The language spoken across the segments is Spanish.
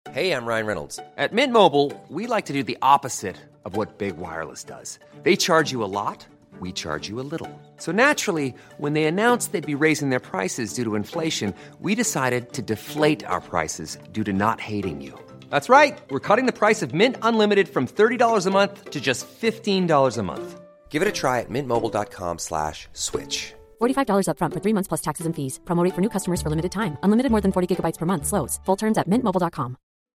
Hey, I'm Ryan Reynolds. At Mint Mobile, we like to do the opposite of what Big Wireless does. They charge you a lot, we charge you a little. So naturally, when they announced they'd be raising their prices due to inflation, we decided to deflate our prices due to not hating you. That's right. We're cutting the price of Mint Unlimited from $30 a month to just $15 a month. Give it a try at mintmobile.com/switch. $45 up front for 3 months plus taxes and fees. Promo rate for new customers for limited time. Unlimited more than 40 gigabytes per month. Slows full terms at mintmobile.com.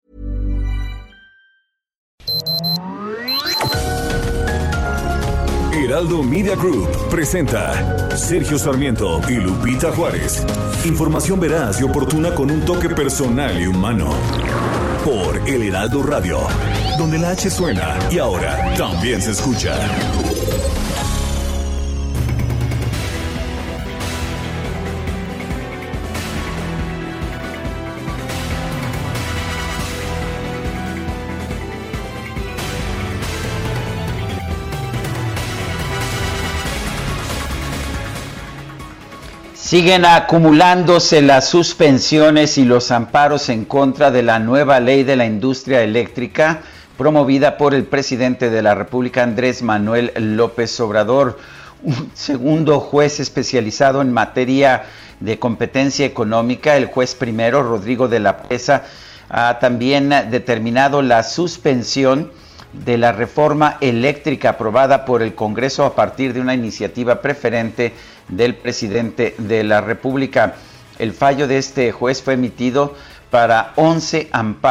Heraldo Media Group presenta Sergio Sarmiento y Lupita Juárez. Información veraz y oportuna con un toque personal y humano. Por El Heraldo Radio, donde la H suena y ahora también se escucha. Siguen acumulándose las suspensiones y los amparos en contra de la nueva ley de la industria eléctrica promovida por el presidente de la República, Andrés Manuel López Obrador. Un segundo juez especializado en materia de competencia económica, el juez primero, Rodrigo de la Presa, ha también determinado la suspensión de la reforma eléctrica aprobada por el Congreso a partir de una iniciativa preferente del presidente de la República. El fallo de este juez fue emitido para 11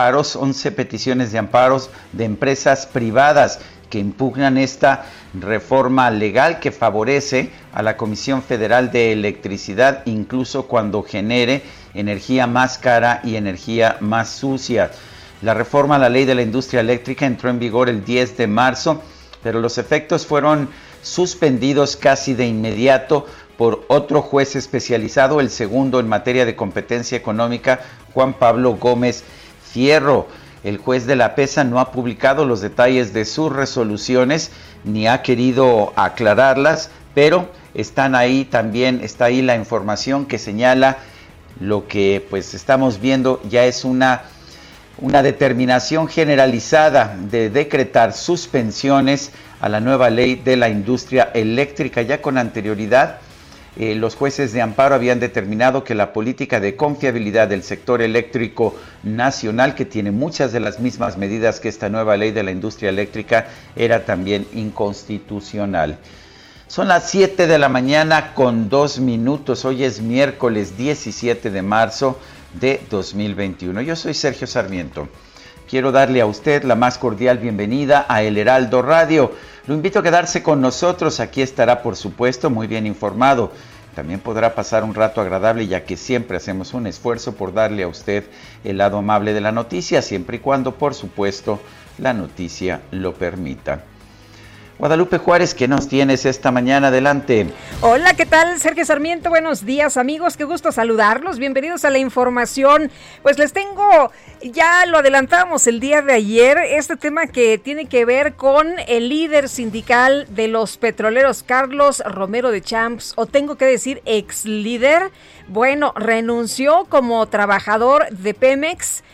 peticiones de amparos de empresas privadas que impugnan esta reforma legal que favorece a la Comisión Federal de Electricidad, incluso cuando genere energía más cara y energía más sucia. La reforma a la ley de la industria eléctrica entró en vigor el 10 de marzo, pero los efectos fueron suspendidos casi de inmediato por otro juez especializado, el segundo en materia de competencia económica, Juan Pablo Gómez Fierro. El juez de la PESA no ha publicado los detalles de sus resoluciones ni ha querido aclararlas, pero están ahí también, está ahí la información que señala lo que pues estamos viendo, ya es una determinación generalizada de decretar suspensiones a la nueva ley de la industria eléctrica. Ya con anterioridad, los jueces de amparo habían determinado que la política de confiabilidad del sector eléctrico nacional, que tiene muchas de las mismas medidas que esta nueva ley de la industria eléctrica, era también inconstitucional. Son las 7 de la mañana con 2 minutos. Hoy es miércoles 17 de marzo de 2021. Yo soy Sergio Sarmiento. Quiero darle a usted la más cordial bienvenida a El Heraldo Radio. Lo invito a quedarse con nosotros. Aquí estará, por supuesto, muy bien informado. También podrá pasar un rato agradable, ya que siempre hacemos un esfuerzo por darle a usted el lado amable de la noticia, siempre y cuando, por supuesto, la noticia lo permita. Guadalupe Juárez, ¿qué nos tienes esta mañana? Adelante. Hola, ¿qué tal? Sergio Sarmiento, buenos días amigos, qué gusto saludarlos, bienvenidos a la información. Pues les tengo, ya lo adelantamos el día de ayer, este tema que tiene que ver con el líder sindical de los petroleros, Carlos Romero de Champs, o tengo que decir ex líder. Bueno, renunció como trabajador de Pemex.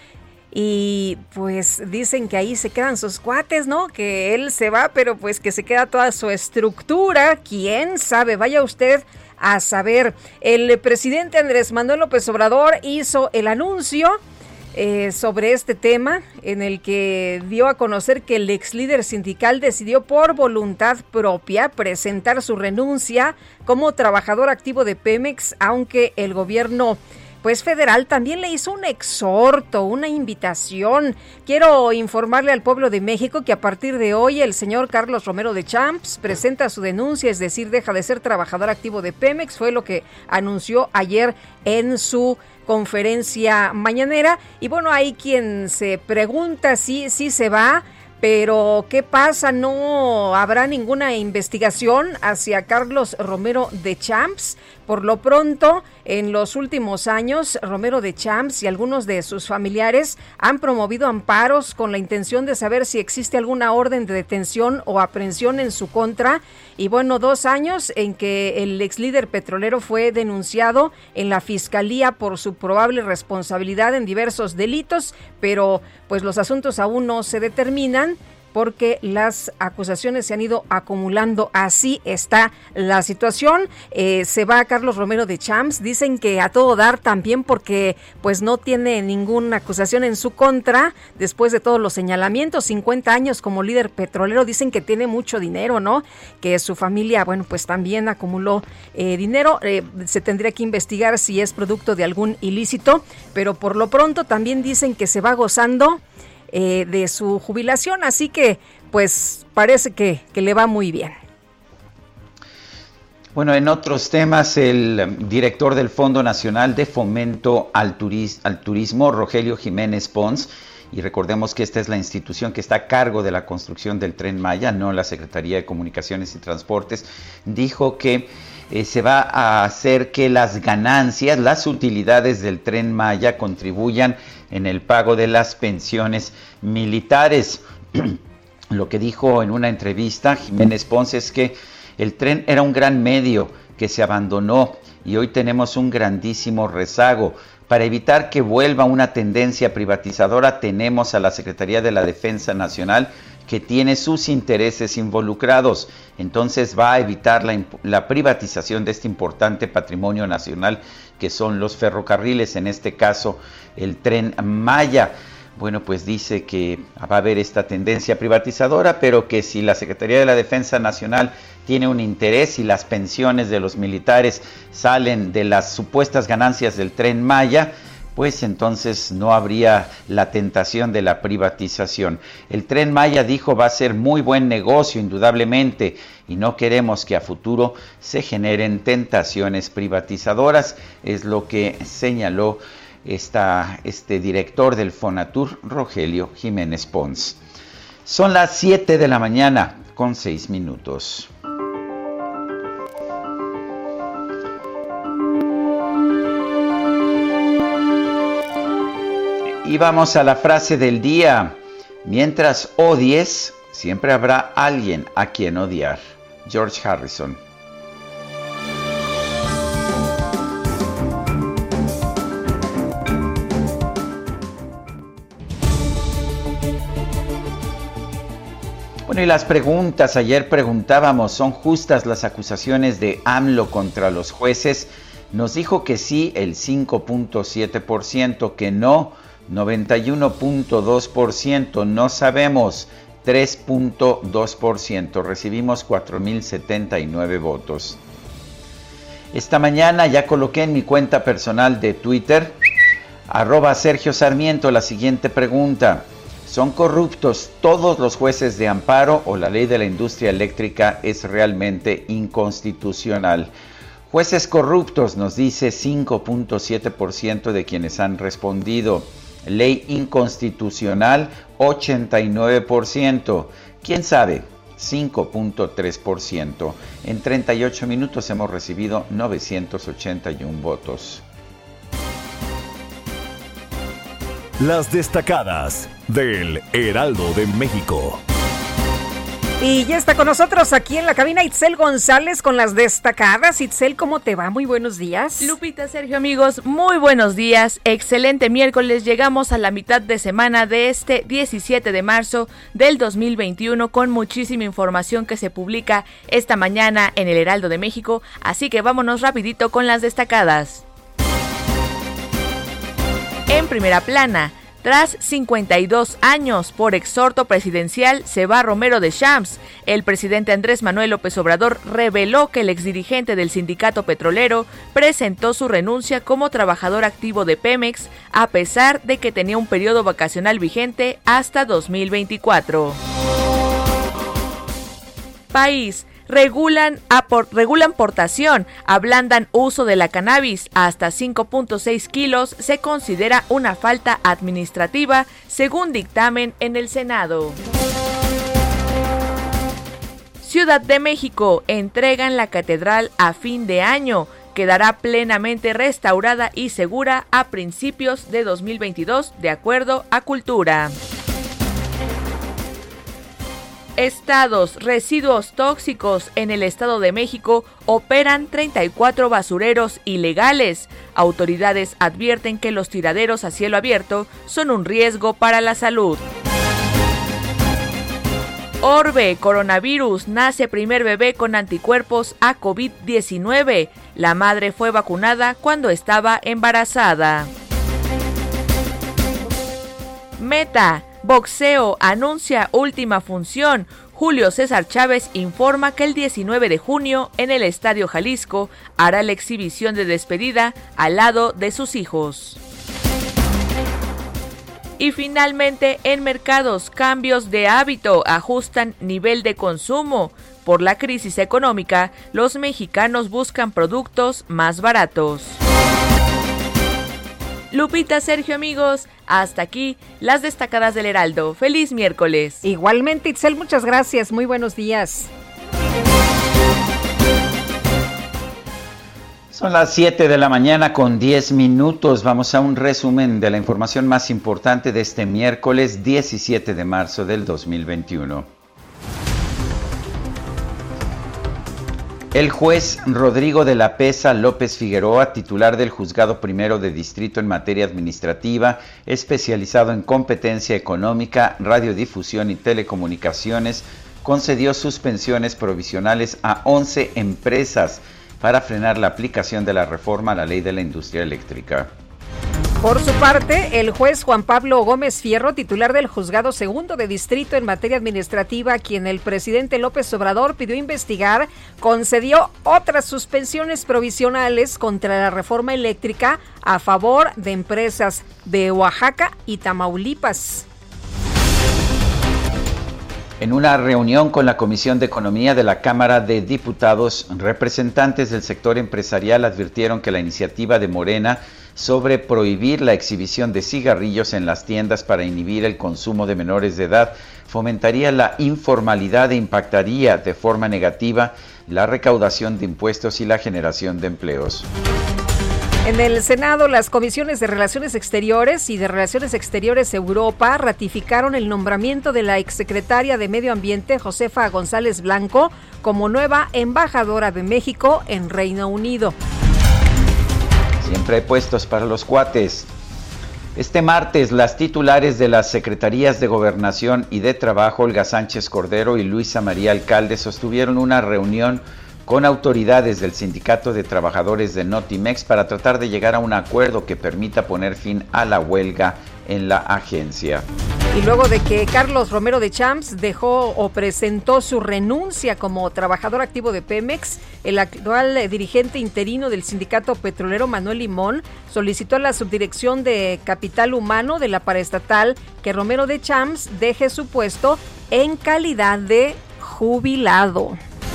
Y pues dicen que ahí se quedan sus cuates, ¿no? Que él se va, pero pues que se queda toda su estructura. ¿Quién sabe? Vaya usted a saber. El presidente Andrés Manuel López Obrador hizo el anuncio sobre este tema, en el que dio a conocer que el ex líder sindical decidió por voluntad propia presentar su renuncia como trabajador activo de Pemex, aunque el gobierno pues federal también le hizo un exhorto, una invitación. Quiero informarle al pueblo de México que a partir de hoy el señor Carlos Romero de Champs presenta su denuncia, es decir, deja de ser trabajador activo de Pemex, fue lo que anunció ayer en su conferencia mañanera. Y bueno, hay quien se pregunta si se va, pero ¿qué pasa? ¿No habrá ninguna investigación hacia Carlos Romero de Champs? Por lo pronto, en los últimos años, Romero de Champs y algunos de sus familiares han promovido amparos con la intención de saber si existe alguna orden de detención o aprehensión en su contra. Y bueno, 2 años en que el ex líder petrolero fue denunciado en la Fiscalía por su probable responsabilidad en diversos delitos, pero pues los asuntos aún no se determinan, porque las acusaciones se han ido acumulando. Así está la situación. Se va Carlos Romero de Champs, dicen que a todo dar también, porque pues no tiene ninguna acusación en su contra después de todos los señalamientos. 50 años como líder petrolero, dicen que tiene mucho dinero, ¿no? Que su familia, bueno, pues también acumuló dinero. Se tendría que investigar si es producto de algún ilícito, pero por lo pronto también dicen que se va gozando de su jubilación, así que pues parece que le va muy bien. Bueno, en otros temas, el director del Fondo Nacional de Fomento al Turismo, Rogelio Jiménez Pons, y recordemos que esta es la institución que está a cargo de la construcción del Tren Maya, no la Secretaría de Comunicaciones y Transportes, dijo que se va a hacer que las ganancias, las utilidades del Tren Maya contribuyan en el pago de las pensiones militares. Lo que dijo en una entrevista Jiménez Pons es que el tren era un gran medio que se abandonó y hoy tenemos un grandísimo rezago. Para evitar que vuelva una tendencia privatizadora, tenemos a la Secretaría de la Defensa Nacional, que tiene sus intereses involucrados. Entonces va a evitar la privatización de este importante patrimonio nacional que son los ferrocarriles, en este caso el Tren Maya. Bueno, pues dice que va a haber esta tendencia privatizadora, pero que si la Secretaría de la Defensa Nacional tiene un interés y las pensiones de los militares salen de las supuestas ganancias del Tren Maya, pues entonces no habría la tentación de la privatización. El Tren Maya, dijo, va a ser muy buen negocio, indudablemente, y no queremos que a futuro se generen tentaciones privatizadoras, es lo que señaló este director del Fonatur, Rogelio Jiménez Pons. Son las 7 de la mañana con 6 minutos. Y vamos a la frase del día. Mientras odies, siempre habrá alguien a quien odiar. George Harrison. Bueno, y las preguntas, ayer preguntábamos, ¿son justas las acusaciones de AMLO contra los jueces? Nos dijo que sí, el 5.7%, que no, 91.2%, no sabemos, 3.2%. Recibimos 4,079 votos. Esta mañana ya coloqué en mi cuenta personal de Twitter, @Sergio Sarmiento, la siguiente pregunta. ¿Son corruptos todos los jueces de amparo o la ley de la industria eléctrica es realmente inconstitucional? Jueces corruptos, nos dice 5.7% de quienes han respondido. Ley inconstitucional, 89%. ¿Quién sabe? 5.3%. En 38 minutos hemos recibido 981 votos. Las destacadas del Heraldo de México. Y ya está con nosotros aquí en la cabina Itzel González con las destacadas. Itzel, ¿cómo te va? Muy buenos días. Lupita, Sergio, amigos, muy buenos días. Excelente miércoles. Llegamos a la mitad de semana de este 17 de marzo del 2021 con muchísima información que se publica esta mañana en el Heraldo de México. Así que vámonos rapidito con las destacadas. En primera plana, tras 52 años por exhorto presidencial, se va Romero de Champs. El presidente Andrés Manuel López Obrador reveló que el exdirigente del sindicato petrolero presentó su renuncia como trabajador activo de Pemex, a pesar de que tenía un periodo vacacional vigente hasta 2024. País. Regulan portación, ablandan uso de la cannabis, hasta 5.6 kilos se considera una falta administrativa, según dictamen en el Senado. Ciudad de México, entregan la catedral a fin de año. quedará plenamente restaurada y segura a principios de 2022, de acuerdo a Cultura. Estados: residuos tóxicos. En el Estado de México operan 34 basureros ilegales. Autoridades advierten que los tiraderos a cielo abierto son un riesgo para la salud. Orbe: coronavirus. Nace primer bebé con anticuerpos a COVID-19. La madre fue vacunada cuando estaba embarazada. Meta: boxeo anuncia última función. Julio César Chávez informa que el 19 de junio en el Estadio Jalisco hará la exhibición de despedida al lado de sus hijos. Y finalmente, en mercados, cambios de hábito ajustan nivel de consumo. Por la crisis económica, los mexicanos buscan productos más baratos. Lupita, Sergio, amigos, hasta aquí las destacadas del Heraldo. ¡Feliz miércoles! Igualmente, Itzel, muchas gracias. Muy buenos días. Son las 7 de la mañana con 10 minutos. Vamos a un resumen de la información más importante de este miércoles 17 de marzo del 2021. El juez Rodrigo de la Pesa López Figueroa, titular del Juzgado Primero de Distrito en materia administrativa, especializado en competencia económica, radiodifusión y telecomunicaciones, concedió suspensiones provisionales a 11 empresas para frenar la aplicación de la reforma a la ley de la industria eléctrica. Por su parte, el juez Juan Pablo Gómez Fierro, titular del Juzgado Segundo de Distrito en materia administrativa, a quien el presidente López Obrador pidió investigar, concedió otras suspensiones provisionales contra la reforma eléctrica a favor de empresas de Oaxaca y Tamaulipas. En una reunión con la Comisión de Economía de la Cámara de Diputados, representantes del sector empresarial advirtieron que la iniciativa de Morena sobre prohibir la exhibición de cigarrillos en las tiendas para inhibir el consumo de menores de edad fomentaría la informalidad e impactaría de forma negativa la recaudación de impuestos y la generación de empleos. En el Senado, las comisiones de Relaciones Exteriores y de Relaciones Exteriores Europa ratificaron el nombramiento de la exsecretaria de Medio Ambiente, Josefa González Blanco, como nueva embajadora de México en Reino Unido. Siempre hay puestos para los cuates. Este martes, las titulares de las Secretarías de Gobernación y de Trabajo, Olga Sánchez Cordero y Luisa María Alcalde, sostuvieron una reunión con autoridades del Sindicato de Trabajadores de Notimex para tratar de llegar a un acuerdo que permita poner fin a la huelga en la agencia. Y luego de que Carlos Romero de Champs dejó o presentó su renuncia como trabajador activo de Pemex, el actual dirigente interino del sindicato petrolero Manuel Limón solicitó a la Subdirección de Capital Humano de la paraestatal que Romero de Champs deje su puesto en calidad de jubilado.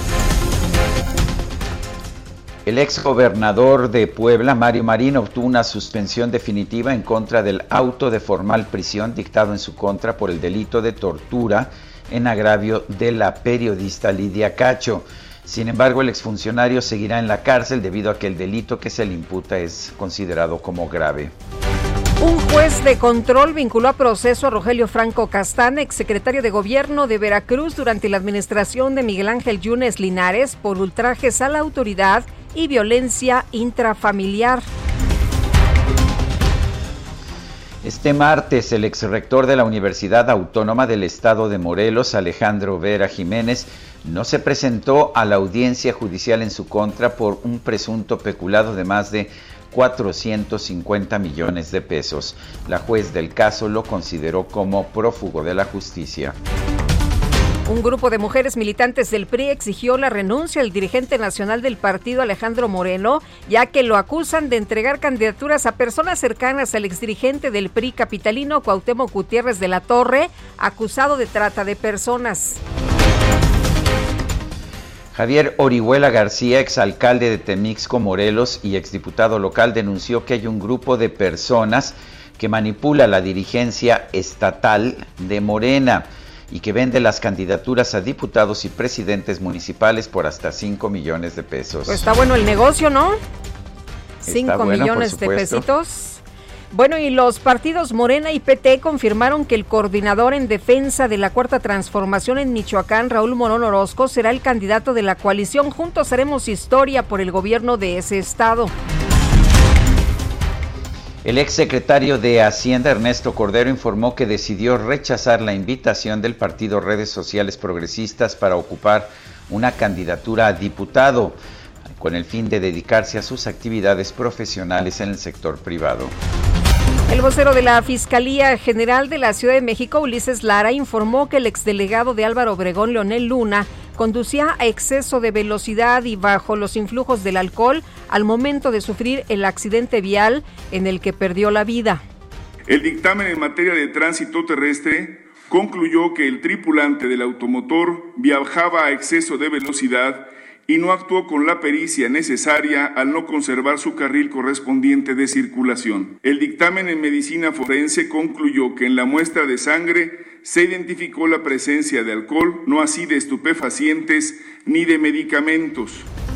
El exgobernador de Puebla, Mario Marín, obtuvo una suspensión definitiva en contra del auto de formal prisión dictado en su contra por el delito de tortura en agravio de la periodista Lidia Cacho. Sin embargo, el exfuncionario seguirá en la cárcel debido a que el delito que se le imputa es considerado como grave. Un juez de control vinculó a proceso a Rogelio Franco Castán, exsecretario de Gobierno de Veracruz durante la administración de Miguel Ángel Yunes Linares por ultrajes a la autoridad y violencia intrafamiliar. Este martes, el exrector de la Universidad Autónoma del Estado de Morelos, Alejandro Vera Jiménez, no se presentó a la audiencia judicial en su contra por un presunto peculado de más de 450 millones de pesos. La juez del caso lo consideró como prófugo de la justicia. Un grupo de mujeres militantes del PRI exigió la renuncia del dirigente nacional del partido, Alejandro Moreno, ya que lo acusan de entregar candidaturas a personas cercanas al exdirigente del PRI capitalino, Cuauhtémoc Gutiérrez de la Torre, acusado de trata de personas. Javier Orihuela García, exalcalde de Temixco, Morelos y exdiputado local, denunció que hay un grupo de personas que manipula la dirigencia estatal de Morena y que vende las candidaturas a diputados y presidentes municipales por hasta 5 millones de pesos. Pues está bueno el negocio, ¿no? 5 millones de pesitos. Bueno, y los partidos Morena y PT confirmaron que el coordinador en defensa de la Cuarta Transformación en Michoacán, Raúl Morón Orozco, será el candidato de la coalición Juntos Haremos Historia por el gobierno de ese estado. El exsecretario de Hacienda, Ernesto Cordero, informó que decidió rechazar la invitación del partido Redes Sociales Progresistas para ocupar una candidatura a diputado, con el fin de dedicarse a sus actividades profesionales en el sector privado. El vocero de la Fiscalía General de la Ciudad de México, Ulises Lara, informó que el exdelegado de Álvaro Obregón, Leonel Luna, conducía a exceso de velocidad y bajo los influjos del alcohol al momento de sufrir el accidente vial en el que perdió la vida. El dictamen en materia de tránsito terrestre concluyó que el tripulante del automotor viajaba a exceso de velocidad y no actuó con la pericia necesaria al no conservar su carril correspondiente de circulación. El dictamen en medicina forense concluyó que en la muestra de sangre se identificó la presencia de alcohol, no así de estupefacientes ni de medicamentos.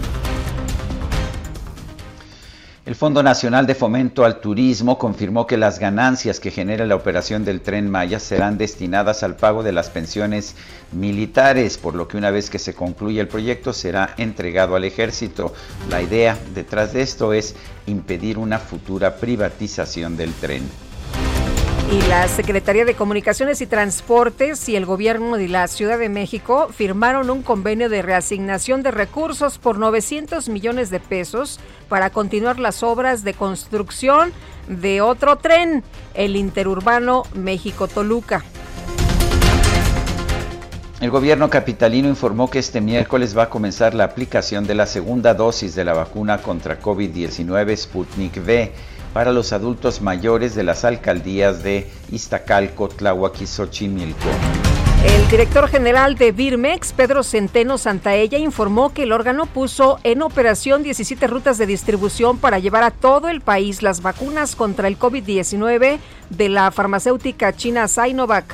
El Fondo Nacional de Fomento al Turismo confirmó que las ganancias que genera la operación del Tren Maya serán destinadas al pago de las pensiones militares, por lo que una vez que se concluya el proyecto será entregado al Ejército. La idea detrás de esto es impedir una futura privatización del tren. Y la Secretaría de Comunicaciones y Transportes y el Gobierno de la Ciudad de México firmaron un convenio de reasignación de recursos por 900 millones de pesos para continuar las obras de construcción de otro tren, el interurbano México-Toluca. El gobierno capitalino informó que este miércoles va a comenzar la aplicación de la segunda dosis de la vacuna contra COVID-19 Sputnik V para los adultos mayores de las alcaldías de Iztacalco, Tláhuac y Xochimilco. El director general de Birmex, Pedro Centeno Santaella, informó que el órgano puso en operación 17 rutas de distribución para llevar a todo el país las vacunas contra el COVID-19 de la farmacéutica china Sinovac.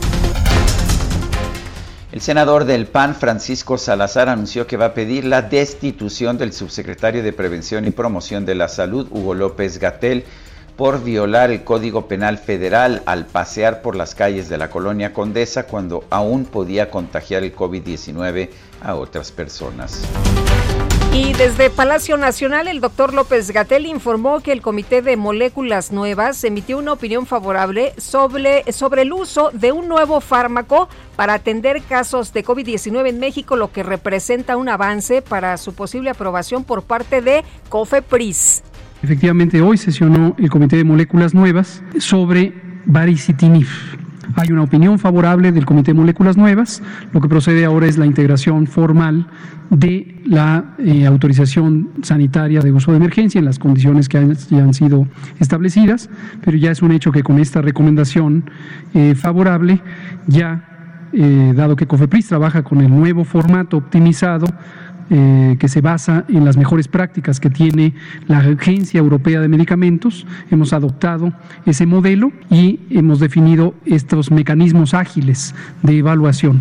El senador del PAN, Francisco Salazar, anunció que va a pedir la destitución del subsecretario de Prevención y Promoción de la Salud, Hugo López-Gatell, por violar el Código Penal Federal al pasear por las calles de la colonia Condesa cuando aún podía contagiar el COVID-19 a otras personas. Y desde Palacio Nacional, el doctor López-Gatell informó que el Comité de Moléculas Nuevas emitió una opinión favorable sobre el uso de un nuevo fármaco para atender casos de COVID-19 en México, lo que representa un avance para su posible aprobación por parte de COFEPRIS. Efectivamente, hoy sesionó el Comité de Moléculas Nuevas sobre baricitinib. Hay una opinión favorable del Comité de Moléculas Nuevas. Lo que procede ahora es la integración formal de la autorización sanitaria de uso de emergencia en las condiciones que ya han sido establecidas, pero ya es un hecho que con esta recomendación favorable, dado que COFEPRIS trabaja con el nuevo formato optimizado, que se basa en las mejores prácticas que tiene la Agencia Europea de Medicamentos, hemos adoptado ese modelo y hemos definido estos mecanismos ágiles de evaluación.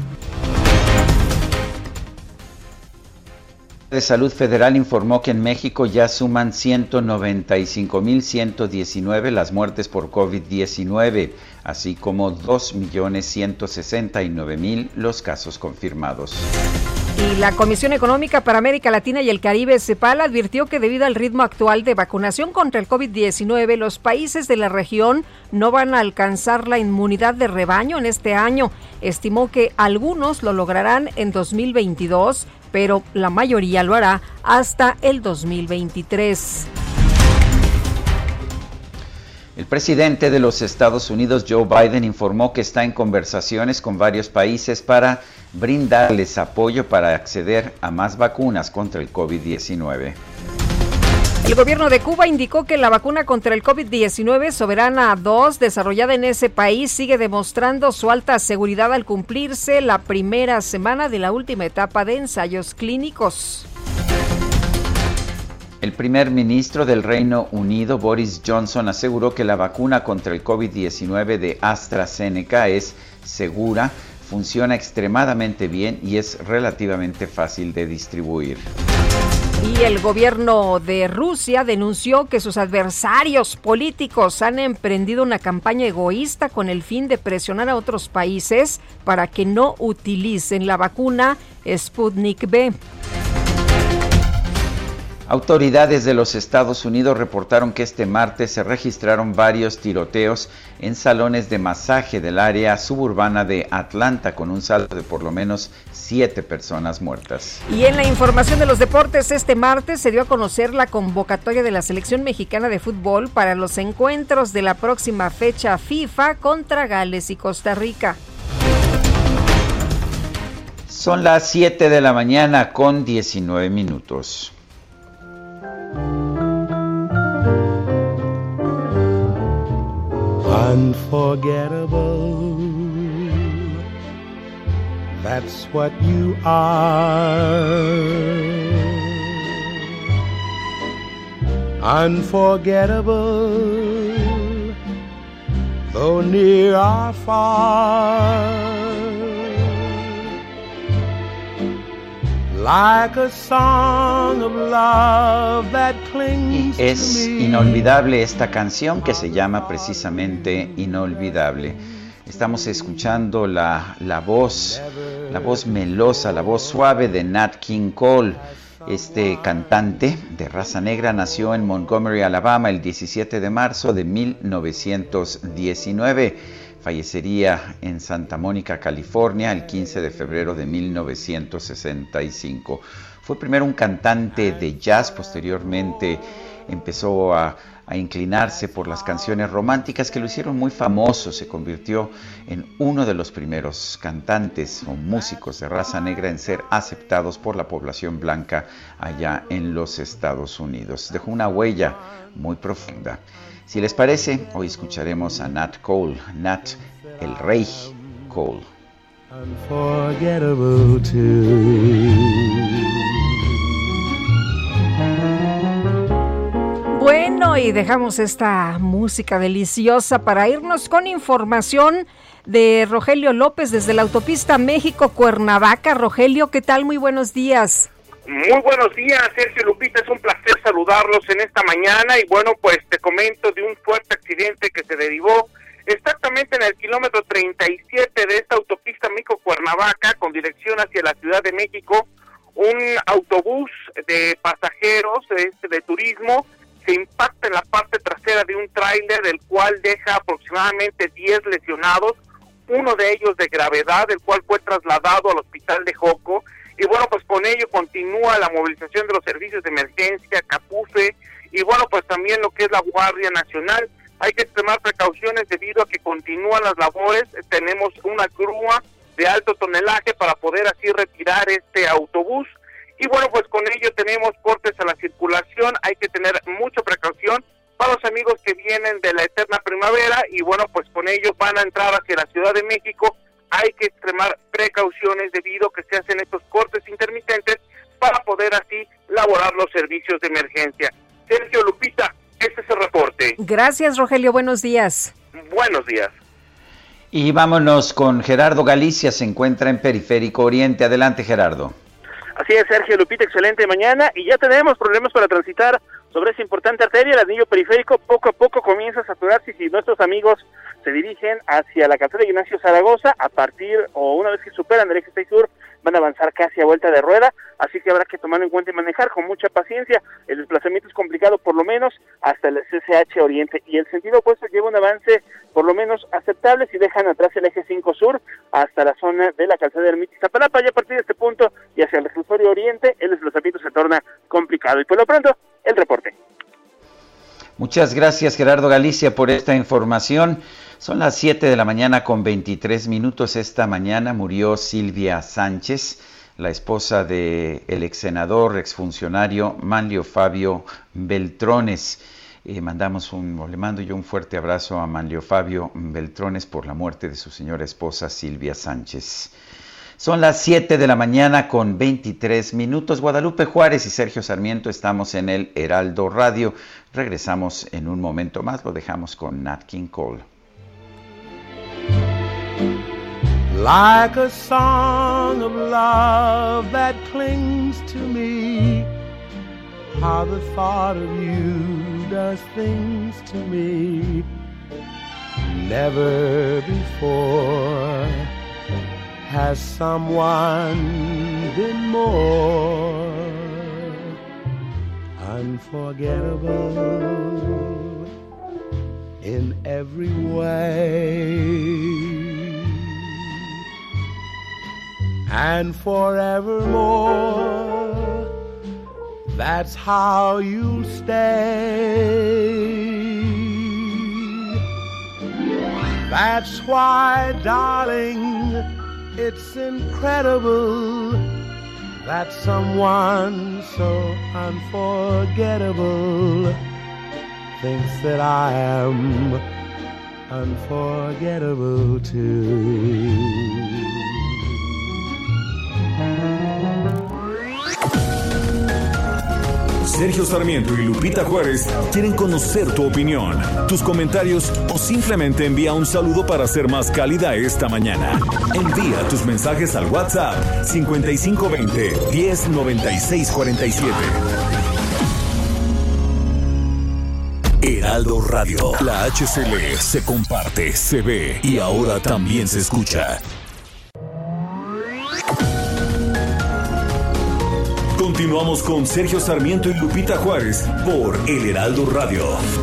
De Salud Federal informó que en México ya suman 195,119 las muertes por COVID-19, así como 2,169,000 los casos confirmados. Y la Comisión Económica para América Latina y el Caribe, CEPAL, advirtió que debido al ritmo actual de vacunación contra el COVID-19, los países de la región no van a alcanzar la inmunidad de rebaño en este año. Estimó que algunos lo lograrán en 2022, pero la mayoría lo hará hasta el 2023. El presidente de los Estados Unidos, Joe Biden, informó que está en conversaciones con varios países para brindarles apoyo para acceder a más vacunas contra el COVID-19. El gobierno de Cuba indicó que la vacuna contra el COVID-19 Soberana 2, desarrollada en ese país, sigue demostrando su alta seguridad al cumplirse la primera semana de la última etapa de ensayos clínicos. El primer ministro del Reino Unido, Boris Johnson, aseguró que la vacuna contra el COVID-19 de AstraZeneca es segura, funciona extremadamente bien y es relativamente fácil de distribuir. Y el gobierno de Rusia denunció que sus adversarios políticos han emprendido una campaña egoísta con el fin de presionar a otros países para que no utilicen la vacuna Sputnik V. Autoridades de los Estados Unidos reportaron que este martes se registraron varios tiroteos en salones de masaje del área suburbana de Atlanta, con un saldo de por lo menos 7 personas muertas. Y en la información de los deportes, este martes se dio a conocer la convocatoria de la selección mexicana de fútbol para los encuentros de la próxima fecha FIFA contra Gales y Costa Rica. Son las 7 de la mañana con 19 minutos. Unforgettable, that's what you are. Unforgettable, though near or far. Like a song of love that clings to me. Es inolvidable esta canción que se llama precisamente Inolvidable. Estamos escuchando la voz melosa, la voz suave de Nat King Cole. Este cantante de raza negra nació en Montgomery, Alabama, el 17 de marzo de 1919. Fallecería en Santa Mónica, California, el 15 de febrero de 1965. Fue primero un cantante de jazz, posteriormente empezó a inclinarse por las canciones románticas que lo hicieron muy famoso. Se convirtió en uno de los primeros cantantes o músicos de raza negra en ser aceptados por la población blanca allá en los Estados Unidos. Dejó una huella muy profunda. Si les parece, hoy escucharemos a Nat Cole, Nat el Rey Cole. Unforgettable too. Bueno, y dejamos esta música deliciosa para irnos con información de Rogelio López desde la autopista México-Cuernavaca. Rogelio, ¿qué tal? Muy buenos días. Muy buenos días, Sergio, Lupita, es un placer saludarlos en esta mañana y bueno, pues te comento de un fuerte accidente que se derivó exactamente en el kilómetro 37 de esta autopista México-Cuernavaca con dirección hacia la Ciudad de México. Un autobús de pasajeros de turismo se impacta en la parte trasera de un tráiler, del cual deja aproximadamente 10 lesionados, uno de ellos de gravedad, el cual fue trasladado al hospital de Joco. Y bueno, pues con ello continúa la movilización de los servicios de emergencia, CAPUFE, y bueno, pues también lo que es la Guardia Nacional. Hay que extremar precauciones debido a que continúan las labores. Tenemos una grúa de alto tonelaje para poder así retirar este autobús. Y bueno, pues con ello tenemos cortes a la circulación. Hay que tener mucha precaución para los amigos que vienen de la eterna primavera. Y bueno, pues con ello van a entrar hacia la Ciudad de México. Hay que extremar precauciones debido a que se hacen estos cortes intermitentes para poder así laborar los servicios de emergencia. Sergio, Lupita, este es el reporte. Gracias, Rogelio, buenos días. Buenos días. Y vámonos con Gerardo Galicia, se encuentra en Periférico Oriente. Adelante, Gerardo. Así es, Sergio, Lupita, excelente mañana, y ya tenemos problemas para transitar sobre esa importante arteria. El anillo periférico poco a poco comienza a saturarse, y si nuestros amigos se dirigen hacia la calzada de Ignacio Zaragoza, a partir o una vez que superan el eje 6 sur, van a avanzar casi a vuelta de rueda, así que habrá que tomarlo en cuenta y manejar con mucha paciencia. El desplazamiento es complicado, por lo menos hasta el CCH Oriente, y el sentido opuesto lleva un avance por lo menos aceptable si dejan atrás el eje 5 sur hasta la zona de la calzada de Ermita Iztapalapa, y a partir de este punto y hacia el reclusorio Oriente, el desplazamiento se torna complicado. Y por lo pronto, el reporte. Muchas gracias, Gerardo Galicia, por esta información. Son las 7 de la mañana con 23 minutos. Esta mañana murió Silvia Sánchez, la esposa del exsenador, exfuncionario Manlio Fabio Beltrones. Le mando yo un fuerte abrazo a Manlio Fabio Beltrones por la muerte de su señora esposa Silvia Sánchez. Son las 7 de la mañana con 23 minutos. Guadalupe Juárez y Sergio Sarmiento estamos en el Heraldo Radio. Regresamos en un momento más, lo dejamos con Nat King Cole. Like a song of love that clings to me, how the thought of you does things to me. Never before has someone been more unforgettable in every way. And forevermore, that's how you'll stay. That's why, darling, it's incredible that someone so unforgettable thinks that I am unforgettable too. Sergio Sarmiento y Lupita Juárez quieren conocer tu opinión, tus comentarios o simplemente envía un saludo para hacer más cálida esta mañana. Envía tus mensajes al WhatsApp 5520 109647. Heraldo Radio, la HCL se comparte, se ve y ahora también se escucha. Continuamos con Sergio Sarmiento y Lupita Juárez por El Heraldo Radio.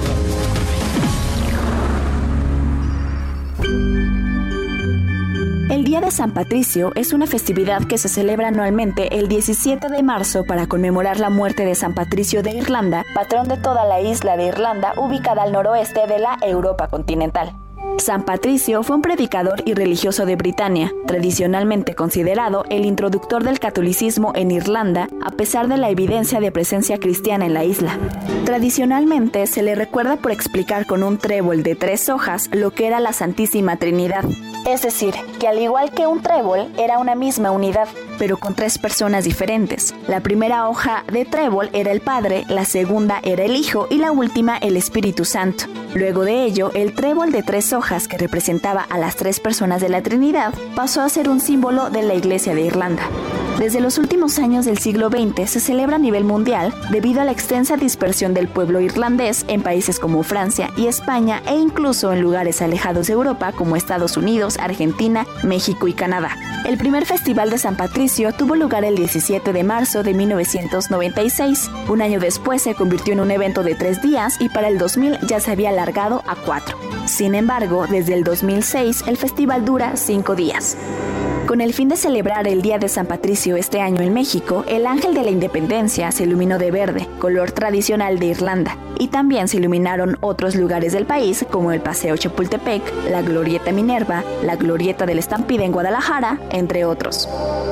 El Día de San Patricio es una festividad que se celebra anualmente el 17 de marzo para conmemorar la muerte de San Patricio de Irlanda, patrón de toda la isla de Irlanda ubicada al noroeste de la Europa continental. San Patricio fue un predicador y religioso de Britania, tradicionalmente considerado el introductor del catolicismo en Irlanda, a pesar de la evidencia de presencia cristiana en la isla. Tradicionalmente se le recuerda por explicar con un trébol de 3 hojas lo que era la Santísima Trinidad. Es decir, que al igual que un trébol, era una misma unidad, pero con 3 personas diferentes. La primera hoja de trébol era el Padre, la segunda era el Hijo y la última el Espíritu Santo. Luego de ello, el trébol de 3 hojas que representaba a las 3 personas de la Trinidad pasó a ser un símbolo de la Iglesia de Irlanda. Desde los últimos años del siglo XX se celebra a nivel mundial debido a la extensa dispersión del pueblo irlandés en países como Francia y España e incluso en lugares alejados de Europa como Estados Unidos, Argentina, México y Canadá. El primer Festival de San Patricio tuvo lugar el 17 de marzo de 1996. Un año después se convirtió en un evento de 3 días y para el 2000 ya se había alargado a 4. Sin embargo, desde el 2006 el festival dura 5 días. Con el fin de celebrar el Día de San Patricio este año en México, el Ángel de la Independencia se iluminó de verde, color tradicional de Irlanda, y también se iluminaron otros lugares del país como el Paseo Chapultepec, la Glorieta Minerva, la Glorieta del Estampida en Guadalajara, entre otros.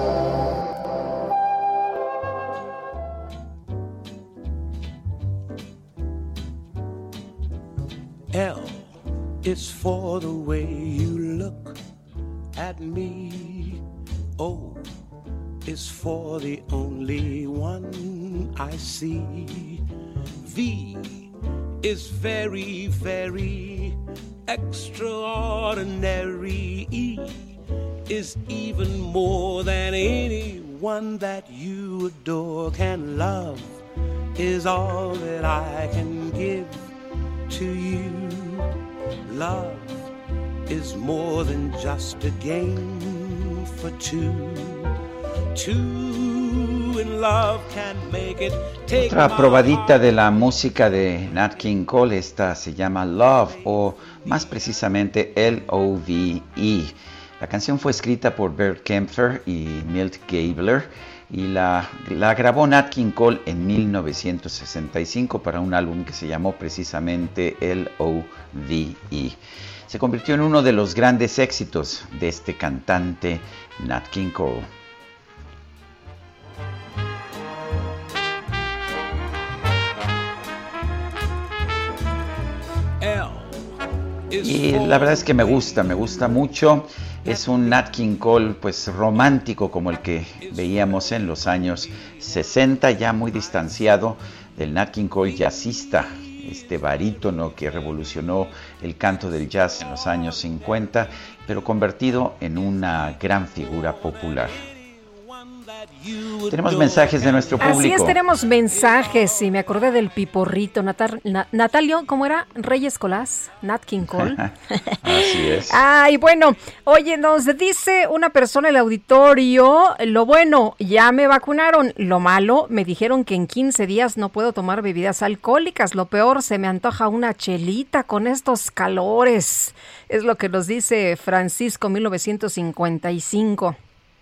L is for the way you look at me. O is for the only one I see. V is very, very extraordinary. E is even more than anyone that you adore can love. Is all that I can give to you. Love is more than just a game for two. Two in love can make it. Otra probadita de la música de Nat King Cole, esta se llama Love o más precisamente L-O-V-E. La canción fue escrita por Bert Kaempfer y Milt Gabler y la grabó Nat King Cole en 1965 para un álbum que se llamó precisamente L-O-V-E. Se convirtió en uno de los grandes éxitos de este cantante Nat King Cole. Y la verdad es que me gusta mucho. Es un Nat King Cole pues romántico como el que veíamos en los años 60, ya muy distanciado del Nat King Cole jazzista, este barítono que revolucionó el canto del jazz en los años 50, pero convertido en una gran figura popular. Tenemos mensajes de nuestro público. Así es, tenemos mensajes y me acordé del piporrito. Natalio, ¿cómo era? Reyes Colás, Nat King Cole. Así es. Ay, bueno, oye, nos dice una persona en el auditorio, lo bueno, ya me vacunaron, lo malo, me dijeron que en 15 días no puedo tomar bebidas alcohólicas, lo peor, se me antoja una chelita con estos calores. Es lo que nos dice Francisco 1955.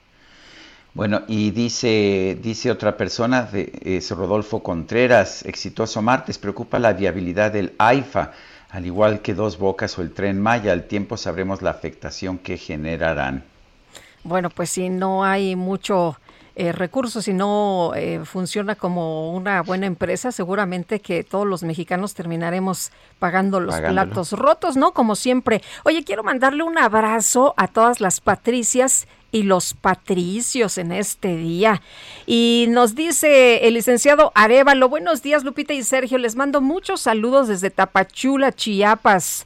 Bueno, y dice otra persona, es Rodolfo Contreras, exitoso martes, preocupa la viabilidad del AIFA, al igual que Dos Bocas o el Tren Maya, al tiempo sabremos la afectación que generarán. Bueno, pues si no hay mucho recursos, si no funciona como una buena empresa, seguramente que todos los mexicanos terminaremos pagando los platos rotos, ¿no? Como siempre. Oye, quiero mandarle un abrazo a todas las Patricias y los Patricios en este día. Y nos dice el licenciado Arévalo, buenos días Lupita y Sergio, les mando muchos saludos desde Tapachula, Chiapas.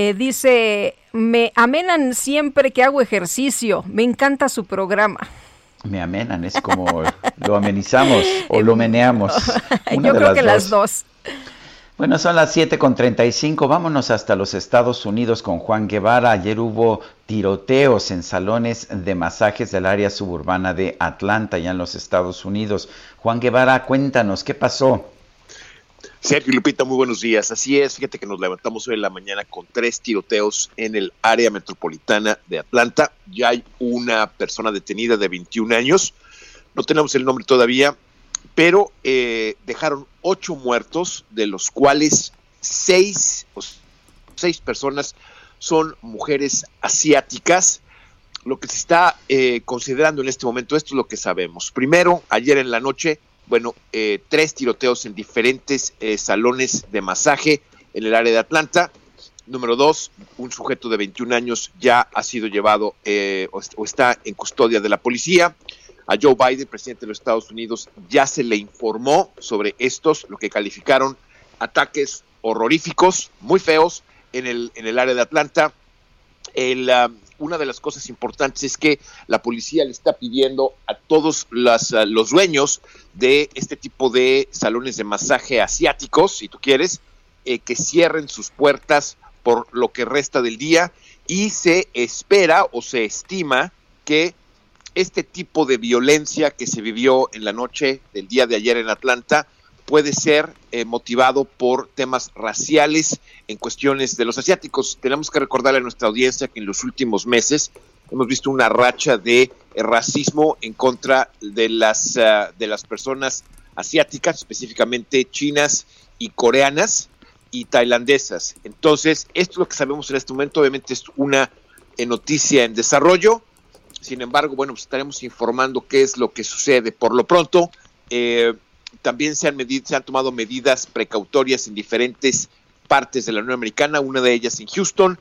Dice, me amenan siempre que hago ejercicio, me encanta su programa. Me amenan, es como lo amenizamos o lo meneamos. Yo creo que las dos. Bueno, son las 7:35, vámonos hasta los Estados Unidos con Juan Guevara. Ayer hubo tiroteos en salones de masajes del área suburbana de Atlanta, ya en los Estados Unidos. Juan Guevara, cuéntanos, ¿qué pasó? Sergio y Lupita, muy buenos días. Así es, fíjate que nos levantamos hoy en la mañana con 3 tiroteos en el área metropolitana de Atlanta. Ya hay una persona detenida de 21 años, no tenemos el nombre todavía, pero dejaron 8 muertos, de los cuales 6 personas son mujeres asiáticas. Lo que se está considerando en este momento, esto es lo que sabemos. Primero, ayer en la noche, 3 tiroteos en diferentes salones de masaje en el área de Atlanta. Número 2, un sujeto de 21 años ya ha sido llevado o está en custodia de la policía. A Joe Biden, presidente de los Estados Unidos, ya se le informó sobre estos, lo que calificaron ataques horroríficos, muy feos, en el área de Atlanta. Una de las cosas importantes es que la policía le está pidiendo a todos los dueños de este tipo de salones de masaje asiáticos, si tú quieres, que cierren sus puertas por lo que resta del día, y se espera o se estima que este tipo de violencia que se vivió en la noche del día de ayer en Atlanta puede ser motivado por temas raciales en cuestiones de los asiáticos. Tenemos que recordarle a nuestra audiencia que en los últimos meses hemos visto una racha de racismo en contra de las personas asiáticas, específicamente chinas y coreanas y tailandesas. Entonces, esto es lo que sabemos en este momento. Obviamente es una noticia en desarrollo. Sin embargo, pues estaremos informando qué es lo que sucede. Por lo pronto, también se han tomado medidas precautorias en diferentes partes de la Unión Americana, una de ellas en Houston.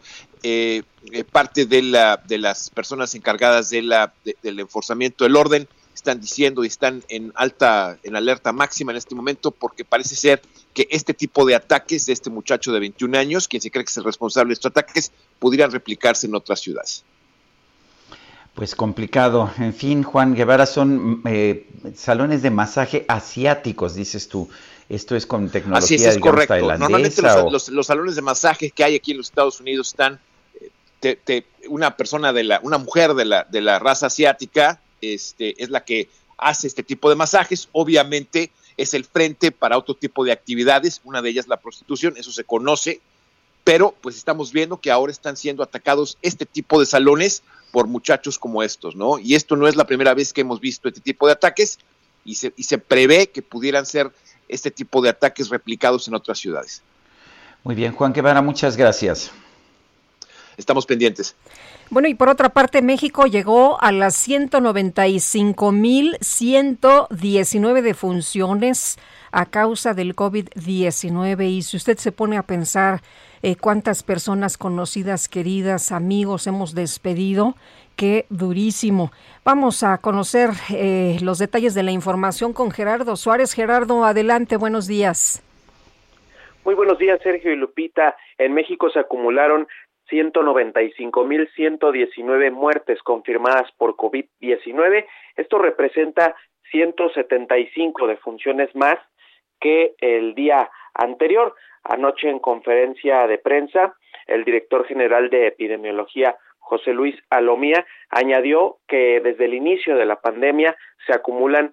Parte de las personas encargadas del enforzamiento del orden están diciendo y están en alerta máxima en este momento, porque parece ser que este tipo de ataques de este muchacho de 21 años, quien se cree que es el responsable de estos ataques, pudieran replicarse en otras ciudades. Pues complicado. En fin, Juan Guevara, son salones de masaje asiáticos, dices tú. Esto es con tecnología, así es correcto. Tailandesa. Normalmente los salones de masaje que hay aquí en los Estados Unidos están una mujer de la raza asiática, es la que hace este tipo de masajes. Obviamente es el frente para otro tipo de actividades, una de ellas la prostitución, eso se conoce, pero pues estamos viendo que ahora están siendo atacados este tipo de salones por muchachos como estos, ¿no? Y esto no es la primera vez que hemos visto este tipo de ataques, y se prevé que pudieran ser este tipo de ataques replicados en otras ciudades. Muy bien, Juan Guevara, muchas gracias. Estamos pendientes. Bueno, y por otra parte, México llegó a las 195,119 defunciones a causa del COVID-19. Y si usted se pone a pensar cuántas personas conocidas, queridas, amigos hemos despedido, qué durísimo. Vamos a conocer los detalles de la información con Gerardo Suárez. Gerardo, adelante, buenos días. Muy buenos días, Sergio y Lupita. En México se acumularon 195,119 muertes confirmadas por COVID-19. Esto representa 175 defunciones más que el día anterior. Anoche, en conferencia de prensa, el director general de epidemiología, José Luis Alomía, añadió que desde el inicio de la pandemia se acumulan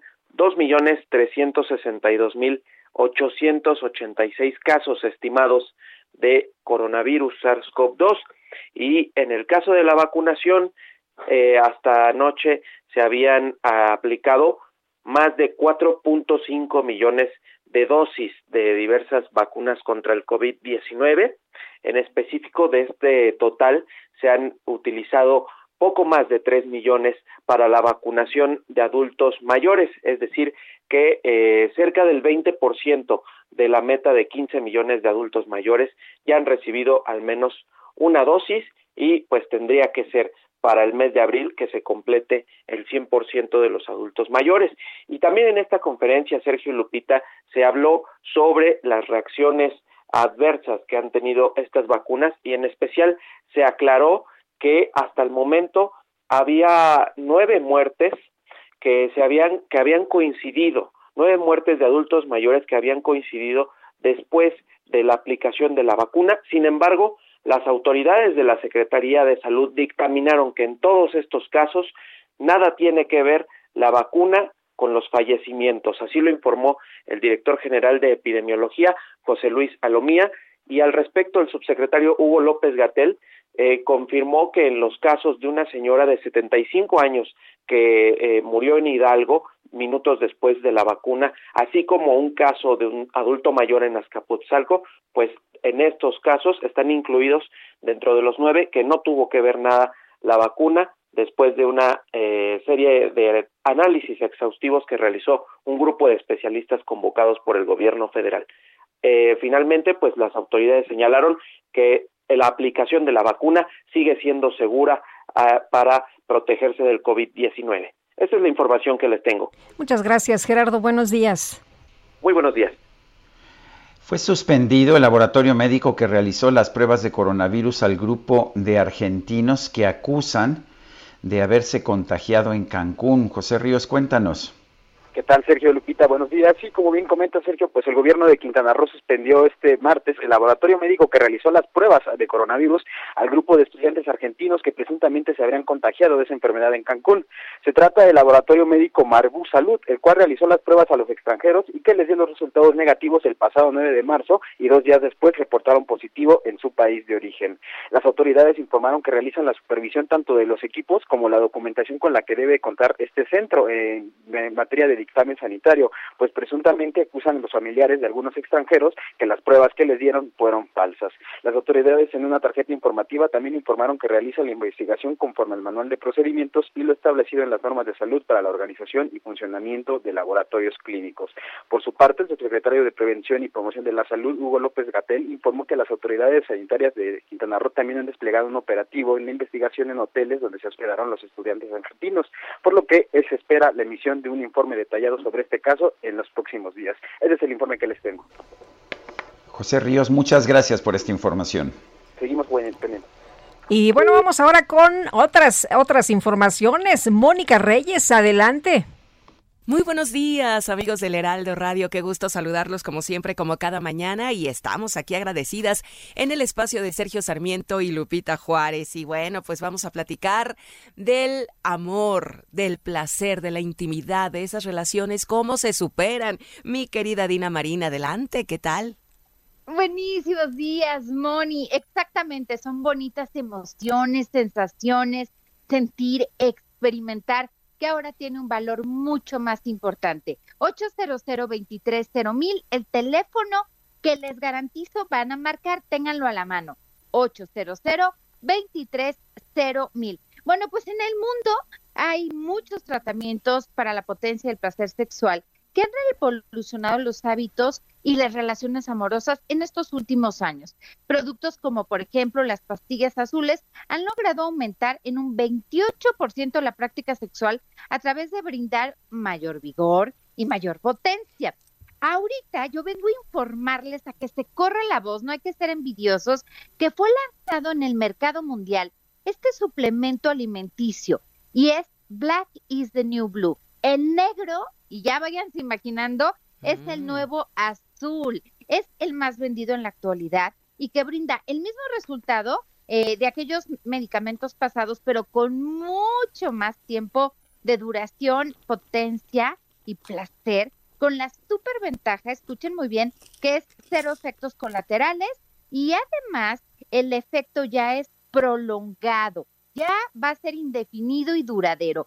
2.362.886 casos estimados de coronavirus SARS-CoV-2, y en el caso de la vacunación, hasta anoche se habían aplicado más de 4.5 millones de dosis de diversas vacunas contra el COVID-19. En específico, de este total se han utilizado poco más de 3 millones para la vacunación de adultos mayores, es decir, que cerca del 20% de la meta de 15 millones de adultos mayores ya han recibido al menos una dosis, y pues tendría que ser para el mes de abril que se complete el 100% de los adultos mayores. Y también en esta conferencia, Sergio y Lupita, se habló sobre las reacciones adversas que han tenido estas vacunas, y en especial se aclaró que hasta el momento había 9 muertes que habían coincidido, 9 muertes de adultos mayores que habían coincidido después de la aplicación de la vacuna. Sin embargo, las autoridades de la Secretaría de Salud dictaminaron que en todos estos casos nada tiene que ver la vacuna con los fallecimientos. Así lo informó el director general de epidemiología, José Luis Alomía, y al respecto el subsecretario Hugo López-Gatell confirmó que en los casos de una señora de 75 años que murió en Hidalgo minutos después de la vacuna, así como un caso de un adulto mayor en Azcapotzalco, pues en estos casos están incluidos dentro de los 9 que no tuvo que ver nada la vacuna, después de una serie de análisis exhaustivos que realizó un grupo de especialistas convocados por el gobierno federal. Finalmente, pues las autoridades señalaron que la aplicación de la vacuna sigue siendo segura para protegerse del COVID-19. Esa es la información que les tengo. Muchas gracias, Gerardo. Buenos días. Muy buenos días. Fue suspendido el laboratorio médico que realizó las pruebas de coronavirus al grupo de argentinos que acusan de haberse contagiado en Cancún. José Ríos, cuéntanos. ¿Qué tal, Sergio, Lupita? Buenos días. Sí, como bien comenta Sergio, pues el gobierno de Quintana Roo suspendió este martes el laboratorio médico que realizó las pruebas de coronavirus al grupo de estudiantes argentinos que presuntamente se habrían contagiado de esa enfermedad en Cancún. Se trata del laboratorio médico Marbú Salud, el cual realizó las pruebas a los extranjeros y que les dio los resultados negativos el pasado 9 de marzo y 2 días después reportaron positivo en su país de origen. Las autoridades informaron que realizan la supervisión tanto de los equipos como la documentación con la que debe contar este centro en materia de dictamen sanitario, pues presuntamente acusan a los familiares de algunos extranjeros que las pruebas que les dieron fueron falsas. Las autoridades en una tarjeta informativa también informaron que realizan la investigación conforme al manual de procedimientos y lo establecido en las normas de salud para la organización y funcionamiento de laboratorios clínicos. Por su parte, el subsecretario de Prevención y Promoción de la Salud, Hugo López-Gatell, informó que las autoridades sanitarias de Quintana Roo también han desplegado un operativo en la investigación en hoteles donde se hospedaron los estudiantes argentinos, por lo que se espera la emisión de un informe detallado sobre este caso en los próximos días. Ese es el informe que les tengo. José Ríos, muchas gracias por esta información. Seguimos pendientes. Y bueno, vamos ahora con otras informaciones. Mónica Reyes, adelante. Muy buenos días, amigos del Heraldo Radio, qué gusto saludarlos como siempre, como cada mañana, y estamos aquí agradecidas en el espacio de Sergio Sarmiento y Lupita Juárez. Y bueno, pues vamos a platicar del amor, del placer, de la intimidad, de esas relaciones, cómo se superan. Mi querida Dina Marín, adelante, ¿qué tal? Buenísimos días, Moni. Exactamente, son bonitas emociones, sensaciones, sentir, experimentar, que ahora tiene un valor mucho más importante. 800-230-1000, el teléfono que les garantizo van a marcar, ténganlo a la mano. 800-230-1000. Bueno, pues en el mundo hay muchos tratamientos para la potencia del placer sexual que han revolucionado los hábitos y las relaciones amorosas en estos últimos años. Productos como, por ejemplo, las pastillas azules han logrado aumentar en un 28% la práctica sexual a través de brindar mayor vigor y mayor potencia. Ahorita yo vengo a informarles a que se corra la voz, no hay que ser envidiosos, que fue lanzado en el mercado mundial este suplemento alimenticio y es Black is the New Blue. El negro, y ya váyanse imaginando, es el nuevo azul. Es el más vendido en la actualidad y que brinda el mismo resultado de aquellos medicamentos pasados, pero con mucho más tiempo de duración, potencia y placer, con la superventaja, escuchen muy bien, que es 0 efectos colaterales y además el efecto ya es prolongado, ya va a ser indefinido y duradero.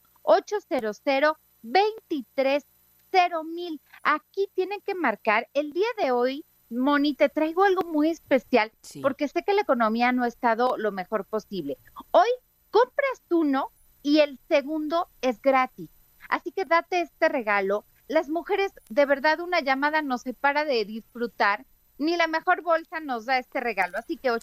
800-23-0000. Aquí tienen que marcar. El día de hoy, Moni, te traigo algo muy especial, porque sé que la economía no ha estado lo mejor posible. Hoy compras uno y el segundo es gratis. Así que date este regalo. Las mujeres, de verdad, una llamada no se para de disfrutar, ni la mejor bolsa nos da este regalo. Así que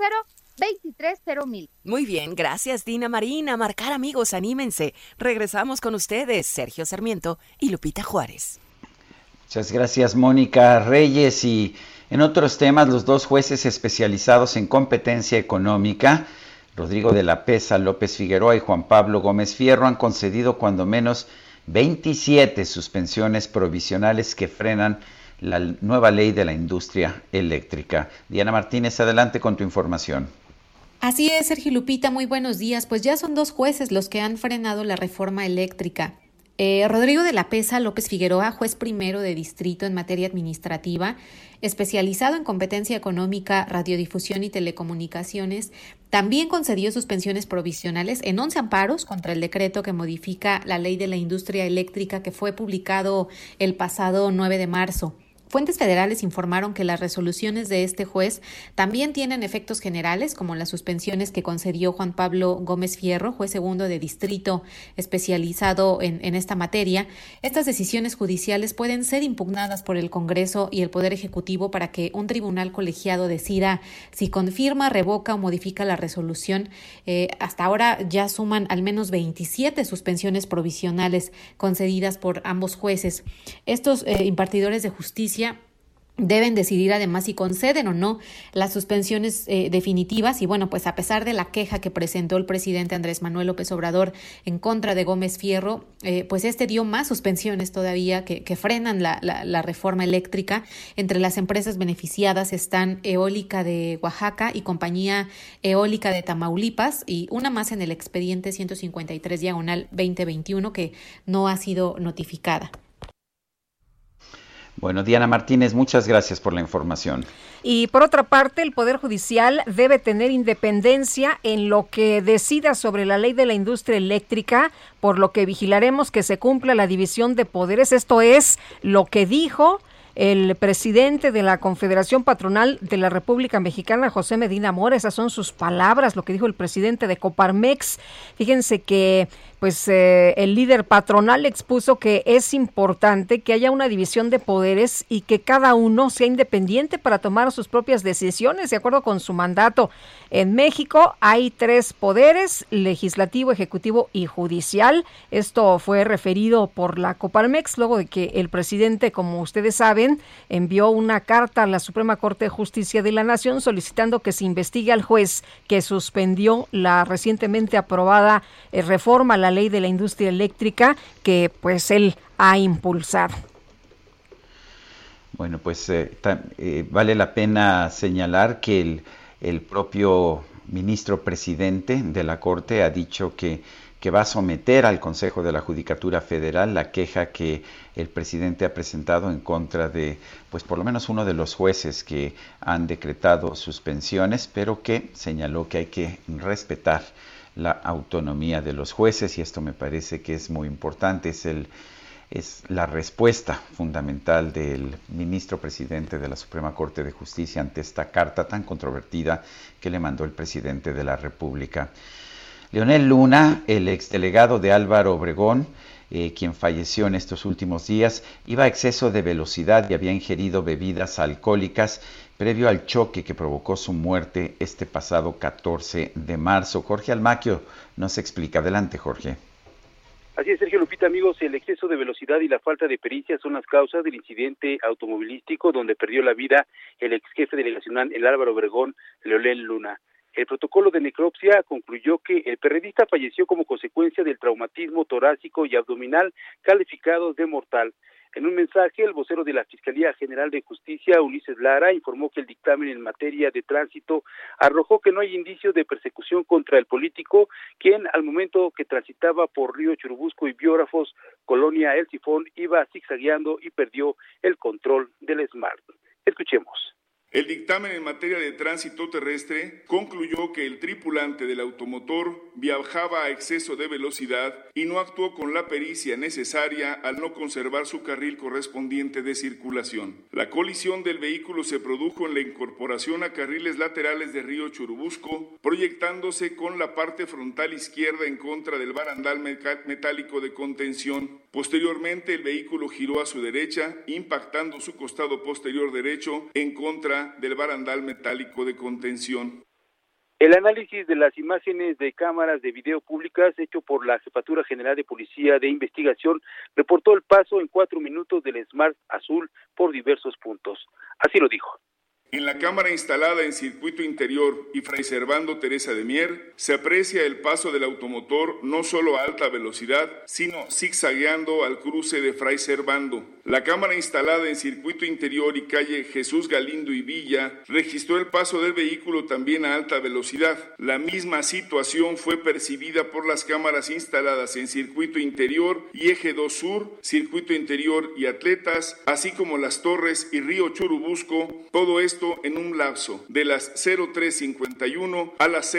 800-23-0000. Muy bien, gracias Dina Marina. Marcar, amigos, anímense. Regresamos con ustedes, Sergio Sarmiento y Lupita Juárez. Muchas gracias, Mónica Reyes. Y en otros temas, los 2 jueces especializados en competencia económica, Rodrigo de la Pesa López Figueroa y Juan Pablo Gómez Fierro, han concedido cuando menos 27 suspensiones provisionales que frenan la nueva ley de la industria eléctrica. Diana Martínez, adelante con tu información. Así es, Sergio Lupita, muy buenos días. Pues ya son 2 jueces los que han frenado la reforma eléctrica. Rodrigo de la Pesa López Figueroa, juez primero de distrito en materia administrativa, especializado en competencia económica, radiodifusión y telecomunicaciones, también concedió suspensiones provisionales en 11 amparos contra el decreto que modifica la ley de la industria eléctrica que fue publicado el pasado 9 de marzo. Fuentes federales informaron que las resoluciones de este juez también tienen efectos generales, como las suspensiones que concedió Juan Pablo Gómez Fierro, juez segundo de distrito especializado en esta materia. Estas decisiones judiciales pueden ser impugnadas por el Congreso y el Poder Ejecutivo para que un tribunal colegiado decida si confirma, revoca o modifica la resolución. Hasta ahora ya suman al menos 27 suspensiones provisionales concedidas por ambos jueces. Estos impartidores de justicia deben decidir además si conceden o no las suspensiones definitivas. Y bueno, pues a pesar de la queja que presentó el presidente Andrés Manuel López Obrador en contra de Gómez Fierro, pues este dio más suspensiones todavía que frenan la reforma eléctrica. Entre las empresas beneficiadas están Eólica de Oaxaca y Compañía Eólica de Tamaulipas, y una más en el expediente 153/2021 que no ha sido notificada. Bueno, Diana Martínez, muchas gracias por la información. Y por otra parte, el Poder Judicial debe tener independencia en lo que decida sobre la ley de la industria eléctrica, por lo que vigilaremos que se cumpla la división de poderes. Esto es lo que dijo el presidente de la Confederación Patronal de la República Mexicana, José Medina Mora. Esas son sus palabras, lo que dijo el presidente de Coparmex. Fíjense que el líder patronal expuso que es importante que haya una división de poderes y que cada uno sea independiente para tomar sus propias decisiones de acuerdo con su mandato. En México hay 3 poderes: legislativo, ejecutivo y judicial. Esto fue referido por la Coparmex luego de que el presidente, como ustedes saben, envió una carta a la Suprema Corte de Justicia de la Nación solicitando que se investigue al juez que suspendió la recientemente aprobada reforma a la ley de la industria eléctrica que pues él ha impulsado. Bueno, pues vale la pena señalar que el propio ministro presidente de la Corte ha dicho que va a someter al Consejo de la Judicatura Federal la queja que el presidente ha presentado en contra de, pues por lo menos uno de los jueces que han decretado suspensiones, pero que señaló que hay que respetar la autonomía de los jueces, y esto me parece que es muy importante. Es la respuesta fundamental del ministro presidente de la Suprema Corte de Justicia ante esta carta tan controvertida que le mandó el presidente de la República. Leonel Luna, el exdelegado de Álvaro Obregón, quien falleció en estos últimos días, iba a exceso de velocidad y había ingerido bebidas alcohólicas previo al choque que provocó su muerte este pasado 14 de marzo. Jorge Almaquio nos explica. Adelante, Jorge. Así es, Sergio Lupita, amigos, el exceso de velocidad y la falta de pericia son las causas del incidente automovilístico donde perdió la vida el ex jefe delegacional, el Álvaro Obregón, Leonel Luna. El protocolo de necropsia concluyó que el perredista falleció como consecuencia del traumatismo torácico y abdominal calificados de mortal. En un mensaje, el vocero de la Fiscalía General de Justicia, Ulises Lara, informó que el dictamen en materia de tránsito arrojó que no hay indicios de persecución contra el político, quien al momento que transitaba por Río Churubusco y Biógrafos, Colonia El Sifón, iba zigzagueando y perdió el control del Smart. Escuchemos. El dictamen en materia de tránsito terrestre concluyó que el tripulante del automotor viajaba a exceso de velocidad y no actuó con la pericia necesaria al no conservar su carril correspondiente de circulación. La colisión del vehículo se produjo en la incorporación a carriles laterales de Río Churubusco, proyectándose con la parte frontal izquierda en contra del barandal metálico de contención. Posteriormente, el vehículo giró a su derecha, impactando su costado posterior derecho en contra del barandal metálico de contención. El análisis de las imágenes de cámaras de video públicas hecho por la Jefatura General de Policía de Investigación reportó el paso en 4 minutos del Smart azul por diversos puntos. Así lo dijo. En la cámara instalada en circuito interior y Fray Servando Teresa de Mier, se aprecia el paso del automotor no solo a alta velocidad, sino zigzagueando al cruce de Fray Servando. La cámara instalada en circuito interior y calle Jesús Galindo y Villa registró el paso del vehículo también a alta velocidad. La misma situación fue percibida por las cámaras instaladas en circuito interior y eje 2 sur, circuito interior y Atletas, así como Las Torres y Río Churubusco, todo esto en un lapso de las 03:51 a las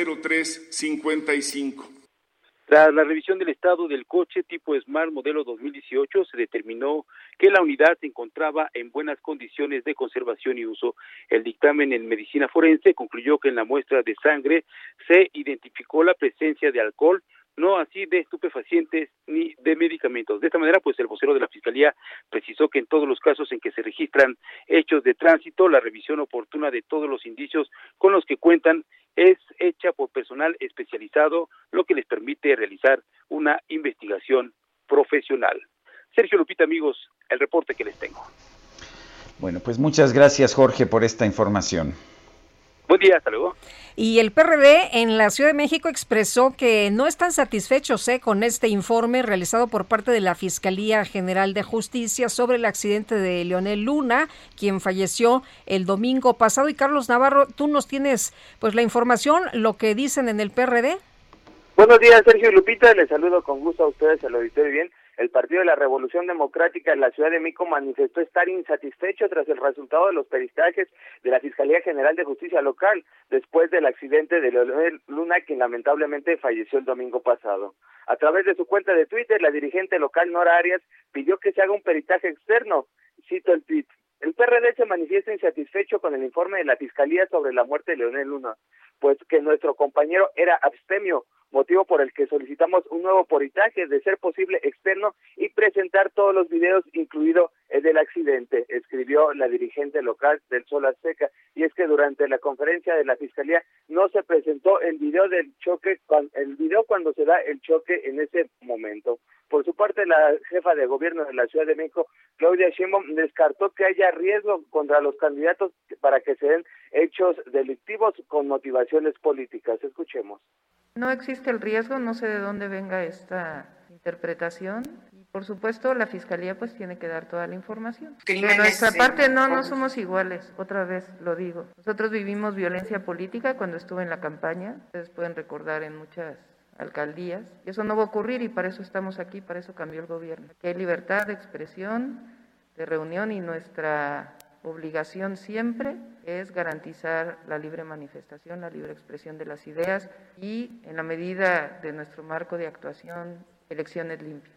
03:55. Tras la revisión del estado del coche tipo Smart modelo 2018, se determinó que la unidad se encontraba en buenas condiciones de conservación y uso. El dictamen en medicina forense concluyó que en la muestra de sangre se identificó la presencia de alcohol, no así de estupefacientes ni de medicamentos. De esta manera, pues el vocero de la Fiscalía precisó que en todos los casos en que se registran hechos de tránsito, la revisión oportuna de todos los indicios con los que cuentan es hecha por personal especializado, lo que les permite realizar una investigación profesional. Sergio, Lupita, amigos, el reporte que les tengo. Bueno, pues muchas gracias, Jorge, por esta información. Buen día, hasta luego. Y el PRD en la Ciudad de México expresó que no están satisfechos con este informe realizado por parte de la Fiscalía General de Justicia sobre el accidente de Leonel Luna, quien falleció el domingo pasado. Y Carlos Navarro, tú nos tienes pues la información, lo que dicen en el PRD. Buenos días, Sergio y Lupita, les saludo con gusto a ustedes, al auditorio. Bien, el Partido de la Revolución Democrática en la Ciudad de México manifestó estar insatisfecho tras el resultado de los peritajes de la Fiscalía General de Justicia local después del accidente de Leonel Luna, quien lamentablemente falleció el domingo pasado. A través de su cuenta de Twitter, la dirigente local Nora Arias pidió que se haga un peritaje externo. Cito el tweet. El PRD se manifiesta insatisfecho con el informe de la Fiscalía sobre la muerte de Leonel Luna, pues que nuestro compañero era abstemio, motivo por el que solicitamos un nuevo peritaje, de ser posible externo, y presentar todos los videos, incluido el del accidente, escribió la dirigente local del Sol Azteca. Y es que durante la conferencia de la Fiscalía no se presentó el video del choque, el video cuando se da el choque en ese momento. Por su parte, la jefa de gobierno de la Ciudad de México, Claudia Sheinbaum, descartó que haya riesgo contra los candidatos para que se den hechos delictivos con motivaciones políticas. Escuchemos. No existe el riesgo, no sé de dónde venga esta interpretación. Y por supuesto, la Fiscalía pues tiene que dar toda la información. De nuestra parte no somos iguales, otra vez lo digo. Nosotros vivimos violencia política cuando estuve en la campaña, ustedes pueden recordar en muchas alcaldías. Y eso no va a ocurrir y para eso estamos aquí, para eso cambió el gobierno. Aquí hay libertad de expresión, de reunión, y nuestra obligación siempre es garantizar la libre manifestación, la libre expresión de las ideas y, en la medida de nuestro marco de actuación, elecciones limpias.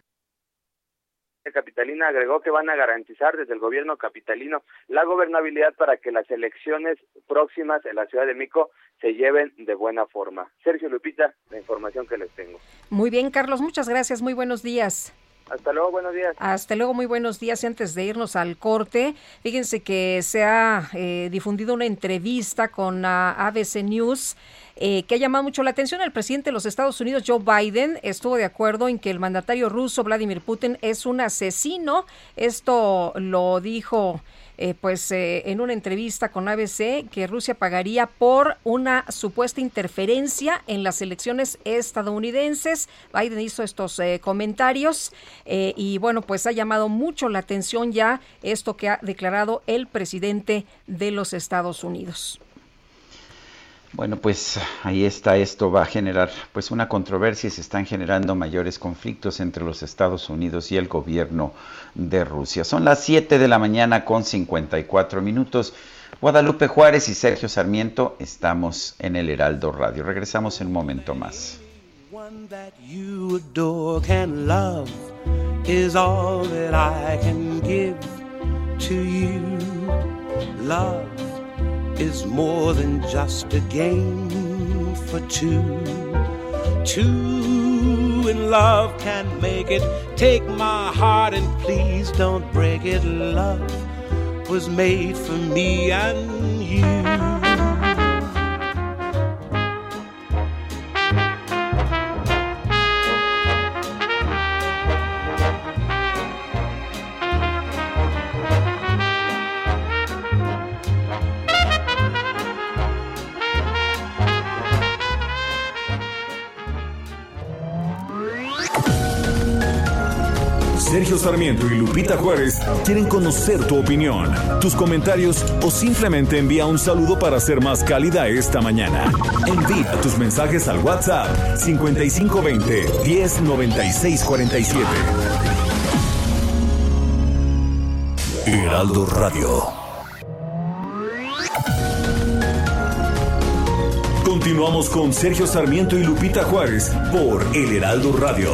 Capitalina agregó que van a garantizar desde el gobierno capitalino la gobernabilidad para que las elecciones próximas en la Ciudad de México se lleven de buena forma. Sergio, Lupita, la información que les tengo. Muy bien, Carlos, muchas gracias, muy buenos días. Hasta luego, buenos días. Hasta luego, muy buenos días. Y antes de irnos al corte, fíjense que se ha difundido una entrevista con ABC News que ha llamado mucho la atención. El presidente de los Estados Unidos, Joe Biden, estuvo de acuerdo en que el mandatario ruso, Vladimir Putin, es un asesino. Esto lo dijo en una entrevista con ABC que Rusia pagaría por una supuesta interferencia en las elecciones estadounidenses. Biden hizo estos comentarios y bueno, pues ha llamado mucho la atención ya esto que ha declarado el presidente de los Estados Unidos. Bueno, pues ahí está, esto va a generar pues una controversia y se están generando mayores conflictos entre los Estados Unidos y el gobierno de Rusia. Son las 7 de la mañana con 54 minutos. Guadalupe Juárez y Sergio Sarmiento estamos en el Heraldo Radio. Regresamos en un momento más. One that you adore can love is all that I can give to you. Love is more than just a game for two. Two in love can make it. Take my heart and please don't break it. Love was made for me and you. Sergio Sarmiento y Lupita Juárez quieren conocer tu opinión, tus comentarios o simplemente envía un saludo para ser más cálida esta mañana. Envía tus mensajes al WhatsApp 5520 109647. Heraldo Radio. Continuamos con Sergio Sarmiento y Lupita Juárez por El Heraldo Radio.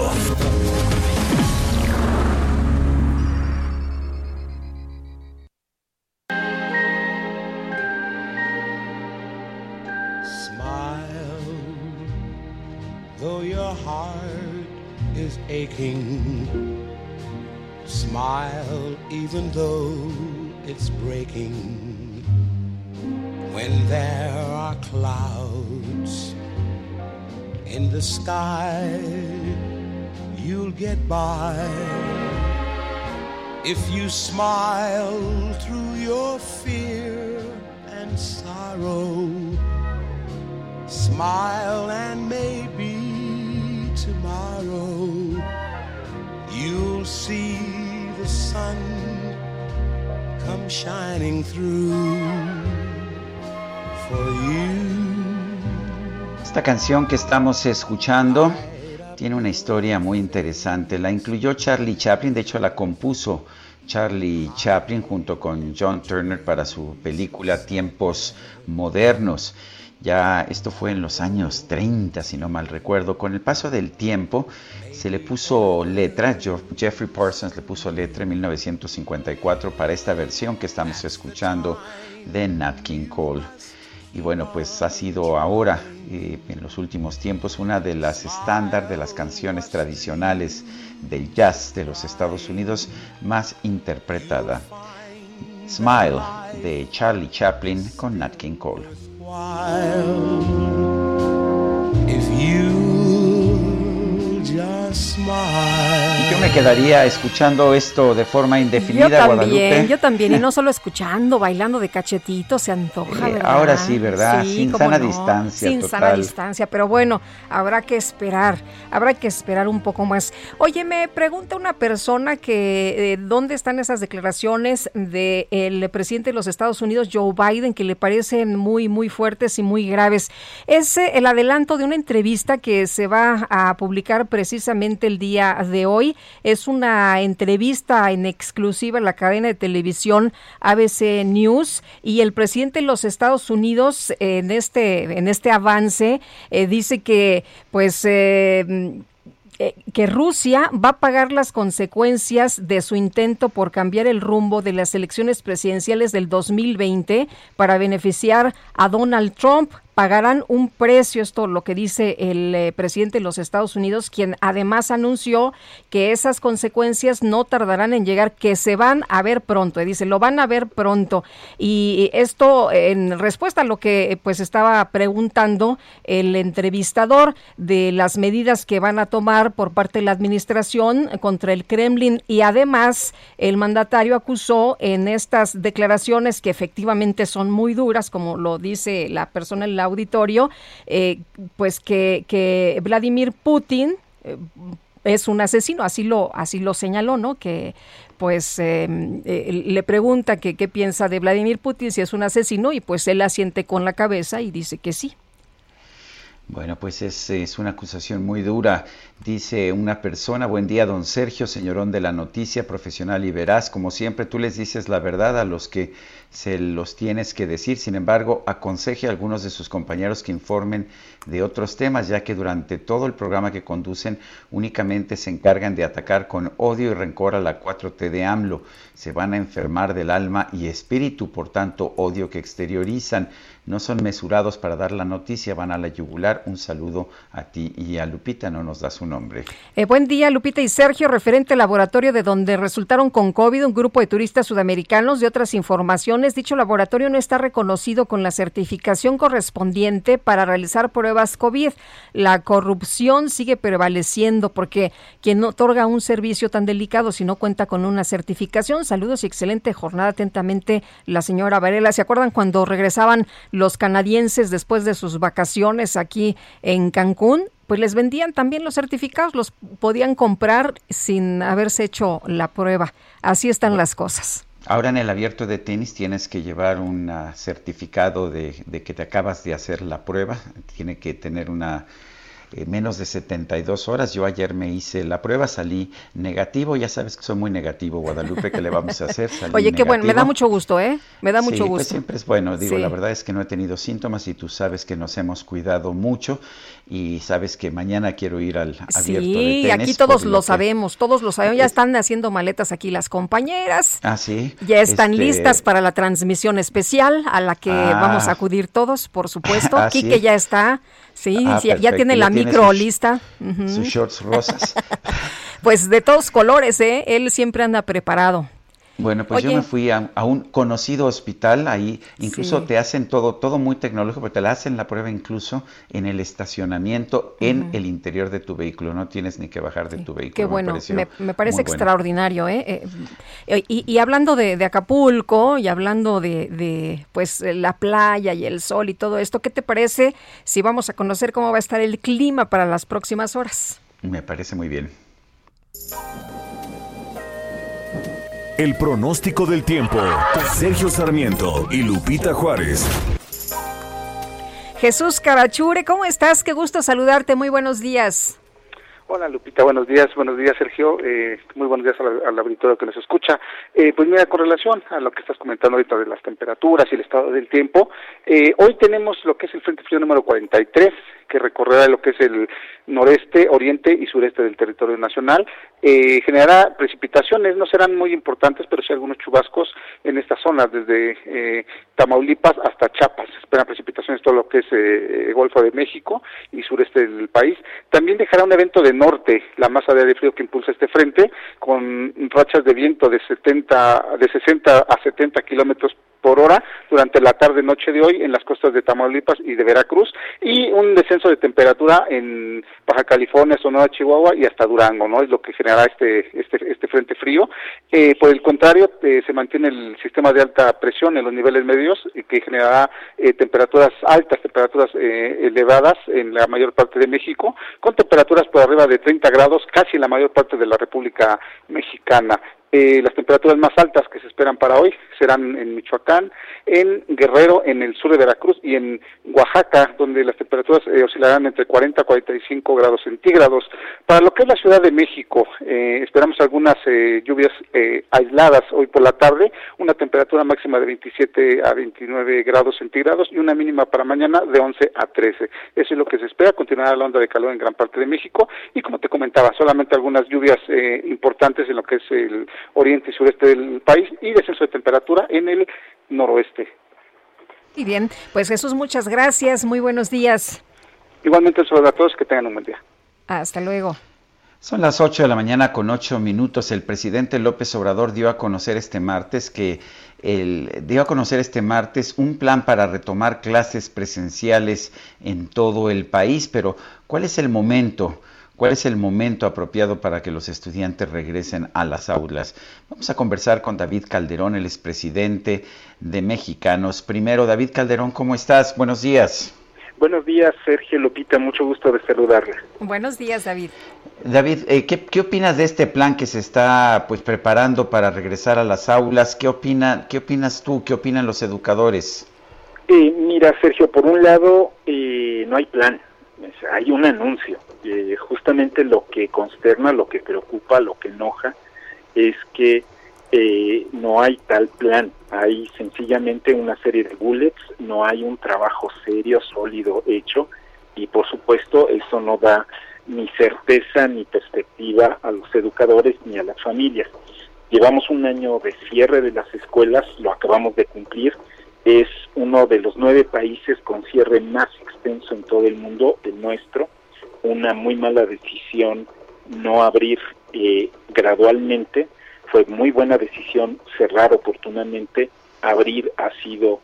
Smile even though it's breaking. When there are clouds in the sky, you'll get by. If you smile through your fear and sorrow, smile and maybe tomorrow you'll see the sun come shining through for you. Esta canción que estamos escuchando tiene una historia muy interesante. La incluyó Charlie Chaplin, de hecho la compuso Charlie Chaplin junto con John Turner para su película Tiempos Modernos. Ya esto fue en los años 30, si no mal recuerdo. Con el paso del tiempo se le puso letra, Jeffrey Parsons le puso letra en 1954 para esta versión que estamos escuchando de Nat King Cole. Y bueno, pues ha sido ahora, en los últimos tiempos, una de las estándar de las canciones tradicionales del jazz de los Estados Unidos más interpretada. Smile, de Charlie Chaplin con Nat King Cole. If you just smile. Y yo me quedaría escuchando esto de forma indefinida, Guadalupe. Yo también, y no solo escuchando, bailando de cachetito, se antoja, ¿verdad? Ahora sí, ¿verdad? Sí, sin sana distancia. Sin total. Sana distancia, pero bueno, habrá que esperar un poco más. Oye, me pregunta una persona que ¿dónde están esas declaraciones del presidente de los Estados Unidos, Joe Biden, que le parecen muy, muy fuertes y muy graves? Es el adelanto de una entrevista que se va a publicar precisamente el día de hoy. Es una entrevista en exclusiva en la cadena de televisión ABC News, y el presidente de los Estados Unidos en este avance dice que pues que Rusia va a pagar las consecuencias de su intento por cambiar el rumbo de las elecciones presidenciales del 2020 para beneficiar a Donald Trump, pagarán un precio, esto lo que dice el presidente de los Estados Unidos, quien además anunció que esas consecuencias no tardarán en llegar, que se van a ver pronto, dice, lo van a ver pronto. Y esto en respuesta a lo que pues estaba preguntando el entrevistador de las medidas que van a tomar por parte de la administración contra el Kremlin, y además el mandatario acusó en estas declaraciones, que efectivamente son muy duras, como lo dice la persona en el auditorio, pues que Vladimir Putin es un asesino, así lo señaló, ¿no? Que pues le pregunta que qué piensa de Vladimir Putin, si es un asesino, y pues él asiente con la cabeza y dice que sí. Bueno, pues es una acusación muy dura. Dice una persona: buen día, don Sergio, señorón de la noticia, profesional y veraz. Como siempre, tú les dices la verdad a los que se los tienes que decir. Sin embargo, aconseje a algunos de sus compañeros que informen de otros temas, ya que durante todo el programa que conducen únicamente se encargan de atacar con odio y rencor a la 4T de AMLO. Se van a enfermar del alma y espíritu por tanto odio que exteriorizan. No son mesurados para dar la noticia, van a la yugular. Un saludo a ti y a Lupita, no nos da su nombre. Buen día, Lupita y Sergio. Referente al laboratorio de donde resultaron con COVID un grupo de turistas sudamericanos, de otras informaciones, dicho laboratorio no está reconocido con la certificación correspondiente para realizar pruebas COVID. La corrupción sigue prevaleciendo porque quien otorga un servicio tan delicado si no cuenta con una certificación. Saludos y excelente jornada. Atentamente, la señora Varela. ¿Se acuerdan cuando regresaban los canadienses después de sus vacaciones aquí en Cancún? Pues les vendían también los certificados, los podían comprar sin haberse hecho la prueba. Así están las cosas. Ahora en el abierto de tenis tienes que llevar un certificado de que te acabas de hacer la prueba. Tiene que tener menos de 72 horas. Yo ayer me hice la prueba, salí negativo. Ya sabes que soy muy negativo, Guadalupe, ¿qué le vamos a hacer? Salí Oye, qué bueno, me da mucho gusto, me da mucho gusto. Pues siempre es bueno, digo, sí. La verdad es que no he tenido síntomas y tú sabes que nos hemos cuidado mucho y sabes que mañana quiero ir al abierto de tenis. Sí, aquí todos lo sabemos, ya están haciendo maletas aquí las compañeras. Ah, sí. Ya están listas para la transmisión especial a la que vamos a acudir todos, por supuesto. Quique ¿sí? Ya está. Sí, ya tiene la micro lista. Sus shorts rosas. Pues de todos colores, él siempre anda preparado. Bueno, pues yo me fui a un conocido hospital, ahí incluso te hacen todo muy tecnológico, pero te la hacen la prueba incluso en el estacionamiento, en el interior de tu vehículo, no tienes ni que bajar de tu vehículo. Qué bueno, me parece extraordinario, Y hablando de Acapulco, y hablando de pues la playa y el sol y todo esto, ¿qué te parece si vamos a conocer cómo va a estar el clima para las próximas horas? Me parece muy bien. El pronóstico del tiempo. Sergio Sarmiento y Lupita Juárez. Jesús Carachure, ¿cómo estás? Qué gusto saludarte, muy buenos días. Hola Lupita, buenos días Sergio, muy buenos días al auditorio que nos escucha. Pues mira, con relación a lo que estás comentando ahorita de las temperaturas y el estado del tiempo, hoy tenemos lo que es el Frente Frío número 43, que recorrerá lo que es el noreste, oriente y sureste del territorio nacional. Generará precipitaciones, no serán muy importantes, pero sí algunos chubascos en estas zonas, desde Tamaulipas hasta Chiapas. Se esperan precipitaciones todo lo que es Golfo de México y sureste del país. También dejará un evento de norte, la masa de aire frío que impulsa este frente, con rachas de viento de 60 a 70 kilómetros por hora durante la tarde-noche de hoy en las costas de Tamaulipas y de Veracruz, y un descenso de temperatura en Baja California, Sonora, Chihuahua y hasta Durango, ¿no? Es lo que generará este frente frío. Por el contrario, se mantiene el sistema de alta presión en los niveles medios, que generará temperaturas altas, temperaturas elevadas en la mayor parte de México, con temperaturas por arriba de 30 grados casi en la mayor parte de la República Mexicana. Las temperaturas más altas que se esperan para hoy serán en Michoacán, en Guerrero, en el sur de Veracruz y en Oaxaca, donde las temperaturas oscilarán entre 40 a 45 grados centígrados. Para lo que es la Ciudad de México, esperamos algunas lluvias aisladas hoy por la tarde, una temperatura máxima de 27 a 29 grados centígrados y una mínima para mañana de 11 a 13. Eso es lo que se espera. Continuará la onda de calor en gran parte de México y, como te comentaba, solamente algunas lluvias importantes en lo que es el oriente y sureste del país y descenso de temperatura en el noroeste. Y bien, pues Jesús, muchas gracias, muy buenos días. Igualmente, saludo a todos, que tengan un buen día. Hasta luego. Son las 8 de la mañana con 8 minutos. El presidente López Obrador dio a conocer este martes un plan para retomar clases presenciales en todo el país. Pero, ¿cuál es el momento? ¿Cuál es el momento apropiado para que los estudiantes regresen a las aulas? Vamos a conversar con David Calderón, el expresidente de Mexicanos. Primero, David Calderón, ¿cómo estás? Buenos días. Buenos días, Sergio, Lupita, mucho gusto de saludarle. Buenos días, David. David, ¿qué opinas de este plan que se está preparando para regresar a las aulas? ¿Qué opinas tú? ¿Qué opinan los educadores? Mira, Sergio, por un lado, no hay plan, hay un anuncio. Justamente lo que consterna, lo que preocupa, lo que enoja, es que no hay tal plan, hay sencillamente una serie de bullets, no hay un trabajo serio, sólido, hecho, y por supuesto eso no da ni certeza ni perspectiva a los educadores ni a las familias. Llevamos un año de cierre de las escuelas, lo acabamos de cumplir, es uno de los 9 países con cierre más extenso en todo el mundo, el nuestro, una muy mala decisión no abrir gradualmente. Fue muy buena decisión cerrar oportunamente, abrir ha sido,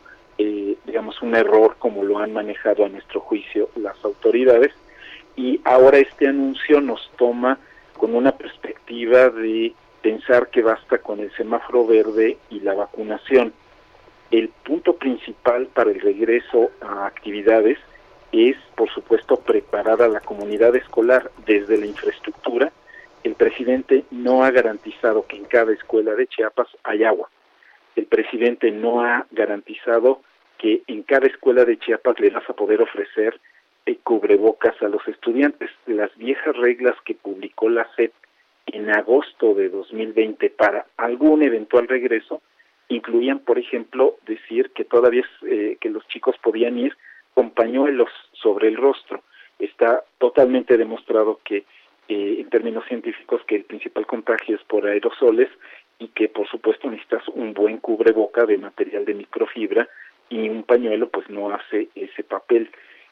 un error como lo han manejado a nuestro juicio las autoridades, y ahora este anuncio nos toma con una perspectiva de pensar que basta con el semáforo verde y la vacunación. El punto principal para el regreso a actividades es, por supuesto, preparar a la comunidad escolar desde la infraestructura. El presidente no ha garantizado que en cada escuela de Chiapas hay agua. El presidente no ha garantizado que en cada escuela de Chiapas le vas a poder ofrecer cubrebocas a los estudiantes. Las viejas reglas que publicó la SEP en agosto de 2020 para algún eventual regreso incluían, por ejemplo, decir que todavía que los chicos podían ir con pañuelos sobre el rostro. Está totalmente demostrado que en términos científicos que el principal contagio es por aerosoles y que por supuesto necesitas un buen cubreboca de material de microfibra, y un pañuelo pues no hace ese papel.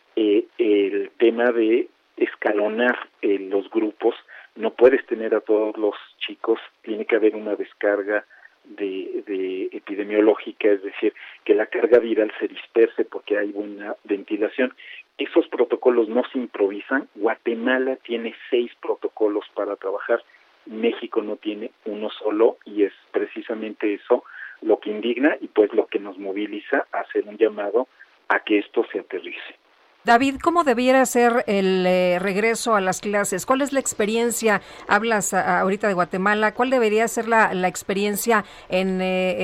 El tema de escalonar los grupos, no puedes tener a todos los chicos, tiene que haber una descarga de epidemiológica, es decir, que la carga viral se disperse porque hay buena ventilación. Esos protocolos no se improvisan. Guatemala tiene 6 protocolos para trabajar, México no tiene uno solo, y es precisamente eso lo que indigna y pues lo que nos moviliza a hacer un llamado a que esto se aterrice. David, ¿cómo debiera ser el regreso a las clases? ¿Cuál es la experiencia? Hablas ahorita de Guatemala. ¿Cuál debería ser la experiencia en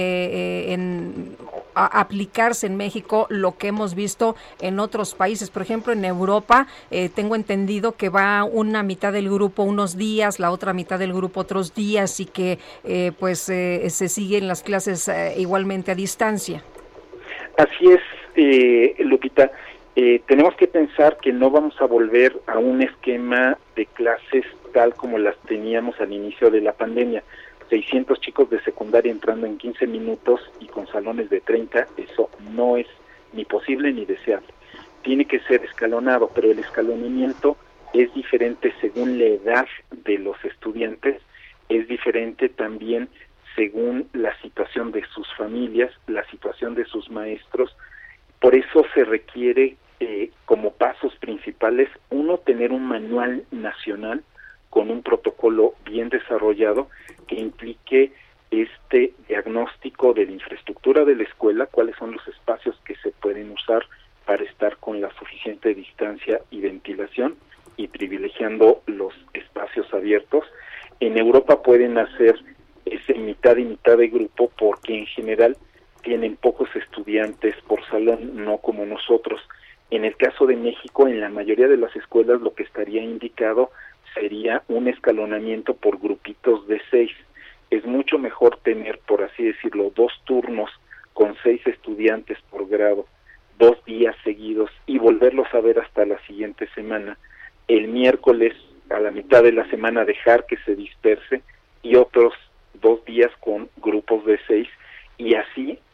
aplicarse en México lo que hemos visto en otros países? Por ejemplo, en Europa, tengo entendido que va una mitad del grupo unos días, la otra mitad del grupo otros días, y que se siguen las clases igualmente a distancia. Así es, Lupita. Tenemos que pensar que no vamos a volver a un esquema de clases tal como las teníamos al inicio de la pandemia. 600 chicos de secundaria entrando en 15 minutos y con salones de 30, eso no es ni posible ni deseable. Tiene que ser escalonado, pero el escalonamiento es diferente según la edad de los estudiantes, es diferente también según la situación de sus familias, la situación de sus maestros. Por eso se requiere como pasos principales, uno, tener un manual nacional con un protocolo bien desarrollado que implique este diagnóstico de la infraestructura de la escuela, cuáles son los espacios que se pueden usar para estar con la suficiente distancia y ventilación y privilegiando los espacios abiertos. En Europa pueden hacer ese mitad y mitad de grupo porque en general tienen pocos estudiantes por salón, no como nosotros. En el caso de México, en la mayoría de las escuelas lo que estaría indicado sería un escalonamiento por grupitos de 6. Es mucho mejor tener, por así decirlo, 2 turnos con 6 estudiantes por grado, 2 días seguidos, y volverlos a ver hasta la siguiente semana. El miércoles, a la mitad de la semana, dejar que se disperse, y otros 2 días con grupos de 6, y así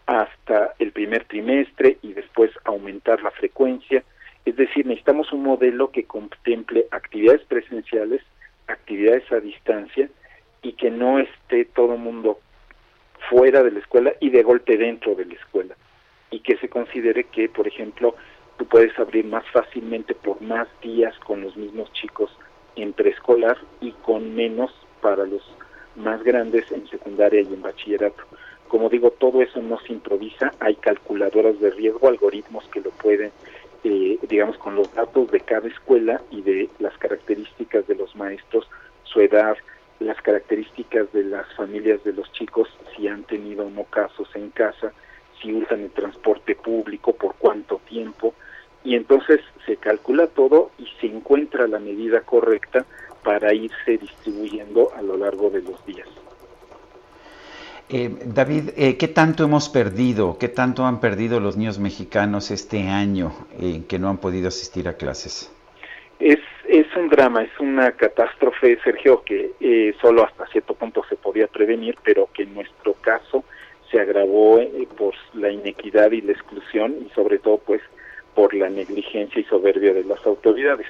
hasta el primer trimestre y después aumentar la frecuencia. Es decir, necesitamos un modelo que contemple actividades presenciales, actividades a distancia y que no esté todo el mundo fuera de la escuela y de golpe dentro de la escuela. Y que se considere que, por ejemplo, tú puedes abrir más fácilmente por más días con los mismos chicos en preescolar y con menos para los más grandes en secundaria y en bachillerato. Como digo, todo eso no se improvisa, hay calculadoras de riesgo, algoritmos que lo pueden, digamos, con los datos de cada escuela y de las características de los maestros, su edad, las características de las familias de los chicos, si han tenido o no casos en casa, si usan el transporte público, por cuánto tiempo, y entonces se calcula todo y se encuentra la medida correcta para irse distribuyendo a lo largo de los días. David, ¿qué tanto hemos perdido? ¿Qué tanto han perdido los niños mexicanos este año que no han podido asistir a clases? Es un drama, es una catástrofe, Sergio, que solo hasta cierto punto se podía prevenir, pero que en nuestro caso se agravó por la inequidad y la exclusión y sobre todo pues por la negligencia y soberbia de las autoridades.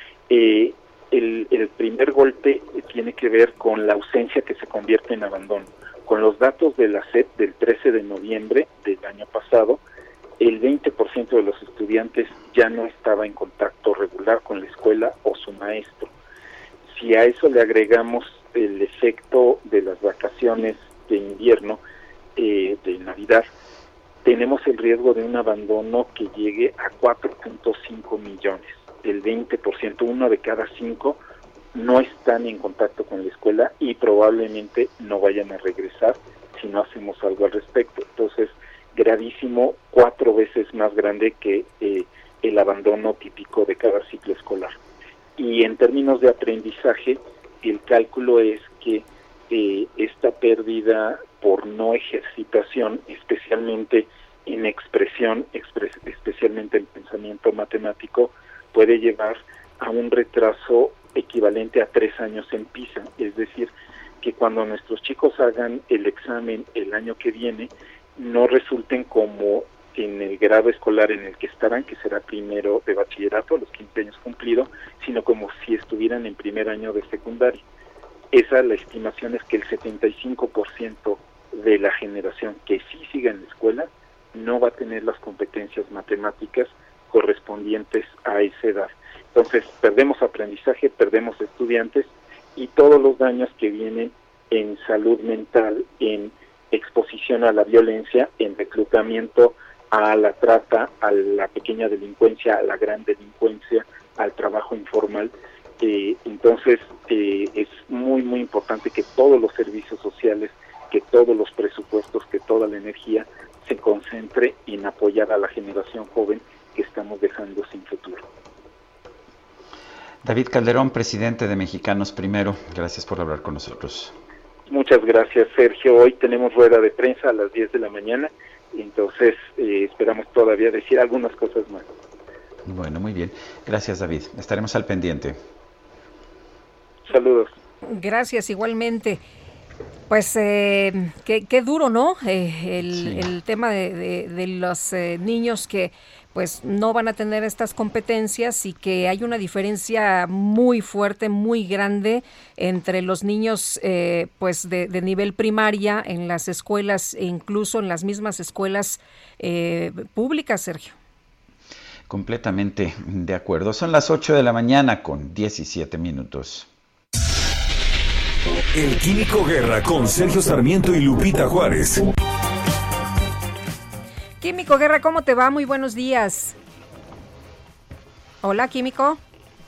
El primer golpe tiene que ver con la ausencia que se convierte en abandono. Con los datos de la SEP del 13 de noviembre del año pasado, el 20% de los estudiantes ya no estaba en contacto regular con la escuela o su maestro. Si a eso le agregamos el efecto de las vacaciones de invierno, de Navidad, tenemos el riesgo de un abandono que llegue a 4.5 millones. El 20%, 1 de cada 5, no están en contacto con la escuela y probablemente no vayan a regresar si no hacemos algo al respecto. Entonces, gravísimo, 4 veces más grande que el abandono típico de cada ciclo escolar. Y en términos de aprendizaje, el cálculo es que esta pérdida por no ejercitación, especialmente en expresión, especialmente en pensamiento matemático, puede llevar a un retraso equivalente a 3 años en PISA. Es decir, que cuando nuestros chicos hagan el examen el año que viene, no resulten como en el grado escolar en el que estarán, que será primero de bachillerato, a los 15 años cumplidos, sino como si estuvieran en primer año de secundaria. La estimación es que el 75% de la generación que sí siga en la escuela no va a tener las competencias matemáticas correspondientes a esa edad. Entonces, perdemos aprendizaje, perdemos estudiantes y todos los daños que vienen en salud mental, en exposición a la violencia, en reclutamiento a la trata, a la pequeña delincuencia, a la gran delincuencia, al trabajo informal. Entonces, es muy, muy importante que todos los servicios sociales, que todos los presupuestos, que toda la energía se concentre en apoyar a la generación joven que estamos dejando sin futuro. David Calderón, presidente de Mexicanos Primero, gracias por hablar con nosotros. Muchas gracias, Sergio. Hoy tenemos rueda de prensa a las 10 de la mañana, entonces esperamos todavía decir algunas cosas más. Bueno, muy bien. Gracias, David. Estaremos al pendiente. Saludos. Gracias, igualmente. Pues qué duro, ¿no? El tema de los niños que pues no van a tener estas competencias y que hay una diferencia muy fuerte, muy grande entre los niños pues de nivel primaria en las escuelas e incluso en las mismas escuelas públicas, Sergio. Completamente de acuerdo. Son las 8 de la mañana con 17 minutos. El Químico Guerra con Sergio Sarmiento y Lupita Juárez. Químico Guerra, ¿cómo te va? Muy buenos días. Hola, Químico.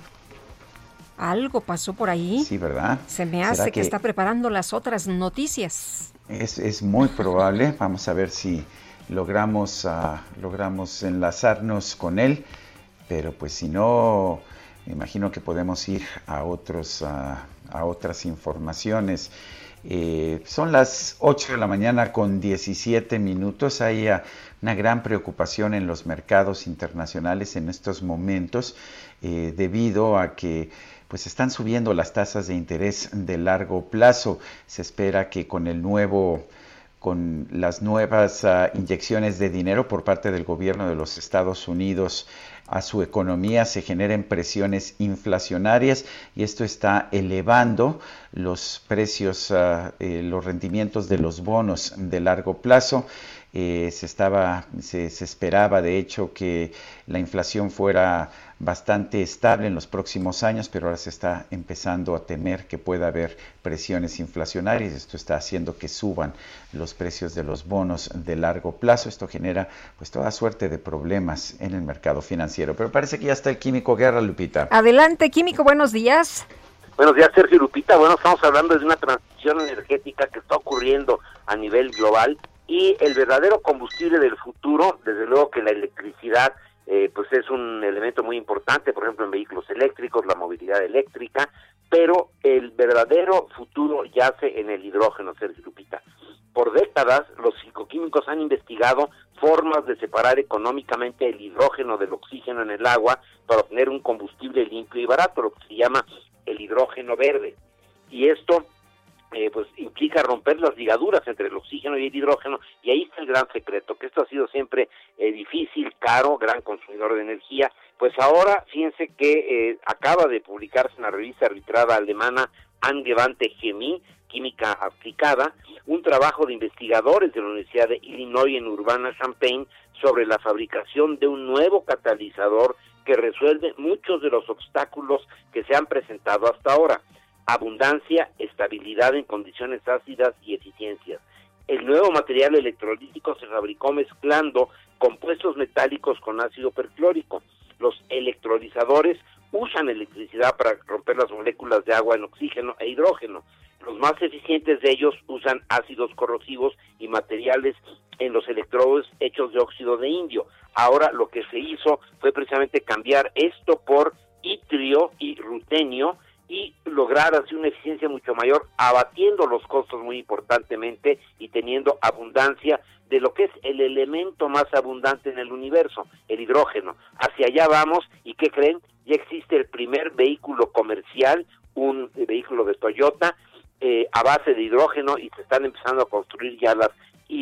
¿Algo pasó por ahí? Sí, ¿verdad? Se me hace que está preparando las otras noticias. Es muy probable. Vamos a ver si logramos enlazarnos con él. Pero pues si no, me imagino que podemos ir a otras informaciones. Son las 8 de la mañana con 17 minutos. Hay una gran preocupación en los mercados internacionales en estos momentos debido a que pues están subiendo las tasas de interés de largo plazo. Se espera que con el nuevo con las nuevas inyecciones de dinero por parte del gobierno de los Estados Unidos a su economía, se generan presiones inflacionarias y esto está elevando los precios, los rendimientos de los bonos de largo plazo. Se esperaba de hecho que la inflación fuera bastante estable en los próximos años, pero ahora se está empezando a temer que pueda haber presiones inflacionarias. Esto está haciendo que suban los precios de los bonos de largo plazo. Esto genera pues toda suerte de problemas en el mercado financiero. Pero parece que ya está el Químico Guerra, Lupita. Adelante, Químico, buenos días. Buenos días, Sergio y Lupita. Bueno, estamos hablando de una transición energética que está ocurriendo a nivel global y el verdadero combustible del futuro, desde luego que la electricidad pues es un elemento muy importante, por ejemplo en vehículos eléctricos, la movilidad eléctrica, pero el verdadero futuro yace en el hidrógeno, Sergio y Lupita. Por décadas los psicoquímicos han investigado formas de separar económicamente el hidrógeno del oxígeno en el agua para obtener un combustible limpio y barato, lo que se llama el hidrógeno verde. Y esto pues implica romper las ligaduras entre el oxígeno y el hidrógeno, y ahí está el gran secreto, que esto ha sido siempre difícil, caro, gran consumidor de energía. Pues ahora, fíjense que acaba de publicarse en la revista arbitrada alemana Angewandte Chemie, Química Aplicada, un trabajo de investigadores de la Universidad de Illinois en Urbana-Champaign sobre la fabricación de un nuevo catalizador que resuelve muchos de los obstáculos que se han presentado hasta ahora: abundancia, estabilidad en condiciones ácidas y eficiencia. El nuevo material electrolítico se fabricó mezclando compuestos metálicos con ácido perclórico. Los electrolizadores usan electricidad para romper las moléculas de agua en oxígeno e hidrógeno. Los más eficientes de ellos usan ácidos corrosivos y materiales en los electrodos hechos de óxido de indio. Ahora lo que se hizo fue precisamente cambiar esto por itrio y rutenio y lograr así una eficiencia mucho mayor, abatiendo los costos muy importantemente y teniendo abundancia de lo que es el elemento más abundante en el universo, el hidrógeno. Hacia allá vamos, y ¿qué creen? Ya existe el primer vehículo comercial, un vehículo de Toyota, a base de hidrógeno, y se están empezando a construir ya las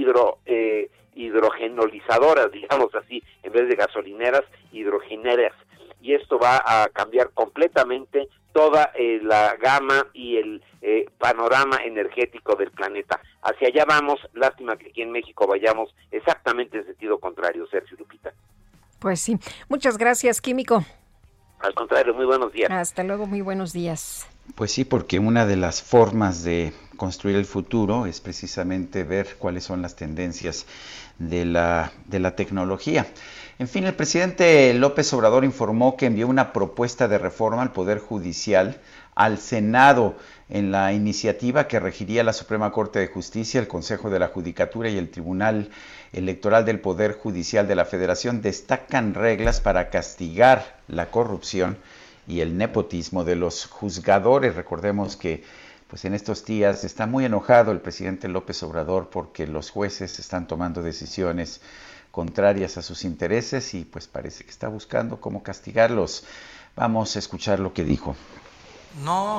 hidrogenolizadoras, digamos así, en vez de gasolineras, hidrogeneras. Y esto va a cambiar completamente toda la gama y el panorama energético del planeta. Hacia allá vamos, lástima que aquí en México vayamos exactamente en sentido contrario, Sergio, Lupita. Pues sí, muchas gracias, Químico. Al contrario, muy buenos días. Hasta luego, muy buenos días. Pues sí, porque una de las formas de construir el futuro es precisamente ver cuáles son las tendencias de la tecnología. En fin, el presidente López Obrador informó que envió una propuesta de reforma al Poder Judicial al Senado. En la iniciativa que regiría la Suprema Corte de Justicia, el Consejo de la Judicatura y el Tribunal Electoral del Poder Judicial de la Federación destacan reglas para castigar la corrupción y el nepotismo de los juzgadores. Recordemos que pues en estos días está muy enojado el presidente López Obrador porque los jueces están tomando decisiones contrarias a sus intereses y pues parece que está buscando cómo castigarlos. Vamos a escuchar lo que dijo. No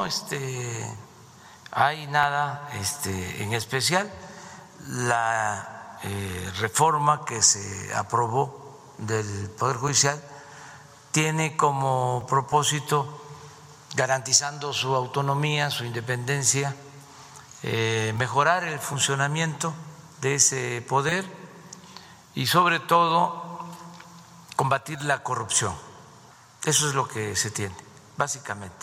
hay nada en especial. La reforma que se aprobó del Poder Judicial tiene como propósito, garantizando su autonomía, su independencia, mejorar el funcionamiento de ese poder y sobre todo combatir la corrupción. Eso es lo que se tiene, básicamente.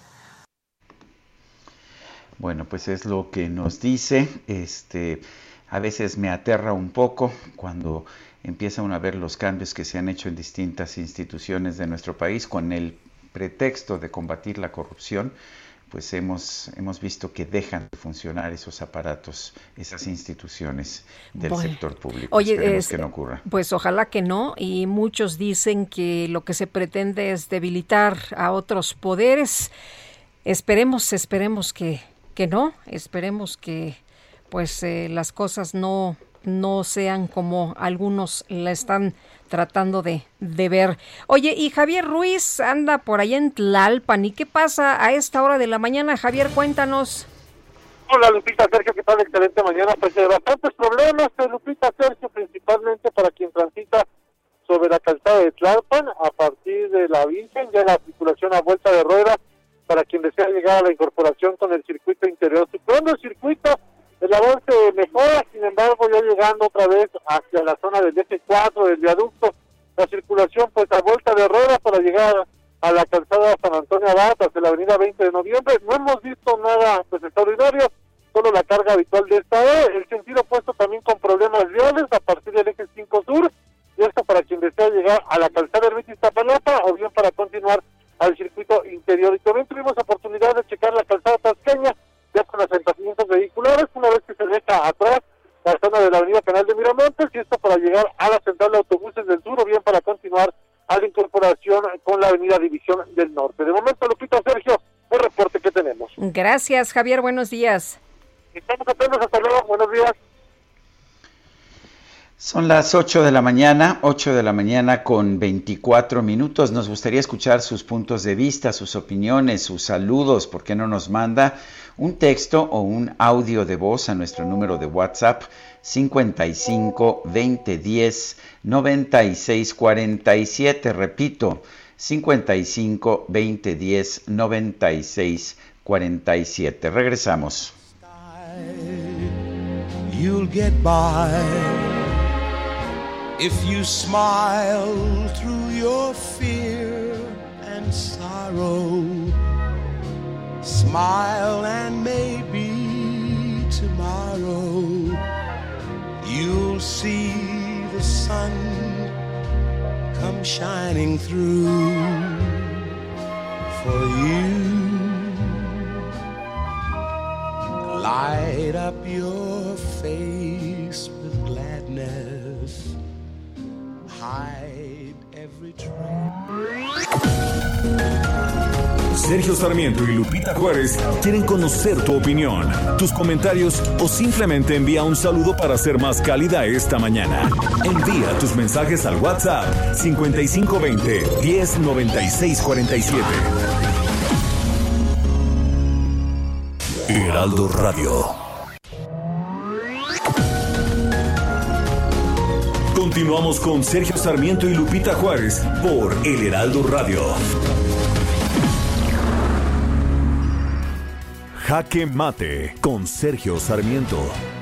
Bueno, pues es lo que nos dice. A veces me aterra un poco cuando empieza uno a ver los cambios que se han hecho en distintas instituciones de nuestro país con el pretexto de combatir la corrupción. Pues hemos visto que dejan de funcionar esos aparatos, esas instituciones del sector público. Oye, esperemos que no ocurra. Pues ojalá que no, y muchos dicen que lo que se pretende es debilitar a otros poderes. Esperemos que no, esperemos que pues las cosas no sean como algunos la están tratando de ver. Oye, y Javier Ruiz anda por allá en Tlalpan. ¿Y qué pasa a esta hora de la mañana, Javier? Cuéntanos. Hola Lupita, Sergio, ¿qué tal? Excelente mañana. Pues bastantes problemas, Lupita, Sergio, principalmente para quien transita sobre la calzada de Tlalpan, a partir de la Virgen, ya la circulación a vuelta de rueda, para quien desea llegar a la incorporación con el circuito interior. Superando el circuito, el avance mejora, sin embargo, ya llegando otra vez hacia la zona del F4, del viaducto, la circulación pues a vuelta de rueda para llegar a la calzada San Antonio Abad, hacia la avenida 20 de noviembre. No hemos visto nada pues extraordinario, solo la carga habitual de esta vez. El sentido opuesto también con problemas viales a partir del eje 5 sur, y esto para quien desea llegar a la calzada Ermita Iztapalapa o bien para continuar al circuito interior. Y también tuvimos oportunidad de checar la calzada Tasqueña, ya con asentamientos vehiculares, una vez que se deja atrás la zona de la avenida Canal de Miramontes, y esto para llegar a la central de autobuses del sur o bien para continuar a la incorporación con la avenida División del Norte. De momento, Lupita, Sergio, el reporte que tenemos. Gracias, Javier, buenos días. Estamos atentos, hasta luego, buenos días. Son las 8 de la mañana con 24 minutos. Nos gustaría escuchar sus puntos de vista, sus opiniones, sus saludos. ¿Por qué no nos manda un texto o un audio de voz a nuestro número de WhatsApp 55 20 10 96 47? Repito, 55 20 10 96 47. Regresamos. You'll get by if you smile through your fear and sorrow. Smile and maybe tomorrow you'll see the sun come shining through for you. Light up your face with gladness. Hide every trace. Sergio Sarmiento y Lupita Juárez quieren conocer tu opinión, tus comentarios o simplemente envía un saludo para ser más cálida esta mañana. Envía tus mensajes al WhatsApp 5520 1096 47. Heraldo Radio. Continuamos con Sergio Sarmiento y Lupita Juárez por El Heraldo Radio. Jaque Mate con Sergio Sarmiento.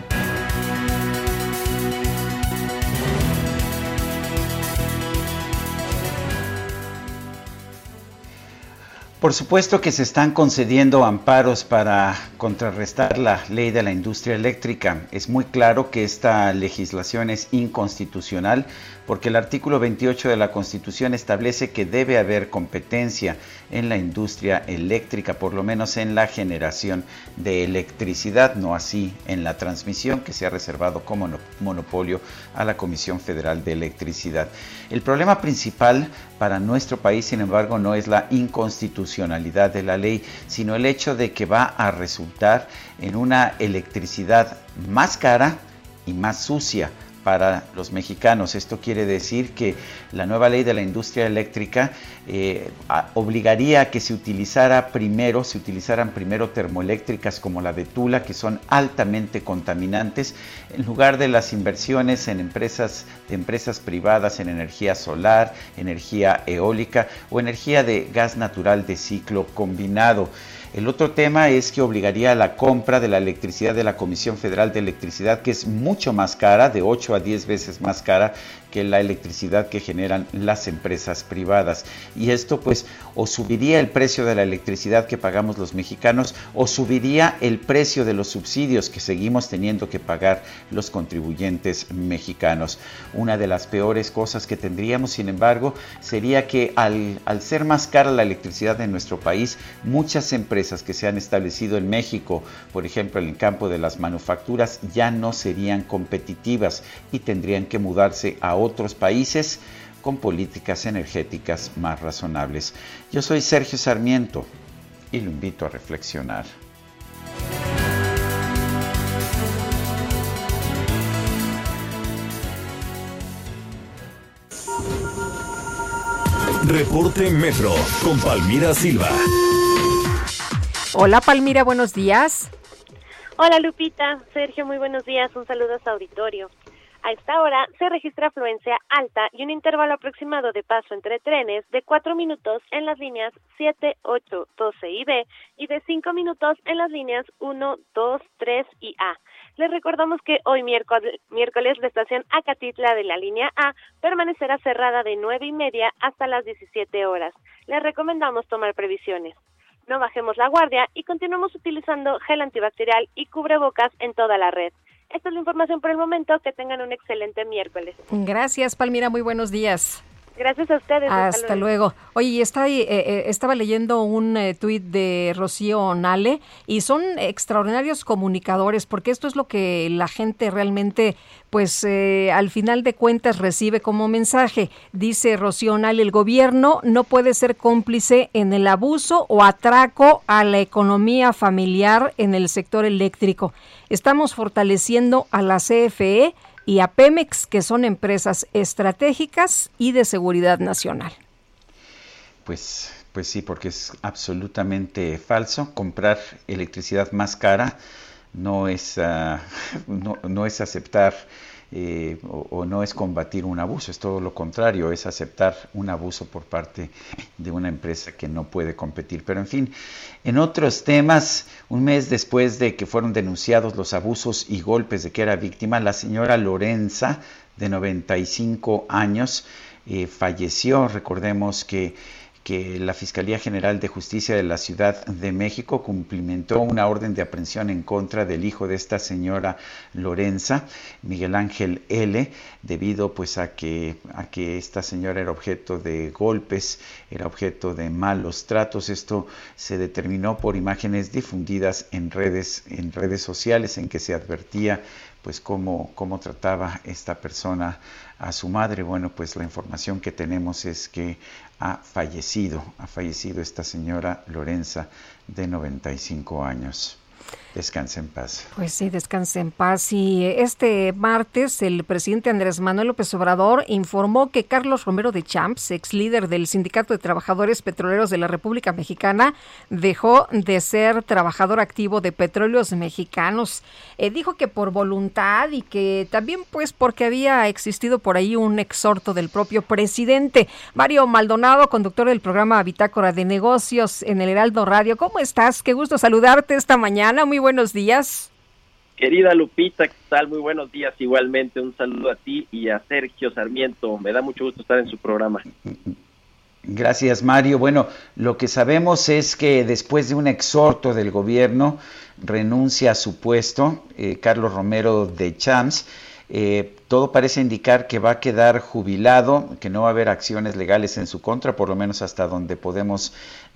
Por supuesto que se están concediendo amparos para contrarrestar la ley de la industria eléctrica. Es muy claro que esta legislación es inconstitucional porque el artículo 28 de la Constitución establece que debe haber competencia en la industria eléctrica, por lo menos en la generación de electricidad, no así en la transmisión, que se ha reservado como monopolio a la Comisión Federal de Electricidad. El problema principal para nuestro país, sin embargo, no es la inconstitucionalidad de la ley, sino el hecho de que va a resultar en una electricidad más cara y más sucia para los mexicanos. Esto quiere decir que la nueva ley de la industria eléctrica obligaría a que se utilizaran primero termoeléctricas como la de Tula, que son altamente contaminantes, en lugar de las inversiones en empresas privadas en energía solar, energía eólica o energía de gas natural de ciclo combinado. El otro tema es que obligaría a la compra de la electricidad de la Comisión Federal de Electricidad, que es mucho más cara, de 8 a 10 veces más cara que la electricidad que generan las empresas privadas. Y esto pues o subiría el precio de la electricidad que pagamos los mexicanos o subiría el precio de los subsidios que seguimos teniendo que pagar los contribuyentes mexicanos. Una de las peores cosas que tendríamos, sin embargo, sería que al ser más cara la electricidad en nuestro país, muchas empresas que se han establecido en México, por ejemplo en el campo de las manufacturas, ya no serían competitivas y tendrían que mudarse a otros países con políticas energéticas más razonables. Yo soy Sergio Sarmiento y lo invito a reflexionar. Reporte Metro con Palmira Silva. Hola Palmira, buenos días. Hola Lupita, Sergio, muy buenos días, un saludo a su auditorio. A esta hora se registra afluencia alta y un intervalo aproximado de paso entre trenes de 4 minutos en las líneas 7, 8, 12 y B y de 5 minutos en las líneas 1, 2, 3 y A. Les recordamos que hoy miércoles la estación Acatitla de la línea A permanecerá cerrada de 9:30 hasta las 17 horas. Les recomendamos tomar previsiones. No bajemos la guardia y continuemos utilizando gel antibacterial y cubrebocas en toda la red. Esta es la información por el momento. Que tengan un excelente miércoles. Gracias, Palmira. Muy buenos días. Gracias a ustedes. Hasta luego. Oye, estaba leyendo un tuit de Rocío Nale y son extraordinarios comunicadores porque esto es lo que la gente realmente, pues al final de cuentas recibe como mensaje. Dice Rocío Nale, el gobierno no puede ser cómplice en el abuso o atraco a la economía familiar en el sector eléctrico. Estamos fortaleciendo a la CFE y a Pemex, que son empresas estratégicas y de seguridad nacional. Pues sí, porque es absolutamente falso. Comprar electricidad más cara no es aceptar o no es combatir un abuso, es todo lo contrario, es aceptar un abuso por parte de una empresa que no puede competir. Pero en fin, en otros temas, un mes después de que fueron denunciados los abusos y golpes de que era víctima, la señora Lorenza, de 95 años, falleció. Recordemos que la Fiscalía General de Justicia de la Ciudad de México cumplimentó una orden de aprehensión en contra del hijo de esta señora Lorenza, Miguel Ángel L., debido pues a que esta señora era objeto de golpes, era objeto de malos tratos. Esto se determinó por imágenes difundidas en redes sociales en que se advertía pues cómo trataba esta persona a su madre. Bueno, pues la información que tenemos es que ha fallecido esta señora Lorenza, de 95 años. Descanse en paz. Pues sí, descanse en paz. Y este martes el presidente Andrés Manuel López Obrador informó que Carlos Romero de Champs, ex líder del Sindicato de Trabajadores Petroleros de la República Mexicana, dejó de ser trabajador activo de Petróleos Mexicanos. Dijo que por voluntad y que también pues porque había existido por ahí un exhorto del propio presidente. Mario Maldonado, conductor del programa Bitácora de Negocios en el Heraldo Radio. ¿Cómo estás? Qué gusto saludarte esta mañana. Muy buenos días. Querida Lupita, ¿qué tal? Muy buenos días. Igualmente un saludo a ti y a Sergio Sarmiento. Me da mucho gusto estar en su programa. Gracias, Mario. Bueno, lo que sabemos es que después de un exhorto del gobierno renuncia a su puesto Carlos Romero de Champs. Todo parece indicar que va a quedar jubilado, que no va a haber acciones legales en su contra, por lo menos hasta donde podemos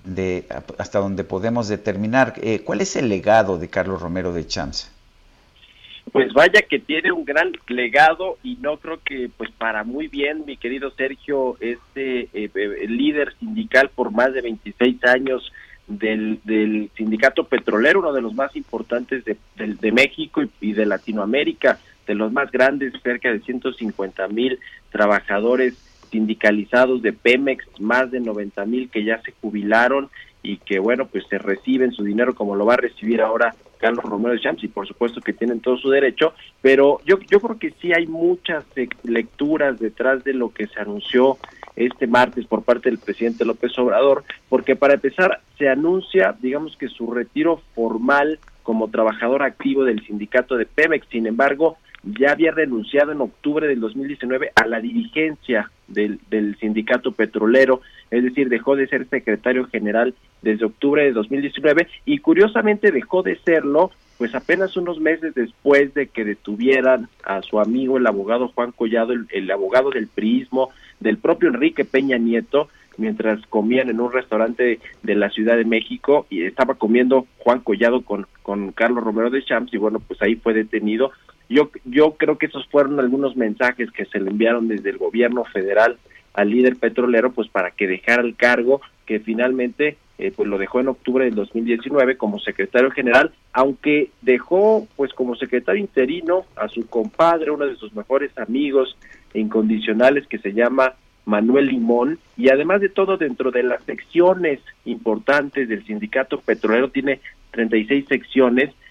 determinar. ¿Cuál es el legado de Carlos Romero de Champs? Pues vaya que tiene un gran legado y no creo que pues para muy bien, mi querido Sergio, líder sindical por más de 26 años del sindicato petrolero, uno de los más importantes de México y de Latinoamérica, de los más grandes, cerca de 150,000 trabajadores sindicalizados de Pemex, más de 90,000 que ya se jubilaron y que bueno, pues se reciben su dinero como lo va a recibir ahora Carlos Romero de Champs, y por supuesto que tienen todo su derecho, pero yo creo que sí hay muchas lecturas detrás de lo que se anunció este martes por parte del presidente López Obrador, porque para empezar se anuncia, digamos que su retiro formal como trabajador activo del sindicato de Pemex. Sin embargo, ya había renunciado en octubre del 2019 a la dirigencia del sindicato petrolero, es decir, dejó de ser secretario general desde octubre de 2019 y curiosamente dejó de serlo pues apenas unos meses después de que detuvieran a su amigo el abogado Juan Collado, el abogado del priismo, del propio Enrique Peña Nieto, mientras comían en un restaurante de la Ciudad de México y estaba comiendo Juan Collado con Carlos Romero de Champs y bueno, pues ahí fue detenido. Yo creo que esos fueron algunos mensajes que se le enviaron desde el gobierno federal al líder petrolero pues para que dejara el cargo, que finalmente pues lo dejó en octubre del 2019 como secretario general, aunque dejó pues como secretario interino a su compadre, uno de sus mejores amigos incondicionales, que se llama Manuel Limón, y además de todo, dentro de las secciones importantes del sindicato petrolero, tiene 36 secciones,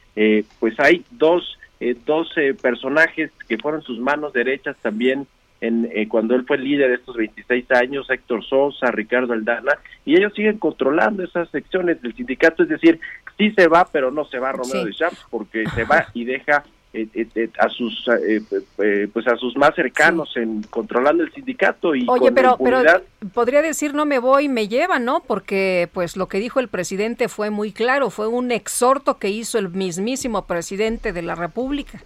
pues hay dos personajes que fueron sus manos derechas también cuando él fue líder de estos 26 años, Héctor Sosa, Ricardo Aldana, y ellos siguen controlando esas secciones del sindicato, es decir, sí se va, pero no se va Romero de Champs, porque se va y deja a sus más cercanos controlando el sindicato. Y oye, pero podría decir no me voy, me llevan, ¿no? Porque pues lo que dijo el presidente fue muy claro, fue un exhorto que hizo el mismísimo presidente de la República.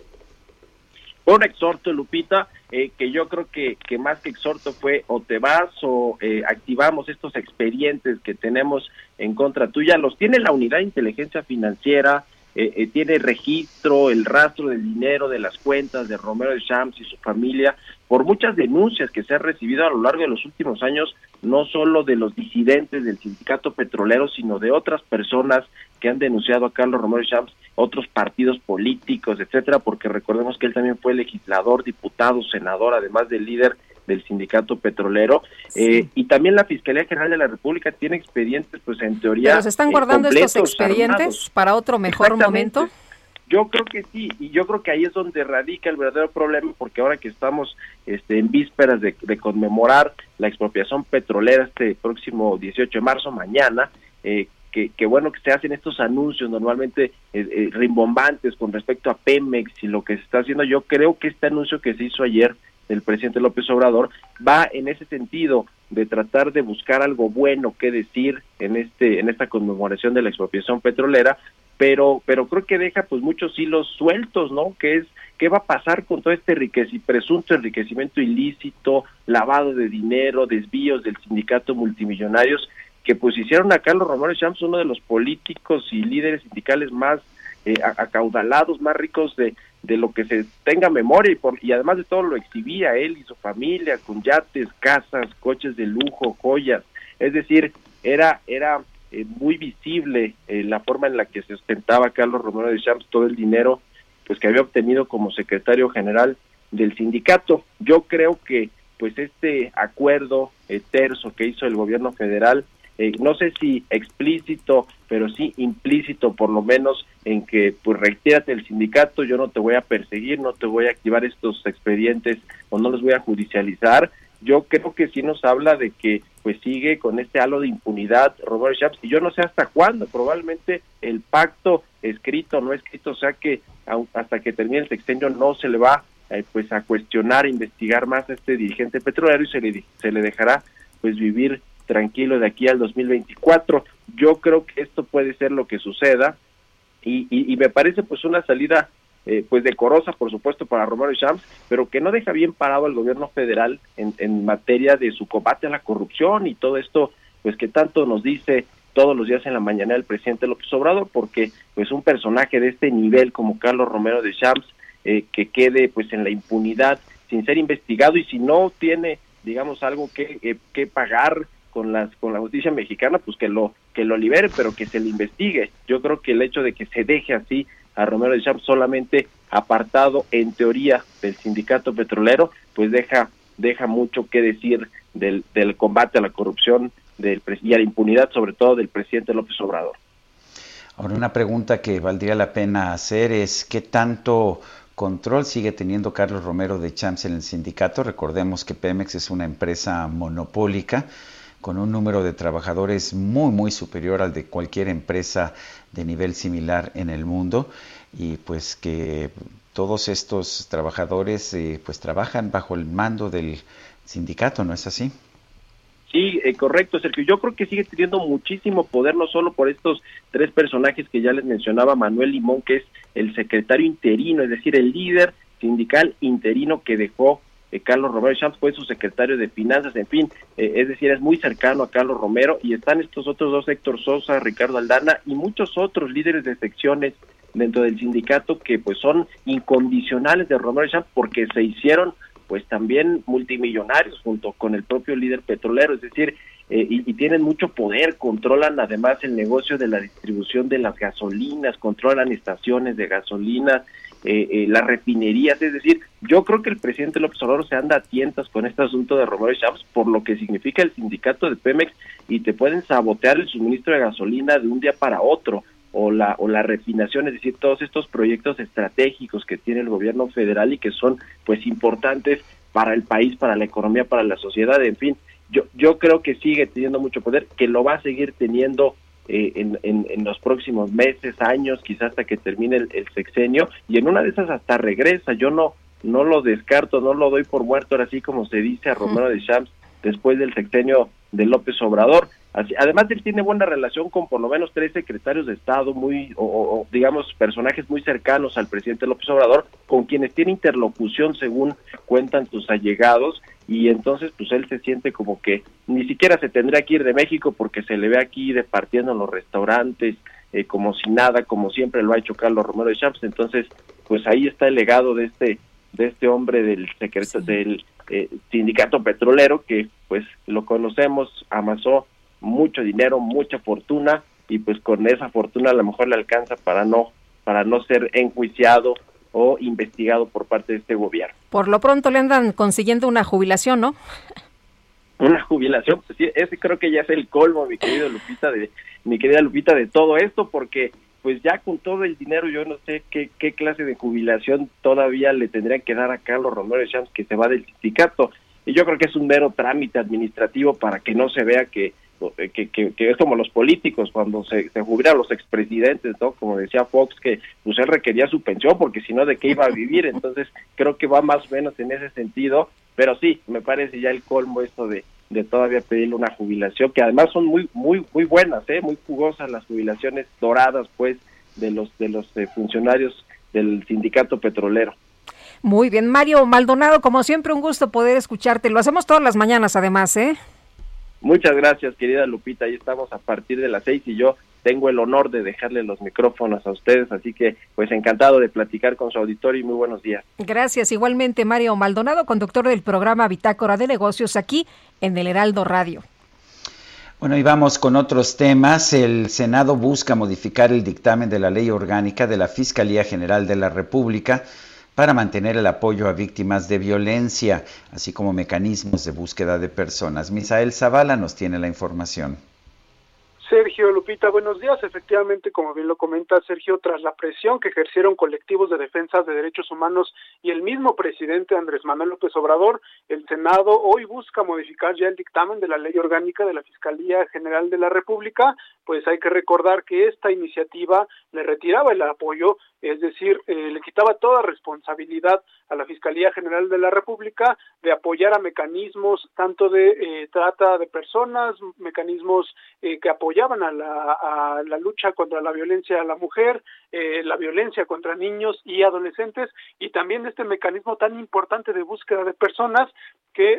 Fue un exhorto, Lupita, que yo creo que más que exhorto fue o te vas o activamos estos expedientes que tenemos en contra tuya. Los tiene la Unidad de Inteligencia Financiera, tiene registro, el rastro del dinero de las cuentas de Romero de Champs y su familia, por muchas denuncias que se han recibido a lo largo de los últimos años, no solo de los disidentes del sindicato petrolero, sino de otras personas que han denunciado a Carlos Romero de Champs, otros partidos políticos, etcétera, porque recordemos que él también fue legislador, diputado, senador, además del líder del sindicato petrolero, y también la Fiscalía General de la República tiene expedientes, pues en teoría... ¿Pero se están guardando estos expedientes armados para otro mejor momento? Yo creo que sí, y yo creo que ahí es donde radica el verdadero problema, porque ahora que estamos en vísperas de conmemorar la expropiación petrolera este próximo 18 de marzo, mañana, que bueno que se hacen estos anuncios normalmente rimbombantes con respecto a Pemex y lo que se está haciendo. Yo creo que este anuncio que se hizo ayer del presidente López Obrador va en ese sentido de tratar de buscar algo bueno que decir en esta conmemoración de la expropiación petrolera, pero creo que deja pues muchos hilos sueltos, ¿no? ¿Qué va a pasar con todo este presunto enriquecimiento ilícito, lavado de dinero, desvíos del sindicato multimillonarios que pues hicieron a Carlos Romero de Champs uno de los políticos y líderes sindicales más acaudalados, más ricos de lo que se tenga memoria, y además de todo lo exhibía él y su familia con yates, casas, coches de lujo, joyas. Es decir, era muy visible la forma en la que se ostentaba Carlos Romero de Champs todo el dinero pues que había obtenido como secretario general del sindicato. Yo creo que pues este acuerdo terzo que hizo el gobierno federal, no sé si explícito, pero sí implícito por lo menos, en que pues retírate del sindicato, yo no te voy a perseguir, no te voy a activar estos expedientes o no los voy a judicializar. Yo creo que sí nos habla de que pues sigue con este halo de impunidad Romero de Champs, y yo no sé hasta cuándo, probablemente el pacto escrito o no escrito, o sea que hasta que termine el sexenio no se le va pues a cuestionar, a investigar más a este dirigente petrolero, y se le dejará pues vivir tranquilo de aquí al 2024. Yo creo que esto puede ser lo que suceda, y me parece pues una salida pues decorosa, por supuesto, para Romero de Champs, pero que no deja bien parado al gobierno federal en materia de su combate a la corrupción y todo esto pues que tanto nos dice todos los días en la mañana el presidente López Obrador, porque pues un personaje de este nivel como Carlos Romero de Champs que quede pues en la impunidad sin ser investigado, y si no tiene digamos algo que pagar con la justicia mexicana, pues que lo libere, pero que se le investigue. Yo creo que el hecho de que se deje así a Romero de Champs solamente apartado en teoría del sindicato petrolero, pues deja mucho que decir del combate a la corrupción y a la impunidad, sobre todo del presidente López Obrador. Ahora, una pregunta que valdría la pena hacer es ¿qué tanto control sigue teniendo Carlos Romero de Champs en el sindicato? Recordemos que Pemex es una empresa monopólica con un número de trabajadores muy, muy superior al de cualquier empresa de nivel similar en el mundo, y pues que todos estos trabajadores pues trabajan bajo el mando del sindicato, ¿no es así? Sí, correcto, Sergio. Yo creo que sigue teniendo muchísimo poder, no solo por estos tres personajes que ya les mencionaba, Manuel Limón, que es el secretario interino, es decir, el líder sindical interino que dejó Carlos Romero de Champs, fue su secretario de Finanzas, en fin, es decir, es muy cercano a Carlos Romero, y están estos otros dos, Héctor Sosa, Ricardo Aldana, y muchos otros líderes de secciones dentro del sindicato que pues son incondicionales de Romero de Champs, porque se hicieron pues también multimillonarios junto con el propio líder petrolero, es decir, y tienen mucho poder, controlan además el negocio de la distribución de las gasolinas, controlan estaciones de gasolinas, las refinerías, es decir, yo creo que el presidente López Obrador se anda a tientas con este asunto de Romero de Champs por lo que significa el sindicato de Pemex, y te pueden sabotear el suministro de gasolina de un día para otro. o la refinación, es decir, todos estos proyectos estratégicos que tiene el gobierno federal y que son pues importantes para el país, para la economía, para la sociedad, en fin. Yo creo que sigue teniendo mucho poder, que lo va a seguir teniendo en los próximos meses, años, quizás hasta que termine el sexenio, y en una de esas hasta regresa. Yo no lo descarto, no lo doy por muerto, ahora sí como se dice a Romero de Champs, después del sexenio de López Obrador. Además, él tiene buena relación con por lo menos 3 secretarios de Estado, digamos, personajes muy cercanos al presidente López Obrador, con quienes tiene interlocución según cuentan sus allegados, y entonces pues él se siente como que ni siquiera se tendría que ir de México porque se le ve aquí departiendo en los restaurantes, como si nada, como siempre lo ha hecho Carlos Romero de Champs. Entonces, pues ahí está el legado de este hombre del sindicato petrolero, que pues lo conocemos, amasó mucho dinero, mucha fortuna, y pues con esa fortuna a lo mejor le alcanza para no ser enjuiciado o investigado por parte de este gobierno. Por lo pronto le andan consiguiendo una jubilación, ¿no? Una jubilación, pues sí, ese creo que ya es el colmo, mi querida Lupita, de todo esto, porque pues ya con todo el dinero yo no sé qué clase de jubilación todavía le tendrían que dar a Carlos Romero de Champs, que se va del sindicato, y yo creo que es un mero trámite administrativo para que no se vea que es como los políticos cuando se jubilan los expresidentes, ¿no? Como decía Fox, que pues él requería su pensión porque si no, ¿de qué iba a vivir? Entonces creo que va más o menos en ese sentido, pero sí, me parece ya el colmo esto de todavía pedirle una jubilación, que además son muy buenas, muy jugosas las jubilaciones doradas, pues, de los funcionarios del sindicato petrolero. Muy bien, Mario Maldonado, como siempre un gusto poder escucharte, lo hacemos todas las mañanas además, Muchas gracias, querida Lupita, ahí estamos a partir de las 6 y yo tengo el honor de dejarle los micrófonos a ustedes, así que pues encantado de platicar con su auditorio y muy buenos días. Gracias, igualmente Mario Maldonado, conductor del programa Bitácora de Negocios aquí en el Heraldo Radio. Bueno, y vamos con otros temas. El Senado busca modificar el dictamen de la Ley Orgánica de la Fiscalía General de la República para mantener el apoyo a víctimas de violencia, así como mecanismos de búsqueda de personas. Misael Zavala nos tiene la información. Sergio, Lupita, buenos días. Efectivamente, como bien lo comenta Sergio, tras la presión que ejercieron colectivos de defensa de derechos humanos y el mismo presidente Andrés Manuel López Obrador, el Senado hoy busca modificar ya el dictamen de la Ley Orgánica de la Fiscalía General de la República. Pues hay que recordar que esta iniciativa le retiraba el apoyo, es decir, le quitaba toda responsabilidad a la Fiscalía General de la República de apoyar a mecanismos tanto de trata de personas, mecanismos que apoyaban a la lucha contra la violencia a la mujer, la violencia contra niños y adolescentes, y también este mecanismo tan importante de búsqueda de personas que,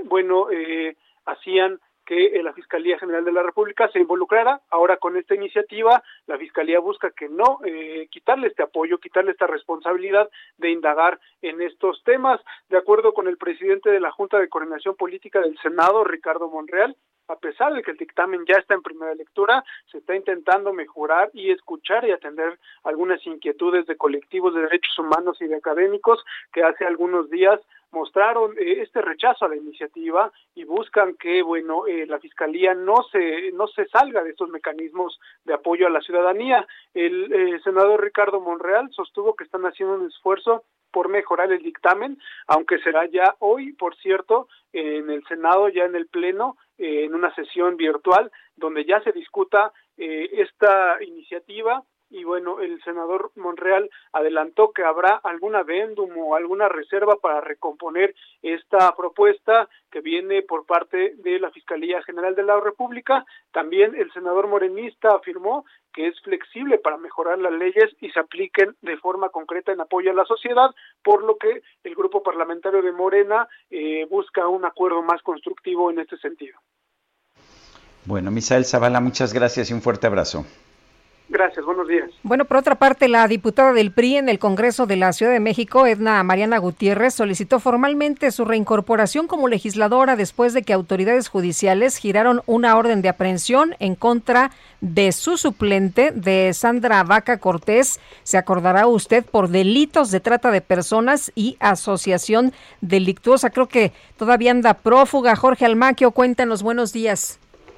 hacían que la Fiscalía General de la República se involucrara. Ahora con esta iniciativa, la Fiscalía busca que no quitarle este apoyo, quitarle esta responsabilidad de indagar en estos temas. De acuerdo con el presidente de la Junta de Coordinación Política del Senado, Ricardo Monreal, a pesar de que el dictamen ya está en primera lectura, se está intentando mejorar y escuchar y atender algunas inquietudes de colectivos de derechos humanos y de académicos que hace algunos días mostraron este rechazo a la iniciativa y buscan que la Fiscalía no se salga de estos mecanismos de apoyo a la ciudadanía. El senador Ricardo Monreal sostuvo que están haciendo un esfuerzo por mejorar el dictamen, aunque será ya hoy, por cierto, en el Senado, ya en el Pleno, en una sesión virtual, donde ya se discuta esta iniciativa. Y el senador Monreal adelantó que habrá algún adendum o alguna reserva para recomponer esta propuesta que viene por parte de la Fiscalía General de la República. También el senador morenista afirmó que es flexible para mejorar las leyes y se apliquen de forma concreta en apoyo a la sociedad, por lo que el grupo parlamentario de Morena busca un acuerdo más constructivo en este sentido. Bueno, Misael Zavala, muchas gracias y un fuerte abrazo. Gracias, buenos días. Bueno, por otra parte, la diputada del PRI en el Congreso de la Ciudad de México, Edna Mariana Gutiérrez, solicitó formalmente su reincorporación como legisladora después de que autoridades judiciales giraron una orden de aprehensión en contra de su suplente, de Sandra Vaca Cortés. Se acordará usted por delitos de trata de personas y asociación delictuosa. Creo que todavía anda prófuga. Jorge Almaquio, cuéntanos, buenos días.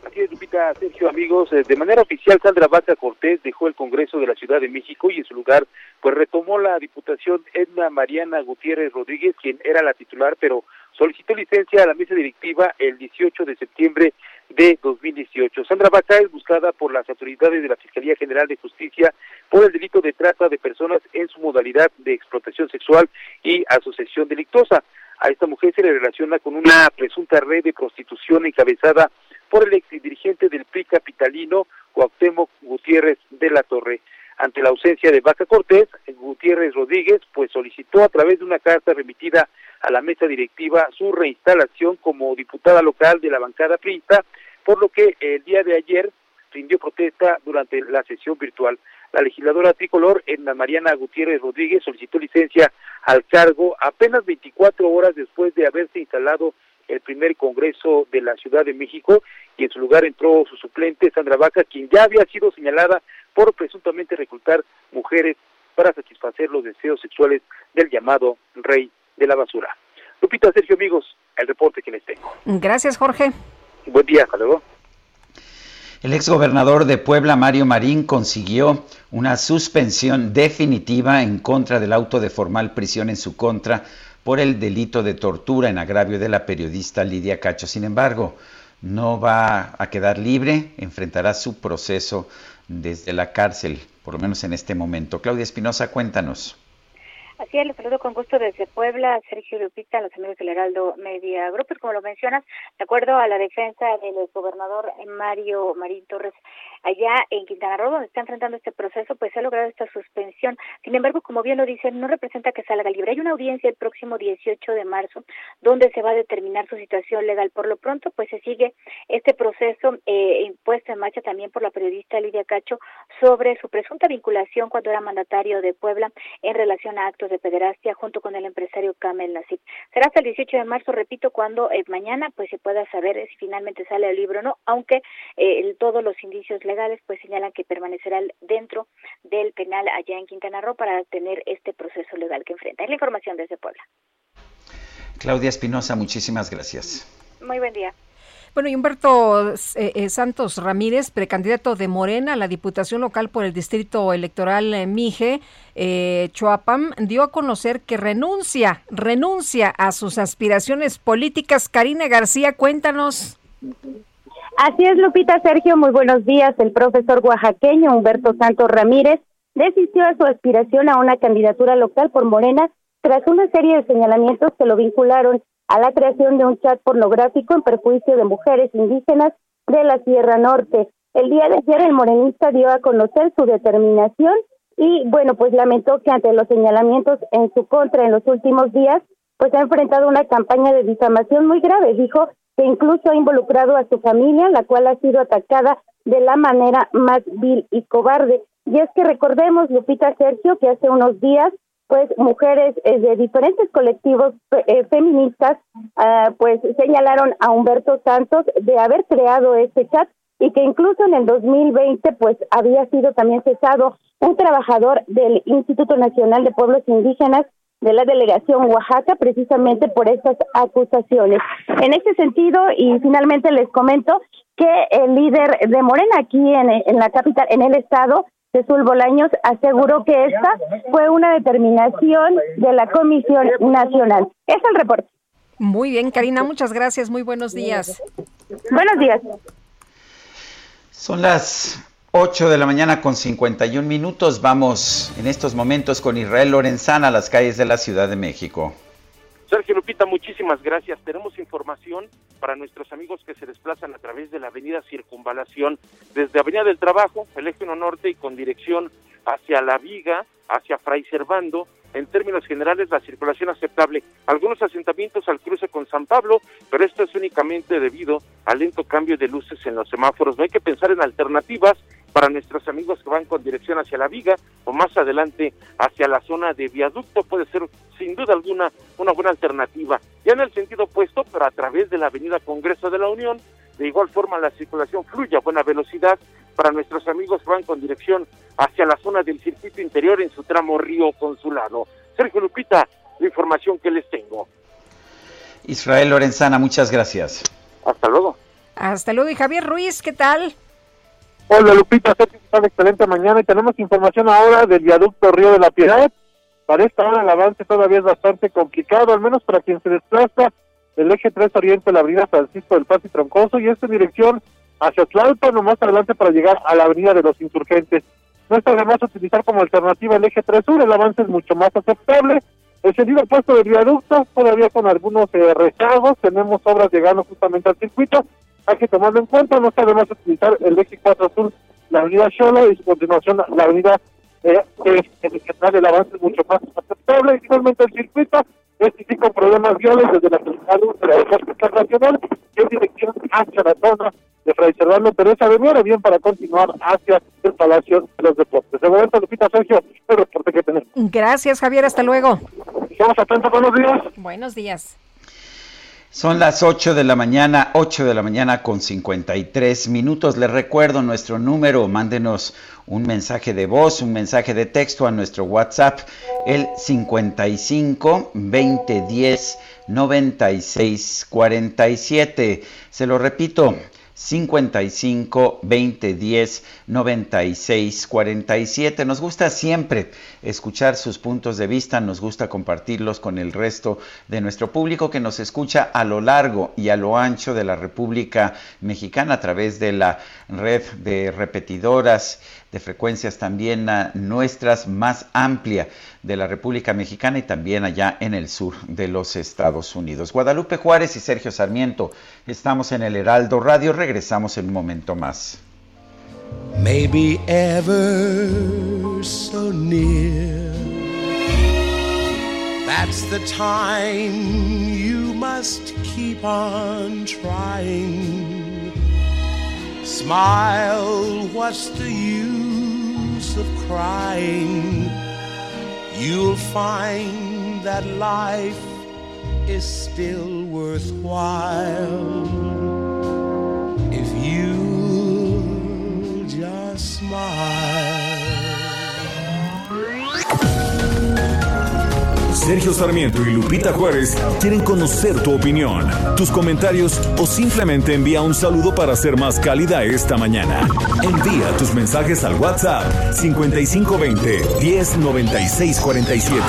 Así es, Lupita, Sergio, amigos. De manera oficial, Sandra Vaca Cortés dejó el Congreso de la Ciudad de México y en su lugar pues retomó la diputación Edna Mariana Gutiérrez Rodríguez, quien era la titular, pero solicitó licencia a la mesa directiva el 18 de septiembre de 2018. Sandra Vaca es buscada por las autoridades de la Fiscalía General de Justicia por el delito de trata de personas en su modalidad de explotación sexual y asociación delictuosa. A esta mujer se le relaciona con una presunta red de prostitución encabezada por el exdirigente del PRI capitalino, Cuauhtémoc Gutiérrez de la Torre. Ante la ausencia de Vaca Cortés, Gutiérrez Rodríguez pues solicitó a través de una carta remitida a la mesa directiva su reinstalación como diputada local de la bancada priista, por lo que el día de ayer rindió protesta durante la sesión virtual. La legisladora tricolor, Edna Mariana Gutiérrez Rodríguez, solicitó licencia al cargo apenas 24 horas después de haberse instalado el primer Congreso de la Ciudad de México, y en su lugar entró su suplente, Sandra Vaca, quien ya había sido señalada por presuntamente reclutar mujeres para satisfacer los deseos sexuales del llamado rey de la basura. Lupita, Sergio, amigos, el reporte que les tengo. Gracias, Jorge. Buen día, hasta luego. El exgobernador de Puebla, Mario Marín, consiguió una suspensión definitiva en contra del auto de formal prisión en su contra por el delito de tortura en agravio de la periodista Lidia Cacho. Sin embargo, no va a quedar libre, enfrentará su proceso desde la cárcel, por lo menos en este momento. Claudia Espinosa, cuéntanos. Así es, les saludo con gusto desde Puebla, Sergio Lupita, los amigos del Heraldo Media Group. Como lo mencionas, de acuerdo a la defensa del exgobernador Mario Marín Torres, allá en Quintana Roo, donde está enfrentando este proceso, pues se ha logrado esta suspensión. Sin embargo, como bien lo dicen, no representa que salga libre. Hay una audiencia el próximo 18 de marzo, donde se va a determinar su situación legal. Por lo pronto, pues se sigue este proceso impuesto en marcha también por la periodista Lidia Cacho sobre su presunta vinculación cuando era mandatario de Puebla en relación a actos de pederastia junto con el empresario Kamel Nasif. Será hasta el 18 de marzo, repito, cuando mañana pues se pueda saber si finalmente sale el libro o no, aunque todos los indicios legales pues señalan que permanecerá dentro del penal allá en Quintana Roo para tener este proceso legal que enfrenta. Es la información desde Puebla. Claudia Espinosa, muchísimas gracias. Muy buen día. Bueno, y Humberto Santos Ramírez, precandidato de Morena a la Diputación Local por el Distrito Electoral Mije, Choapam, dio a conocer que renuncia a sus aspiraciones políticas. Karina García, cuéntanos. Así es, Lupita, Sergio, muy buenos días. El profesor oaxaqueño Humberto Santos Ramírez desistió de su aspiración a una candidatura local por Morena tras una serie de señalamientos que lo vincularon a la creación de un chat pornográfico en perjuicio de mujeres indígenas de la Sierra Norte. El día de ayer el morenista dio a conocer su determinación y, bueno, pues lamentó que ante los señalamientos en su contra en los últimos días, pues ha enfrentado una campaña de difamación muy grave. Dijo que incluso ha involucrado a su familia, la cual ha sido atacada de la manera más vil y cobarde. Y es que recordemos, Lupita, Sergio, que hace unos días pues mujeres de diferentes colectivos feministas pues señalaron a Humberto Santos de haber creado este chat y que incluso en el 2020 pues había sido también cesado un trabajador del Instituto Nacional de Pueblos Indígenas de la delegación Oaxaca precisamente por estas acusaciones. En este sentido, y finalmente les comento que el líder de Morena aquí en la capital, en el estado, Jesús Bolaños, aseguró que esta fue una determinación de la Comisión Nacional. Es el reporte. Muy bien, Karina, muchas gracias. Muy buenos días. Buenos días. Son las 8 de la mañana con 51 minutos. Vamos en estos momentos con Israel Lorenzana a las calles de la Ciudad de México. Sergio Lupita, muchísimas gracias. Tenemos información para nuestros amigos que se desplazan a través de la avenida Circunvalación, desde Avenida del Trabajo, el eje 1 norte y con dirección hacia La Viga, hacia Fray Servando. En términos generales, la circulación aceptable. Algunos asentamientos al cruce con San Pablo, pero esto es únicamente debido al lento cambio de luces en los semáforos. No hay que pensar en alternativas para nuestros amigos que van con dirección hacia La Viga o más adelante hacia la zona de Viaducto. Puede ser sin duda alguna una buena alternativa. Ya en el sentido opuesto, pero a través de la avenida Congreso de la Unión, de igual forma la circulación fluye a buena velocidad para nuestros amigos que van con dirección hacia la zona del circuito interior en su tramo Río Consulado. Sergio Lupita, la información que les tengo. Israel Lorenzana, muchas gracias. Hasta luego. Hasta luego. Y Javier Ruiz, ¿qué tal? Hola Lupita, excelente mañana y tenemos información ahora del viaducto Río de la Piedad. Para esta hora el avance todavía es bastante complicado, al menos para quien se desplaza del eje 3 Oriente, la avenida Francisco del Paz y Troncoso, y esta dirección hacia Tlalpan o más adelante para llegar a la avenida de los Insurgentes. No está de más utilizar como alternativa el eje 3 Sur, el avance es mucho más aceptable. El sentido opuesto del viaducto, todavía con algunos rezagos, tenemos obras llegando justamente al circuito, hay que tomarlo en cuenta, no está de más utilizar el eje 4 Sur, la avenida Xola y su continuación la avenida el avance es mucho más aceptable, y finalmente el circuito, sí con problemas viales desde la terminal de la Aeropuerto Nacional, en dirección hacia la zona de Fray Servando Teresa de Miera, bien para continuar hacia el Palacio de los Deportes. De momento, Lupita, Sergio, el reporte que tenemos. Gracias, Javier, hasta luego. Estamos atentos, buenos días. Buenos días. Son las 8 de la mañana con 53 minutos. Les recuerdo nuestro número, mándenos un mensaje de voz, un mensaje de texto a nuestro WhatsApp, el 55 2010 96 47. Se lo repito, 55 2010 96 47. Nos gusta siempre escuchar sus puntos de vista, nos gusta compartirlos con el resto de nuestro público que nos escucha a lo largo y a lo ancho de la República Mexicana a través de la red de repetidoras de frecuencias también nuestras más amplia de la República Mexicana y también allá en el sur de los Estados Unidos. Guadalupe Juárez y Sergio Sarmiento, estamos en el Heraldo Radio, regresamos en un momento más. Maybe ever so near, that's the time you must keep on trying. Smile, what's the use of crying? You'll find that life is still worthwhile if you just smile. Sergio Sarmiento y Lupita Juárez quieren conocer tu opinión, tus comentarios o simplemente envía un saludo para ser más cálida esta mañana. Envía tus mensajes al WhatsApp 5520 1096 47.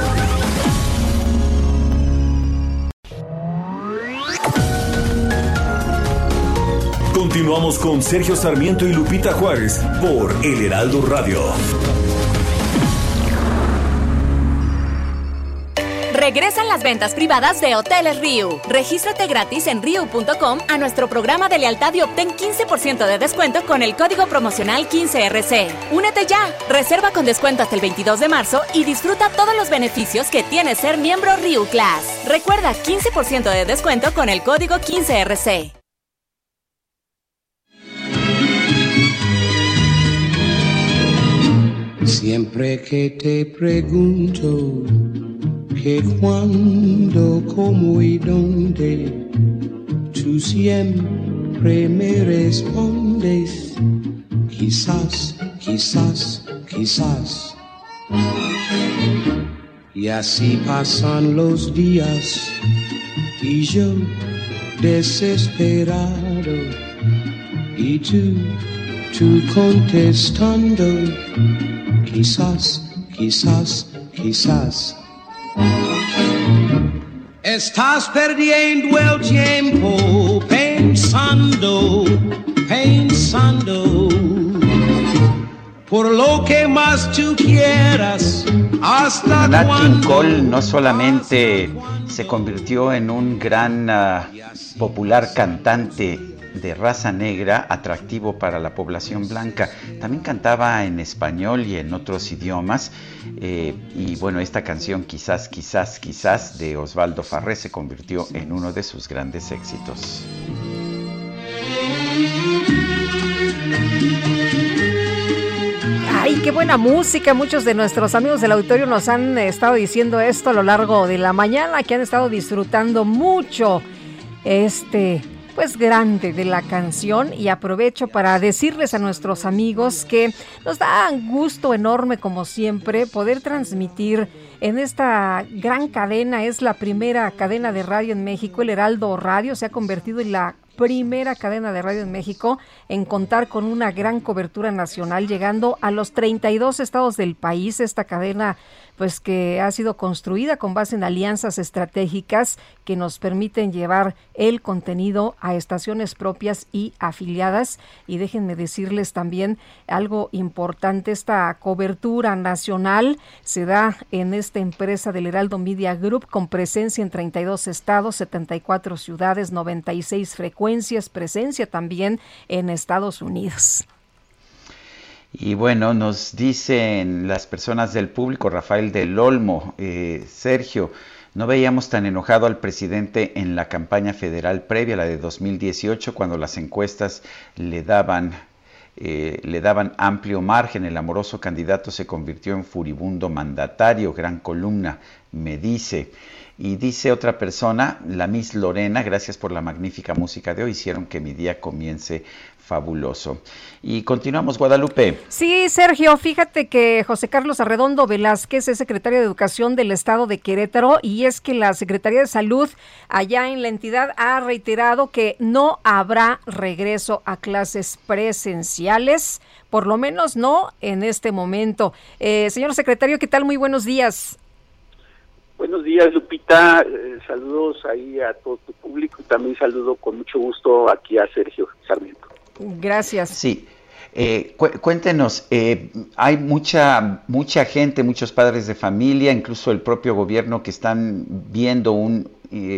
Continuamos con Sergio Sarmiento y Lupita Juárez por El Heraldo Radio. Regresan las ventas privadas de Hoteles Riu. Regístrate gratis en riu.com a nuestro programa de lealtad y obtén 15% de descuento con el código promocional 15RC. Únete ya. Reserva con descuento hasta el 22 de marzo y disfruta todos los beneficios que tiene ser miembro Riu Class. Recuerda, 15% de descuento con el código 15RC. Siempre que te pregunto que cuándo, cómo y dónde, tú siempre me respondes, quizás, quizás, quizás. Y así pasan los días y yo desesperado y tú contestando, quizás, quizás, quizás. Estás perdiendo el tiempo pensando, pensando por lo que más tú quieras. Hasta Nat King Cole no solamente se convirtió en un gran popular cantante de raza negra, atractivo para la población blanca, también cantaba en español y en otros idiomas, y bueno, esta canción Quizás, quizás, quizás de Osvaldo Farré se convirtió en uno de sus grandes éxitos. ¡Ay, qué buena música! Muchos de nuestros amigos del auditorio nos han estado diciendo esto a lo largo de la mañana, que han estado disfrutando mucho pues grande de la canción, y aprovecho para decirles a nuestros amigos que nos da un gusto enorme, como siempre, poder transmitir en esta gran cadena. Es la primera cadena de radio en México. El Heraldo Radio se ha convertido en la primera cadena de radio en México en contar con una gran cobertura nacional, llegando a los 32 estados del país. Esta cadena, pues, que ha sido construida con base en alianzas estratégicas que nos permiten llevar el contenido a estaciones propias y afiliadas. Y déjenme decirles también algo importante: esta cobertura nacional se da en esta empresa del Heraldo Media Group, con presencia en 32 estados, 74 ciudades, 96 frecuencias, presencia también en Estados Unidos. Y bueno, nos dicen las personas del público, Rafael del Olmo, Sergio, no veíamos tan enojado al presidente en la campaña federal previa, la de 2018, cuando las encuestas le daban amplio margen. El amoroso candidato se convirtió en furibundo mandatario. Gran columna, me dice. Y dice otra persona, la Miss Lorena, gracias por la magnífica música de hoy, hicieron que mi día comience fabuloso. Y continuamos, Guadalupe. Sí, Sergio, fíjate que José Carlos Arredondo Velázquez es secretario de Educación del Estado de Querétaro, y es que la Secretaría de Salud allá en la entidad ha reiterado que no habrá regreso a clases presenciales, por lo menos no en este momento. Señor secretario, ¿qué tal? Muy buenos días. Buenos días, Lupita. Saludos ahí a todo tu público, y también saludo con mucho gusto aquí a Sergio Sarmiento. Gracias. Sí. Cuéntenos, hay mucha gente, muchos padres de familia, incluso el propio gobierno, que están viendo un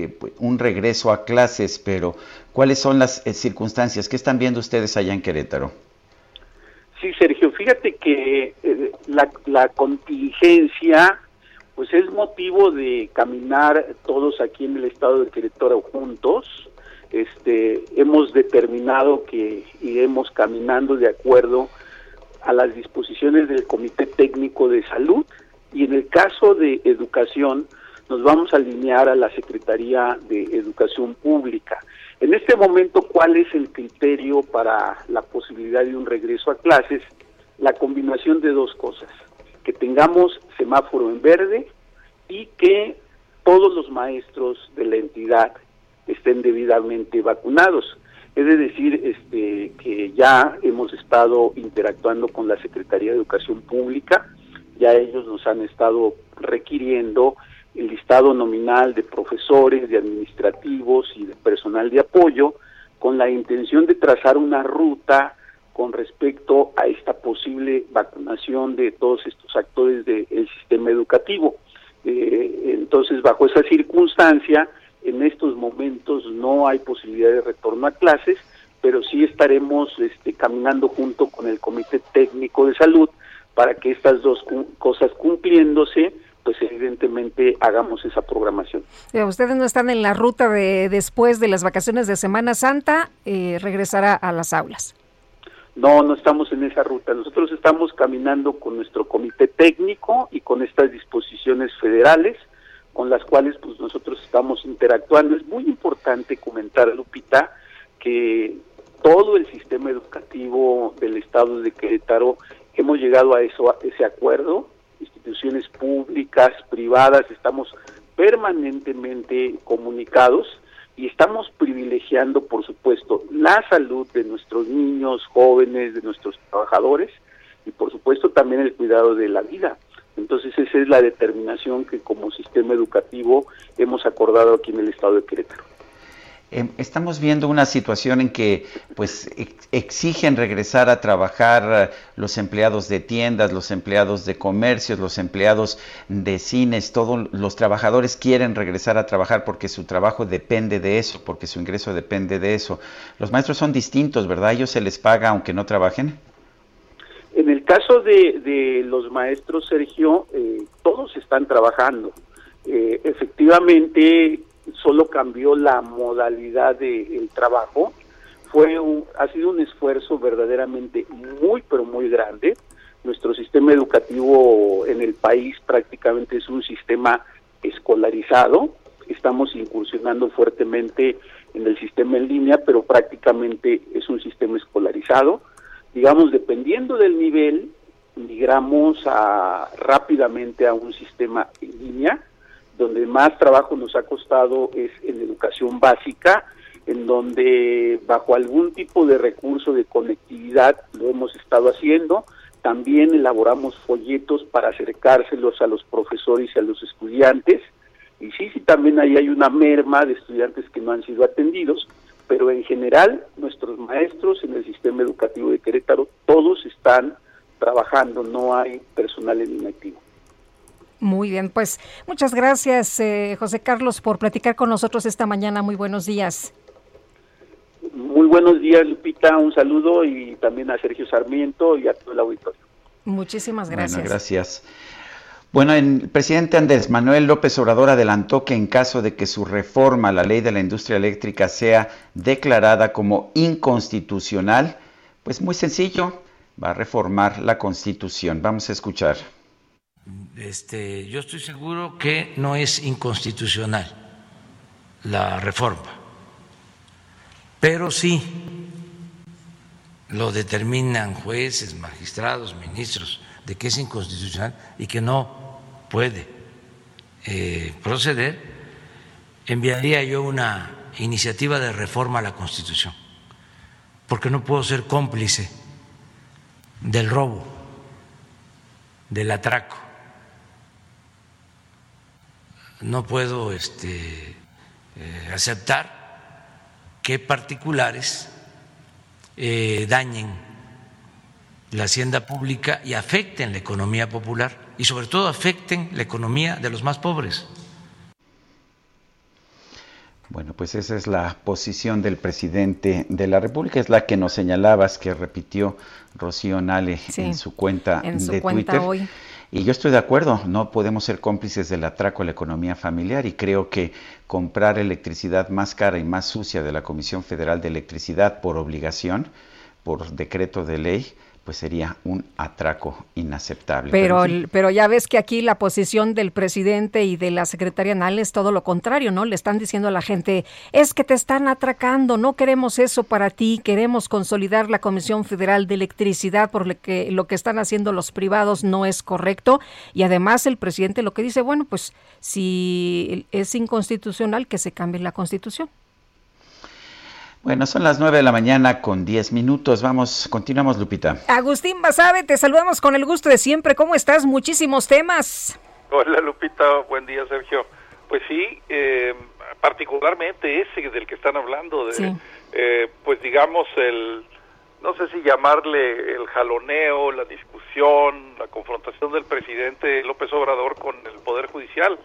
regreso a clases, pero ¿cuáles son las circunstancias? ¿Qué están viendo ustedes allá en Querétaro? Sí, Sergio, fíjate que la contingencia pues es motivo de caminar todos aquí en el estado de Querétaro juntos. Hemos determinado que iremos caminando de acuerdo a las disposiciones del Comité Técnico de Salud, y en el caso de educación nos vamos a alinear a la Secretaría de Educación Pública. En este momento, ¿cuál es el criterio para la posibilidad de un regreso a clases? La combinación de dos cosas: que tengamos semáforo en verde y que todos los maestros de la entidad estén debidamente vacunados. Es decir, que ya hemos estado interactuando con la Secretaría de Educación Pública, ya ellos nos han estado requiriendo el listado nominal de profesores, de administrativos y de personal de apoyo, con la intención de trazar una ruta con respecto a esta posible vacunación de todos estos actores del sistema educativo. Entonces, bajo esa circunstancia, en estos momentos no hay posibilidad de retorno a clases, pero sí estaremos caminando junto con el Comité Técnico de Salud para que estas dos cosas cumpliéndose, pues evidentemente hagamos esa programación. Ustedes no están en la ruta de después de las vacaciones de Semana Santa, regresar a las aulas. No estamos en esa ruta. Nosotros estamos caminando con nuestro comité técnico y con estas disposiciones federales con las cuales pues nosotros estamos interactuando. Es muy importante comentar, Lupita, que todo el sistema educativo del estado de Querétaro hemos llegado a ese acuerdo. Instituciones públicas, privadas, estamos permanentemente comunicados y estamos privilegiando, por supuesto, la salud de nuestros niños, jóvenes, de nuestros trabajadores, y por supuesto también el cuidado de la vida. Entonces esa es la determinación que como sistema educativo hemos acordado aquí en el estado de Querétaro. Estamos viendo una situación en que pues exigen regresar a trabajar los empleados de tiendas, los empleados de comercios, los empleados de cines, todos los trabajadores quieren regresar a trabajar porque su trabajo depende de eso, porque su ingreso depende de eso. Los maestros son distintos, ¿verdad? ¿A ellos se les paga aunque no trabajen? En el caso de los maestros, Sergio, todos están trabajando. Efectivamente, solo cambió la modalidad del trabajo. Ha sido un esfuerzo verdaderamente muy, pero muy grande. Nuestro sistema educativo en el país prácticamente es un sistema escolarizado. Estamos incursionando fuertemente en el sistema en línea, pero prácticamente es un sistema escolarizado. Digamos, dependiendo del nivel, migramos rápidamente a un sistema en línea. Donde más trabajo nos ha costado es en educación básica, en donde bajo algún tipo de recurso de conectividad lo hemos estado haciendo. También elaboramos folletos para acercárselos a los profesores y a los estudiantes, y sí, también ahí hay una merma de estudiantes que no han sido atendidos, pero en general nuestros maestros en el sistema educativo de Querétaro todos están trabajando, no hay personal en inactivo. Muy bien, pues muchas gracias, José Carlos, por platicar con nosotros esta mañana. Muy buenos días. Muy buenos días, Lupita, un saludo, y también a Sergio Sarmiento y a todo el auditorio. Muchísimas gracias. Bueno, gracias. Bueno, el presidente Andrés Manuel López Obrador adelantó que en caso de que su reforma a la ley de la industria eléctrica sea declarada como inconstitucional, pues muy sencillo, va a reformar la Constitución. Vamos a escuchar. Yo estoy seguro que no es inconstitucional la reforma, pero sí lo determinan jueces, magistrados, ministros, de que es inconstitucional y que no puede proceder, enviaría yo una iniciativa de reforma a la Constitución, porque no puedo ser cómplice del robo, del atraco. No puedo aceptar que particulares dañen la hacienda pública y afecten la economía popular y sobre todo afecten la economía de los más pobres. Bueno, pues esa es la posición del presidente de la República, es la que nos señalabas, que repitió Rocío Nale en su cuenta de Twitter. Hoy. Y yo estoy de acuerdo, no podemos ser cómplices del atraco a la economía familiar, y creo que comprar electricidad más cara y más sucia de la Comisión Federal de Electricidad por obligación, por decreto de ley, pues sería un atraco inaceptable. Pero ya ves que aquí la posición del presidente y de la secretaria Nale es todo lo contrario, ¿no? Le están diciendo a la gente, es que te están atracando, no queremos eso para ti, queremos consolidar la Comisión Federal de Electricidad, por lo que están haciendo los privados no es correcto. Y además el presidente lo que dice, bueno, pues si es inconstitucional, que se cambie la Constitución. Bueno, son las 9 de la mañana con 10 minutos. Continuamos, Lupita. Agustín Basabe, te saludamos con el gusto de siempre. ¿Cómo estás? Muchísimos temas. Hola, Lupita. Buen día, Sergio. Pues sí, particularmente ese del que están hablando, pues digamos, no sé si llamarle el jaloneo, la discusión, la confrontación del presidente López Obrador con el Poder Judicial.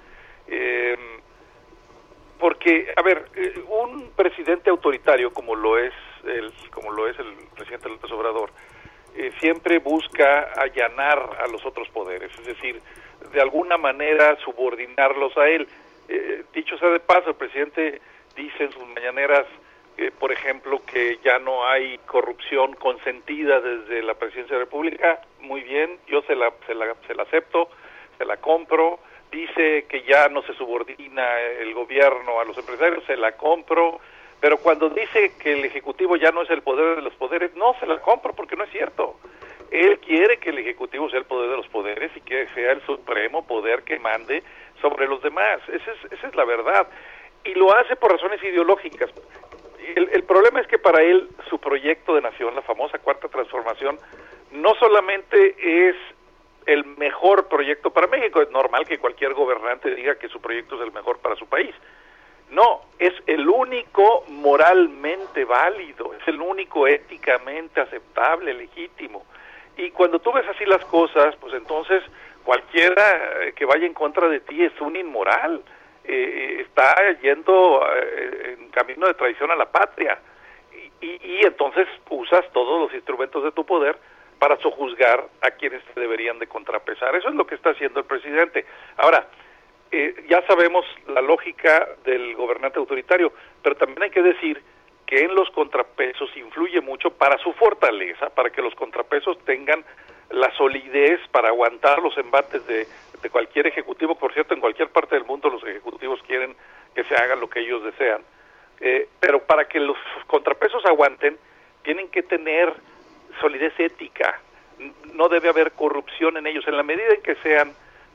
Porque, a ver, un presidente autoritario como lo es el presidente López Obrador, siempre busca allanar a los otros poderes, es decir, de alguna manera subordinarlos a él. Dicho sea de paso, el presidente dice en sus mañaneras, por ejemplo, que ya no hay corrupción consentida desde la presidencia de la República. Muy bien, yo se la acepto, se la compro. Dice que ya no se subordina el gobierno a los empresarios, se la compro, pero cuando dice que el Ejecutivo ya no es el poder de los poderes, no se la compro porque no es cierto. Él quiere que el Ejecutivo sea el poder de los poderes y que sea el supremo poder que mande sobre los demás. Esa es la verdad. Y lo hace por razones ideológicas. El problema es que para él su proyecto de nación, la famosa Cuarta Transformación, no solamente es el mejor proyecto para México. Es normal que cualquier gobernante diga que su proyecto es el mejor para su país. No, es el único moralmente válido, es el único éticamente aceptable, legítimo. Y cuando tú ves así las cosas, pues entonces cualquiera que vaya en contra de ti es un inmoral, está yendo en camino de traición a la patria. Y entonces usas todos los instrumentos de tu poder para sojuzgar a quienes te deberían de contrapesar. Eso es lo que está haciendo el presidente. Ahora, ya sabemos la lógica del gobernante autoritario, pero también hay que decir que en los contrapesos influye mucho para su fortaleza, para que los contrapesos tengan la solidez para aguantar los embates de cualquier ejecutivo. Por cierto, en cualquier parte del mundo los ejecutivos quieren que se haga lo que ellos desean. Pero para que los contrapesos aguanten, tienen que tener solidez ética, no debe haber corrupción en ellos. En la medida en que sean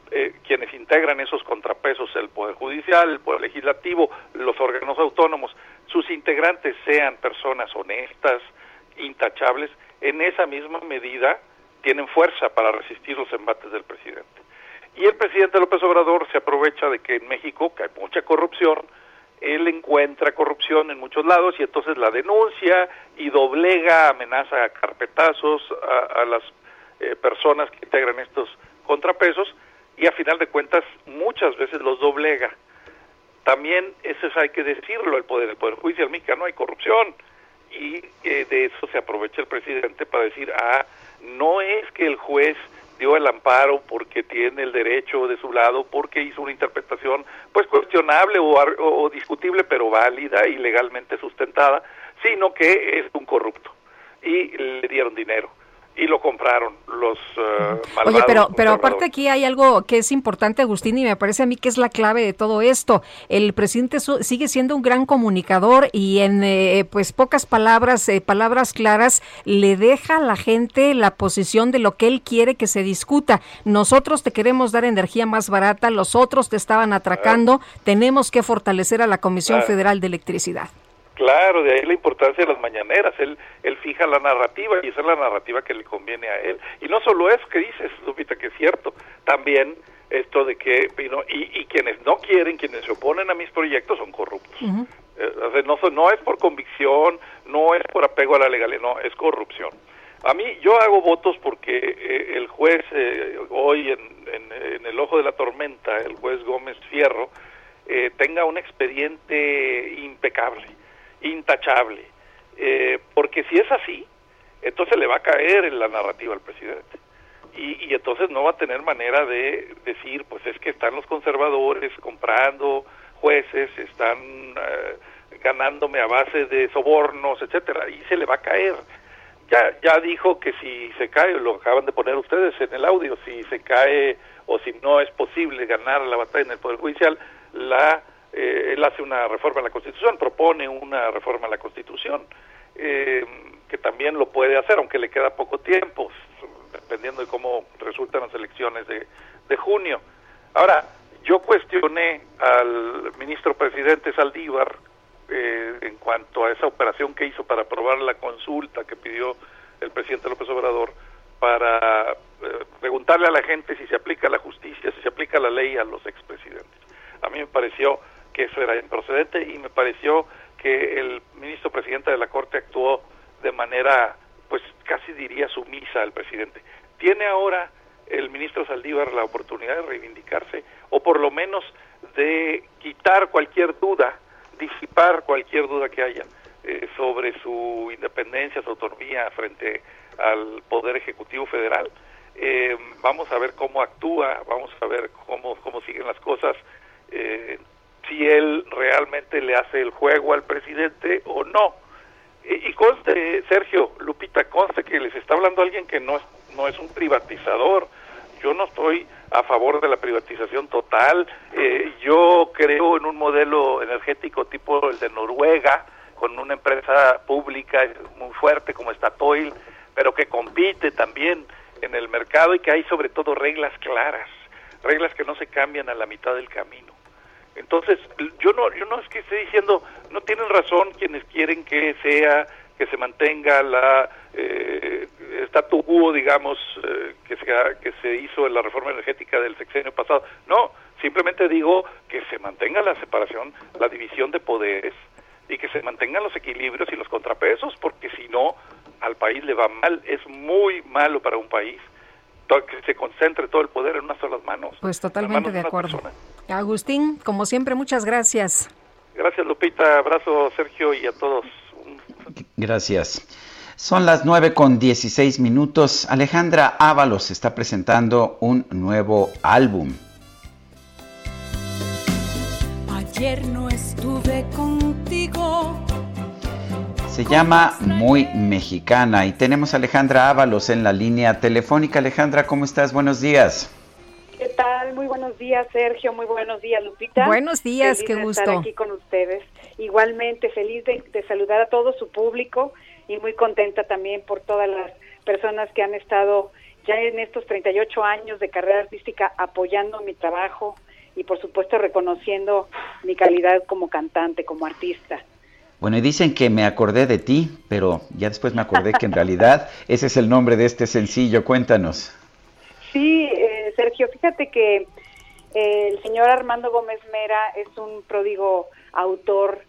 quienes integran esos contrapesos, el Poder Judicial, el Poder Legislativo, los órganos autónomos, sus integrantes sean personas honestas, intachables, en esa misma medida tienen fuerza para resistir los embates del presidente. Y el presidente López Obrador se aprovecha de que en México, que hay mucha corrupción, él encuentra corrupción en muchos lados y entonces la denuncia y doblega, amenaza a carpetazos a las personas que integran estos contrapesos y a final de cuentas muchas veces los doblega. También eso hay que decirlo, el Poder Judicial mexicano hay corrupción y de eso se aprovecha el presidente para decir, no es que el juez dio el amparo porque tiene el derecho de su lado, porque hizo una interpretación pues cuestionable o discutible, pero válida y legalmente sustentada, sino que es un corrupto y le dieron dinero y lo compraron los malvados. Oye, pero aparte aquí hay algo que es importante, Agustín, y me parece a mí que es la clave de todo esto. El presidente sigue siendo un gran comunicador y en pues pocas palabras, palabras claras, le deja a la gente la posición de lo que él quiere que se discuta. Nosotros te queremos dar energía más barata, los otros te estaban atracando, tenemos que fortalecer a la Comisión Federal de Electricidad. Claro, de ahí la importancia de las mañaneras, él fija la narrativa y esa es la narrativa que le conviene a él. Y no solo eso que dices, Lupita, que es cierto, también esto de que, y quienes no quieren, quienes se oponen a mis proyectos son corruptos. O sea, no es por convicción, no es por apego a la legalidad, no, es corrupción. A mí, yo hago votos porque el juez, hoy en el ojo de la tormenta, el juez Gómez Fierro, tenga un expediente impecable, intachable, porque si es así, entonces le va a caer en la narrativa al presidente y entonces no va a tener manera de decir, pues es que están los conservadores comprando jueces, están ganándome a base de sobornos, etcétera, y se le va a caer. Ya dijo que si se cae, lo acaban de poner ustedes en el audio, si se cae o si no es posible ganar la batalla en el Poder Judicial, él hace una reforma a la Constitución, propone una reforma a la Constitución, que también lo puede hacer, aunque le queda poco tiempo, dependiendo de cómo resultan las elecciones de junio. Ahora, yo cuestioné al ministro presidente Saldívar en cuanto a esa operación que hizo para aprobar la consulta que pidió el presidente López Obrador, para preguntarle a la gente si se aplica la justicia, si se aplica la ley a los expresidentes. A mí me pareció que eso era improcedente y me pareció que el ministro presidente de la Corte actuó de manera, pues casi diría sumisa al presidente. ¿Tiene ahora el ministro Saldívar la oportunidad de reivindicarse o por lo menos de quitar cualquier duda, disipar cualquier duda que haya sobre su independencia, su autonomía frente al Poder Ejecutivo Federal? Vamos a ver cómo actúa, vamos a ver cómo siguen las cosas, si él realmente le hace el juego al presidente o no. Y conste, Sergio, Lupita, conste que les está hablando alguien que no es un privatizador. Yo no estoy a favor de la privatización total. Yo creo en un modelo energético tipo el de Noruega, con una empresa pública muy fuerte como Statoil, pero que compite también en el mercado y que hay sobre todo reglas claras, reglas que no se cambian a la mitad del camino. Entonces, yo no es que esté diciendo, no tienen razón quienes quieren que se mantenga la statu quo, digamos, que se hizo en la reforma energética del sexenio pasado. No, simplemente digo que se mantenga la separación, la división de poderes y que se mantengan los equilibrios y los contrapesos, porque si no, al país le va mal. Es muy malo para un país que se concentre todo el poder en unas solas manos. Pues totalmente de acuerdo. Agustín, como siempre, muchas gracias. Gracias, Lupita. Abrazo, Sergio, y a todos. Gracias. Son las 9:16. Alejandra Ábalos está presentando un nuevo álbum. Ayer no estuve contigo. Se llama Muy Mexicana y tenemos a Alejandra Ábalos en la línea telefónica. Alejandra, ¿cómo estás? Buenos días. ¿Qué tal? Muy buenos días, Sergio. Muy buenos días, Lupita. Buenos días, qué gusto. Estar aquí con ustedes. Igualmente, feliz de saludar a todo su público y muy contenta también por todas las personas que han estado ya en estos 38 años de carrera artística apoyando mi trabajo y por supuesto reconociendo mi calidad como cantante, como artista. Bueno, y dicen que me acordé de ti, pero ya después me acordé que en realidad ese es el nombre de este sencillo. Cuéntanos. Sí, Sergio, fíjate que el señor Armando Gómez Mera es un pródigo autor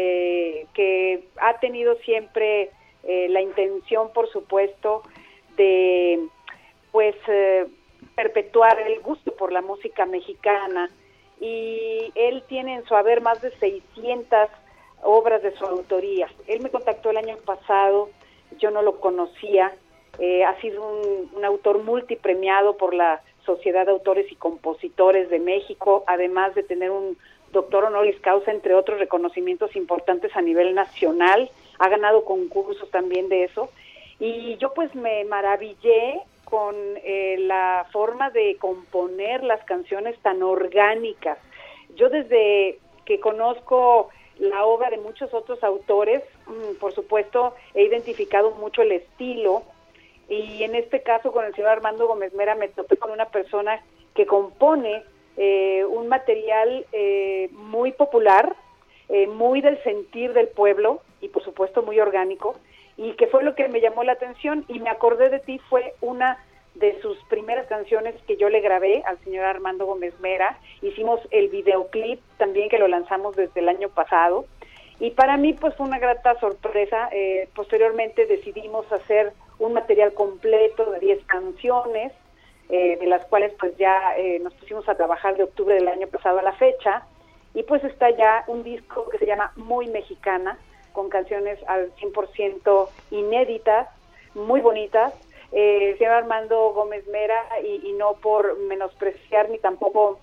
que ha tenido siempre la intención, por supuesto, de pues perpetuar el gusto por la música mexicana, y él tiene en su haber más de 600 obras de su autoría. Él me contactó el año pasado, yo no lo conocía, ha sido un autor multipremiado por la Sociedad de Autores y Compositores de México, además de tener un doctor honoris causa, entre otros reconocimientos importantes a nivel nacional. Ha ganado concursos también de eso, y yo pues me maravillé con la forma de componer las canciones tan orgánicas. Yo desde que conozco la obra de muchos otros autores, por supuesto, he identificado mucho el estilo, y en este caso con el señor Armando Gómez Mera me topé con una persona que compone un material muy popular, muy del sentir del pueblo y por supuesto muy orgánico, y que fue lo que me llamó la atención, y me acordé de ti. Fue una de sus primeras canciones que yo le grabé al señor Armando Gómez Mera. Hicimos el videoclip también, que lo lanzamos desde el año pasado, y para mí pues fue una grata sorpresa. Posteriormente decidimos hacer un material completo de 10 canciones, de las cuales pues ya nos pusimos a trabajar de octubre del año pasado a la fecha, y pues está ya un disco que se llama Muy Mexicana, con canciones al 100% inéditas, muy bonitas. Señor Armando Gómez Mera, y no por menospreciar ni tampoco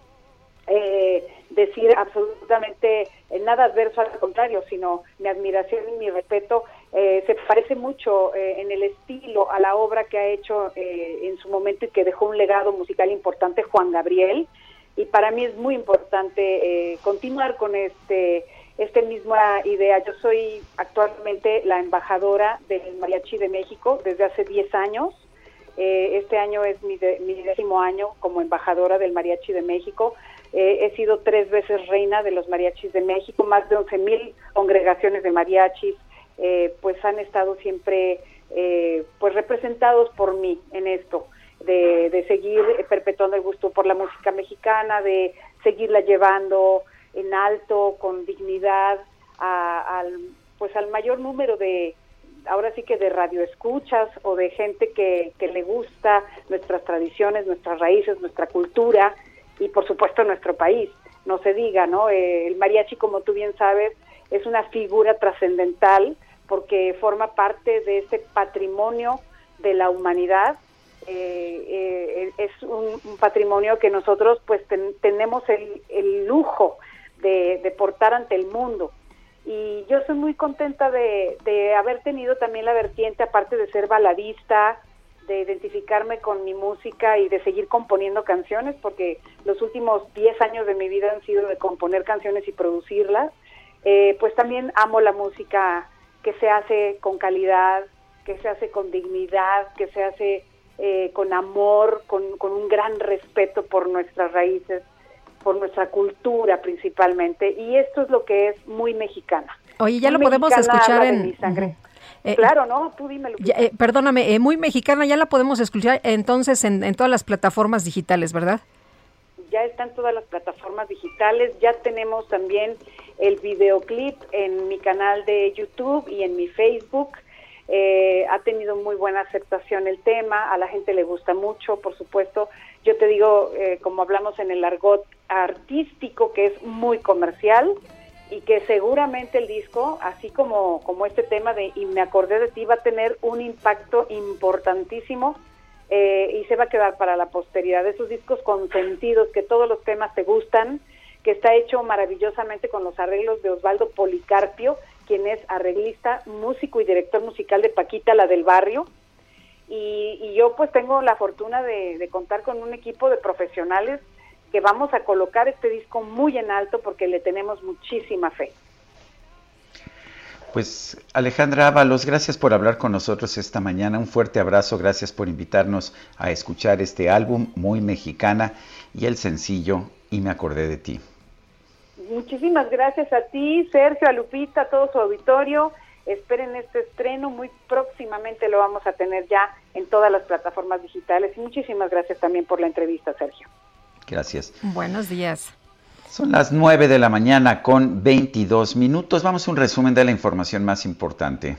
decir absolutamente nada adverso, al contrario, sino mi admiración y mi respeto, se parece mucho en el estilo a la obra que ha hecho en su momento y que dejó un legado musical importante, Juan Gabriel, y para mí es muy importante continuar con esta misma idea. Yo soy actualmente la embajadora del Mariachi de México desde hace 10 años. Este año es mi 10º año como embajadora del Mariachi de México. He sido 3 veces reina de los mariachis de México. Más de 11,000 congregaciones de mariachis pues han estado siempre pues representados por mí en esto, de seguir perpetuando el gusto por la música mexicana, de seguirla llevando en alto, con dignidad, al mayor número de, ahora sí que de radioescuchas o de gente que le gusta nuestras tradiciones, nuestras raíces, nuestra cultura y por supuesto nuestro país. No se diga, ¿no? El mariachi, como tú bien sabes, es una figura trascendental porque forma parte de este patrimonio de la humanidad. Es un patrimonio que nosotros pues tenemos el lujo de portar ante el mundo, y yo soy muy contenta de haber tenido también la vertiente, aparte de ser baladista, de identificarme con mi música y de seguir componiendo canciones, porque los últimos 10 años de mi vida han sido de componer canciones y producirlas. Pues también amo la música que se hace con calidad, que se hace con dignidad, que se hace con amor, con un gran respeto por nuestras raíces, por nuestra cultura principalmente, y esto es lo que es muy mexicana. Oye, ya muy lo podemos escuchar en mi sangre. Claro, ¿no? Tú dímelo. Perdóname, Muy Mexicana ya la podemos escuchar entonces en todas las plataformas digitales, ¿verdad? Ya está en todas las plataformas digitales, ya tenemos también el videoclip en mi canal de YouTube y en mi Facebook. Ha tenido muy buena aceptación el tema, a la gente le gusta mucho, por supuesto. Yo te digo, como hablamos en el argot artístico, que es muy comercial, y que seguramente el disco, así como este tema de Y me acordé de ti, va a tener un impacto importantísimo y se va a quedar para la posteridad. Esos discos consentidos, que todos los temas te gustan, que está hecho maravillosamente con los arreglos de Osvaldo Policarpio, quien es arreglista, músico y director musical de Paquita, la del barrio, y yo pues tengo la fortuna de contar con un equipo de profesionales que vamos a colocar este disco muy en alto porque le tenemos muchísima fe. Pues Alejandra Ábalos, gracias por hablar con nosotros esta mañana. Un fuerte abrazo, gracias por invitarnos a escuchar este álbum muy mexicana y el sencillo Y me acordé de ti. Muchísimas gracias a ti, Sergio, a Lupita, a todo su auditorio. Esperen este estreno, muy próximamente lo vamos a tener ya en todas las plataformas digitales. Y muchísimas gracias también por la entrevista, Sergio. Gracias. Buenos días. Son las 9 de la mañana con 22 minutos. Vamos a un resumen de la información más importante.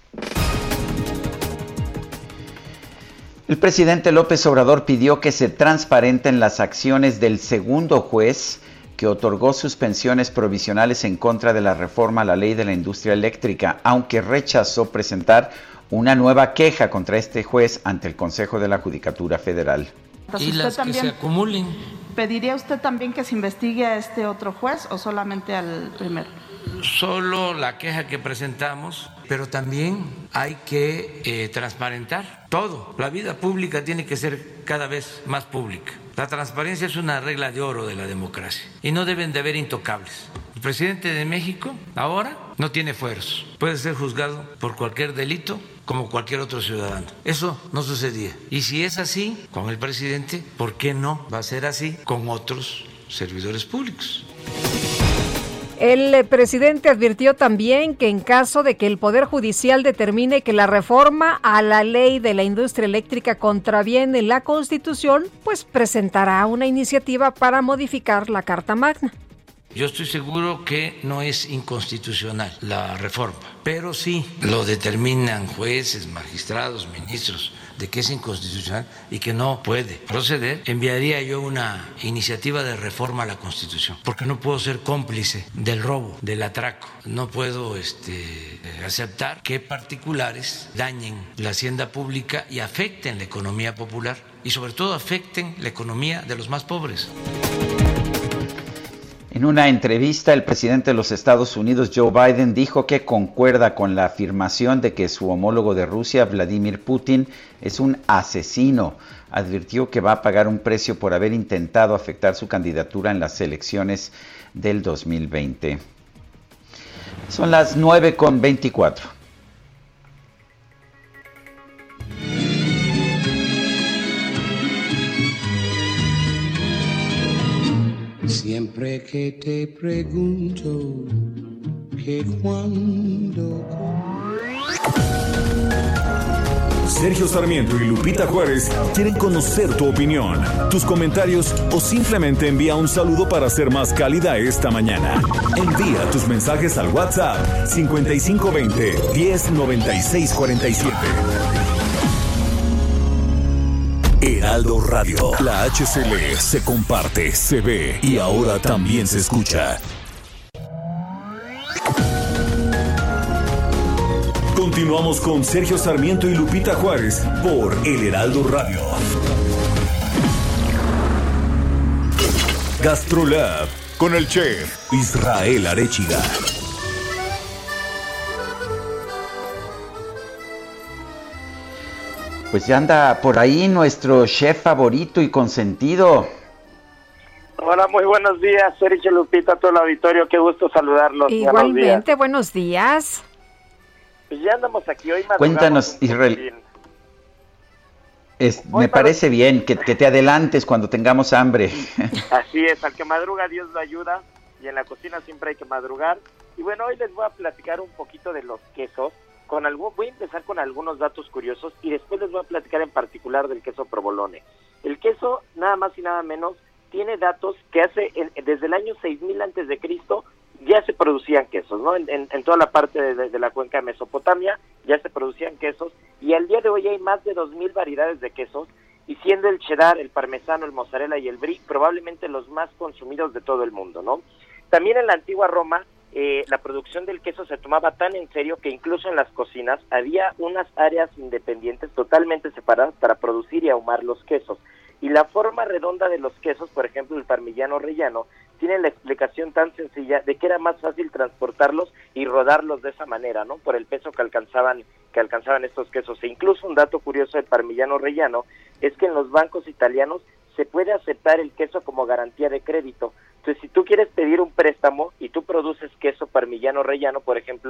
El presidente López Obrador pidió que se transparenten las acciones del segundo juez que otorgó suspensiones provisionales en contra de la reforma a la ley de la industria eléctrica, aunque rechazó presentar una nueva queja contra este juez ante el Consejo de la Judicatura Federal. Y las que se acumulen. ¿Pediría usted también que se investigue a este otro juez o solamente al primero? Solo la queja que presentamos, pero también hay que transparentar todo. La vida pública tiene que ser cada vez más pública. La transparencia es una regla de oro de la democracia y no deben de haber intocables. El presidente de México ahora no tiene fueros. Puede ser juzgado por cualquier delito como cualquier otro ciudadano. Eso no sucedía. Y si es así con el presidente, ¿por qué no va a ser así con otros servidores públicos? El presidente advirtió también que en caso de que el Poder Judicial determine que la reforma a la ley de la industria eléctrica contraviene la Constitución, pues presentará una iniciativa para modificar la Carta Magna. Yo estoy seguro que no es inconstitucional la reforma, pero sí lo determinan jueces, magistrados, ministros, de que es inconstitucional y que no puede proceder. Enviaría yo una iniciativa de reforma a la Constitución, porque no puedo ser cómplice del robo, del atraco. No puedo aceptar que particulares dañen la hacienda pública y afecten la economía popular y sobre todo afecten la economía de los más pobres. En una entrevista, el presidente de los Estados Unidos, Joe Biden, dijo que concuerda con la afirmación de que su homólogo de Rusia, Vladimir Putin, es un asesino. Advirtió que va a pagar un precio por haber intentado afectar su candidatura en las elecciones del 2020. Son las 9:24. Siempre que te pregunto que cuándo. Sergio Sarmiento y Lupita Juárez quieren conocer tu opinión, tus comentarios o simplemente envía un saludo para ser más cálida esta mañana. Envía tus mensajes al WhatsApp 5520 109647. Heraldo Radio, la HCL se comparte, se ve y ahora también se escucha. Continuamos con Sergio Sarmiento y Lupita Juárez por El Heraldo Radio. GastroLab con el chef Israel Aréchiga. Pues ya anda por ahí nuestro chef favorito y consentido. Hola, muy buenos días, Sergio, Lupita, todo el auditorio, qué gusto saludarlos. Igualmente, buenos días. Pues ya andamos aquí hoy. Cuéntanos, Israel. Me parece bien que te adelantes cuando tengamos hambre. Así es, al que madruga Dios lo ayuda, y en la cocina siempre hay que madrugar. Y bueno, hoy les voy a platicar un poquito de los quesos. Voy a empezar con algunos datos curiosos y después les voy a platicar en particular del queso provolone. El queso, nada más y nada menos, tiene datos que desde el año 6000 antes de Cristo ya se producían quesos, ¿no? En toda la parte de la cuenca de Mesopotamia ya se producían quesos y al día de hoy hay más de 2000 variedades de quesos y siendo el cheddar, el parmesano, el mozzarella y el brie probablemente los más consumidos de todo el mundo, ¿no? También en la antigua Roma la producción del queso se tomaba tan en serio que incluso en las cocinas había unas áreas independientes totalmente separadas para producir y ahumar los quesos. Y la forma redonda de los quesos, por ejemplo el parmigiano reggiano, tiene la explicación tan sencilla de que era más fácil transportarlos y rodarlos de esa manera, ¿no? Por el peso que alcanzaban estos quesos. E incluso un dato curioso del parmigiano reggiano es que en los bancos italianos se puede aceptar el queso como garantía de crédito. Entonces, si tú quieres pedir un préstamo y tú produces queso parmigiano reggiano, por ejemplo,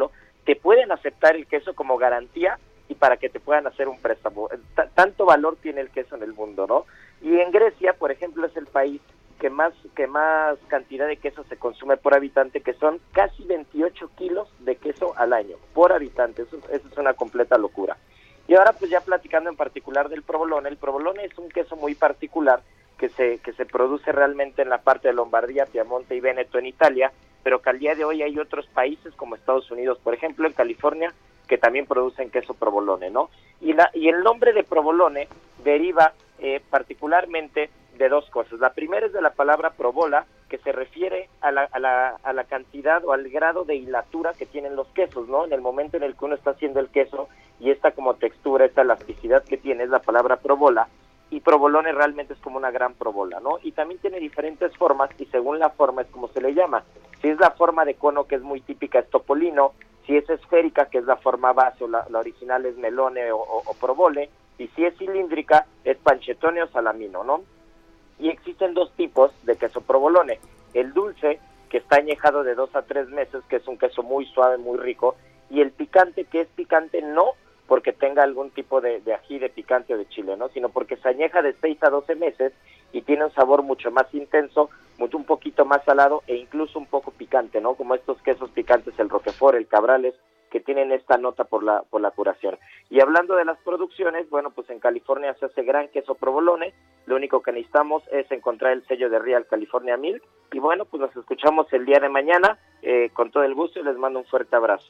te pueden aceptar el queso como garantía y para que te puedan hacer un préstamo. Tanto valor tiene el queso en el mundo, ¿no? Y en Grecia, por ejemplo, es el país que más cantidad de queso se consume por habitante, que son casi 28 kilos de queso al año, por habitante. Eso es una completa locura. Y ahora, pues ya platicando en particular del provolone, el provolone es un queso muy particular que se produce realmente en la parte de Lombardía, Piamonte y Véneto en Italia, pero que al día de hoy hay otros países como Estados Unidos, por ejemplo, en California, que también producen queso provolone, ¿no? Y el nombre de provolone deriva particularmente de dos cosas. La primera es de la palabra provola, que se refiere a la cantidad o al grado de hilatura que tienen los quesos, ¿no? En el momento en el que uno está haciendo el queso y esta como textura, esta elasticidad que tiene es la palabra provola, y provolone realmente es como una gran provola, ¿no? Y también tiene diferentes formas y según la forma es como se le llama. Si es la forma de cono, que es muy típica, es topolino. Si es esférica, que es la forma base, o la original es melone o provole, y si es cilíndrica, es panchetone o salamino, ¿no? Y existen dos tipos de queso provolone. El dulce, que está añejado de 2 a 3 meses, que es un queso muy suave, muy rico, y el picante, que es picante no porque tenga algún tipo de ají, de picante o de chile, ¿no? Sino porque se añeja de 6 a 12 meses y tiene un sabor mucho más intenso, un poquito más salado e incluso un poco picante, ¿no? Como estos quesos picantes, el Roquefort, el Cabrales, que tienen esta nota por la curación. Y hablando de las producciones, bueno, pues en California se hace gran queso provolone. Lo único que necesitamos es encontrar el sello de Real California Milk. Y bueno, pues nos escuchamos el día de mañana con todo el gusto y les mando un fuerte abrazo.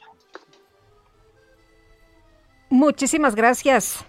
Muchísimas gracias.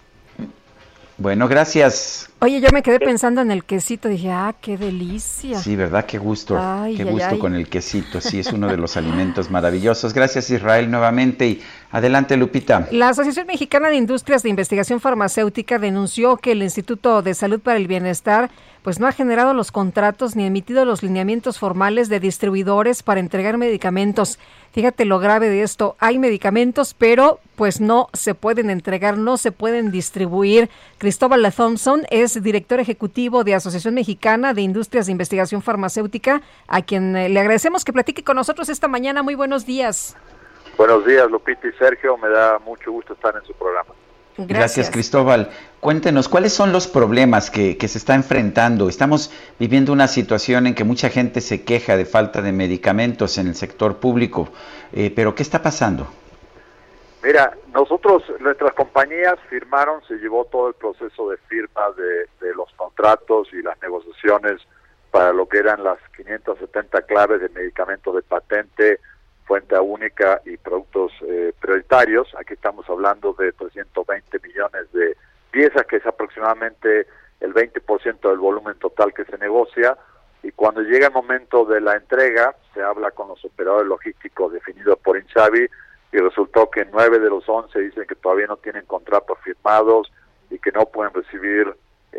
Bueno, gracias. Oye, yo me quedé pensando en el quesito, dije, qué delicia. Sí, ¿verdad? Qué gusto, ay, con el quesito, sí, es uno de los alimentos maravillosos. Gracias, Israel, nuevamente, y adelante, Lupita. La Asociación Mexicana de Industrias de Investigación Farmacéutica denunció que el Instituto de Salud para el Bienestar pues no ha generado los contratos ni emitido los lineamientos formales de distribuidores para entregar medicamentos. Fíjate lo grave de esto, hay medicamentos, pero pues no se pueden entregar, no se pueden distribuir. Cristóbal Thompson es director ejecutivo de Asociación Mexicana de Industrias de Investigación Farmacéutica, a quien le agradecemos que platique con nosotros esta mañana. Muy buenos días. Buenos días, Lupita y Sergio, me da mucho gusto estar en su programa. Gracias, Cristóbal. Cuéntenos, ¿cuáles son los problemas que se está enfrentando? Estamos viviendo una situación en que mucha gente se queja de falta de medicamentos en el sector público, pero ¿qué está pasando? Mira, nuestras compañías firmaron, se llevó todo el proceso de firma de los contratos y las negociaciones para lo que eran las 570 claves de medicamentos de patente, fuente única y productos prioritarios. Aquí estamos hablando de 320 millones de piezas, que es aproximadamente el 20% del volumen total que se negocia, y cuando llega el momento de la entrega, se habla con los operadores logísticos definidos por INSABI, y resultó que 9 de los 11 dicen que todavía no tienen contratos firmados y que no pueden recibir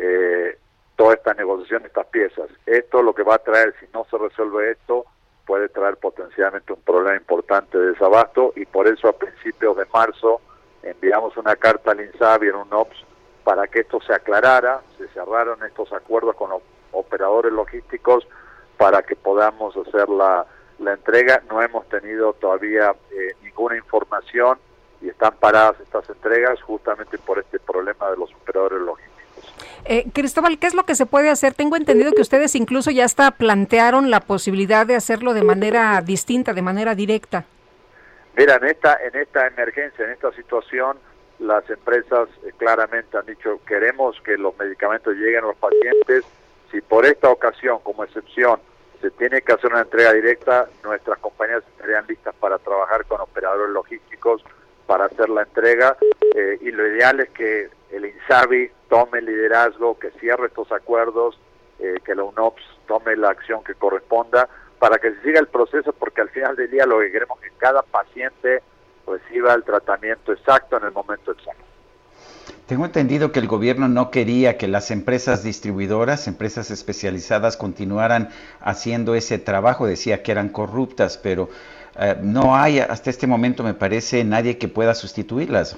toda esta negociación, estas piezas. Esto lo que va a traer, si no se resuelve esto, puede traer potencialmente un problema importante de desabasto, y por eso a principios de marzo enviamos una carta al INSABI en un OPS para que esto se aclarara, se cerraron estos acuerdos con los operadores logísticos para que podamos hacer la entrega. No hemos tenido todavía ninguna información y están paradas estas entregas justamente por este problema de los operadores logísticos. Cristóbal, ¿qué es lo que se puede hacer? Tengo entendido que ustedes incluso ya hasta plantearon la posibilidad de hacerlo de manera distinta, de manera directa. Mira, en esta emergencia, en esta situación, las empresas claramente han dicho, queremos que los medicamentos lleguen a los pacientes. Si por esta ocasión, como excepción, se tiene que hacer una entrega directa, nuestras compañías estarían listas para trabajar con operadores logísticos para hacer la entrega, y lo ideal es que el INSABI tome el liderazgo, que cierre estos acuerdos, que la UNOPS tome la acción que corresponda para que se siga el proceso, porque al final del día lo que queremos es que cada paciente reciba el tratamiento exacto en el momento exacto. Tengo entendido que el gobierno no quería que las empresas distribuidoras, empresas especializadas, continuaran haciendo ese trabajo, decía que eran corruptas, pero no hay hasta este momento, me parece, nadie que pueda sustituirlas.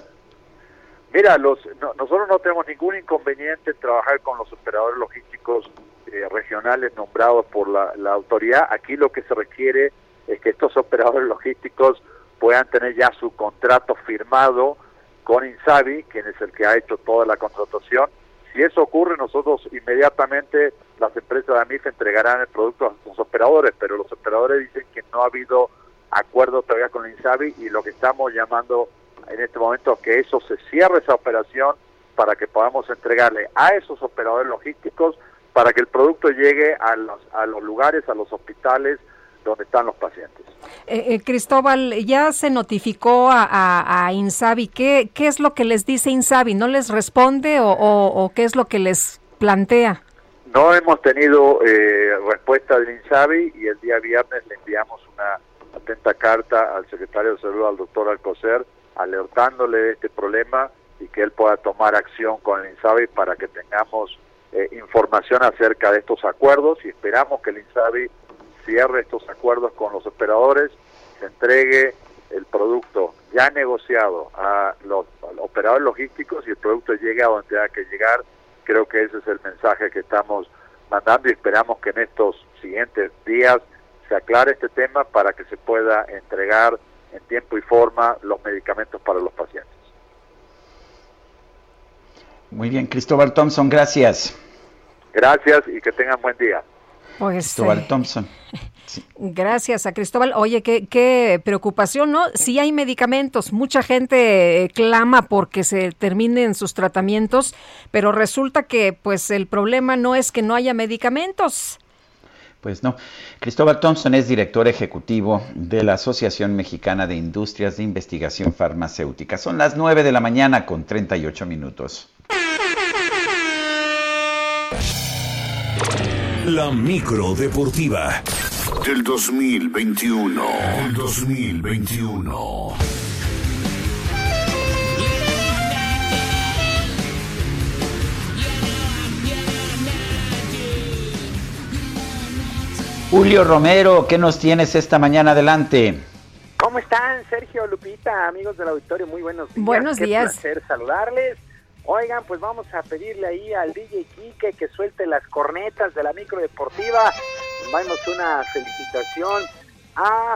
Mira, nosotros no tenemos ningún inconveniente en trabajar con los operadores logísticos regionales nombrados por la autoridad. Aquí lo que se requiere es que estos operadores logísticos puedan tener ya su contrato firmado con Insabi, quien es el que ha hecho toda la contratación. Si eso ocurre, nosotros inmediatamente, las empresas de AMIF entregarán el producto a los operadores, pero los operadores dicen que no ha habido acuerdo todavía con Insabi, y lo que estamos llamando en este momento es que eso se cierre, esa operación, para que podamos entregarle a esos operadores logísticos para que el producto llegue a los lugares, a los hospitales donde están los pacientes. Cristóbal, ya se notificó a Insabi. ¿Qué es lo que les dice Insabi? ¿No les responde o qué es lo que les plantea? No hemos tenido respuesta del Insabi, y el día viernes le enviamos una atenta carta al secretario de Salud, al doctor Alcocer, alertándole de este problema y que él pueda tomar acción con el Insabi para que tengamos información acerca de estos acuerdos, y esperamos que el Insabi cierre estos acuerdos con los operadores, se entregue el producto ya negociado a los operadores logísticos y el producto llegue a donde tenga que llegar. Creo que ese es el mensaje que estamos mandando, y esperamos que en estos siguientes días se aclare este tema para que se pueda entregar en tiempo y forma los medicamentos para los pacientes. Muy bien, Cristóbal Thompson, gracias. Gracias y que tengan buen día. Pues, Cristóbal Thompson. Sí. Gracias a Cristóbal. Oye, qué preocupación, ¿no? Sí hay medicamentos, mucha gente clama porque se terminen sus tratamientos, pero resulta que pues el problema no es que no haya medicamentos. Pues no. Cristóbal Thompson es director ejecutivo de la Asociación Mexicana de Industrias de Investigación Farmacéutica. Son las 9 de la mañana con 38 minutos. La micro deportiva del 2021. El 2021. Julio Romero, ¿qué nos tienes esta mañana? Adelante. ¿Cómo están, Sergio, Lupita, amigos del auditorio? Muy buenos días. Buenos días. Qué placer saludarles. Oigan, pues vamos a pedirle ahí al DJ Quique que suelte las cornetas de la micro deportiva. Mandamos una felicitación a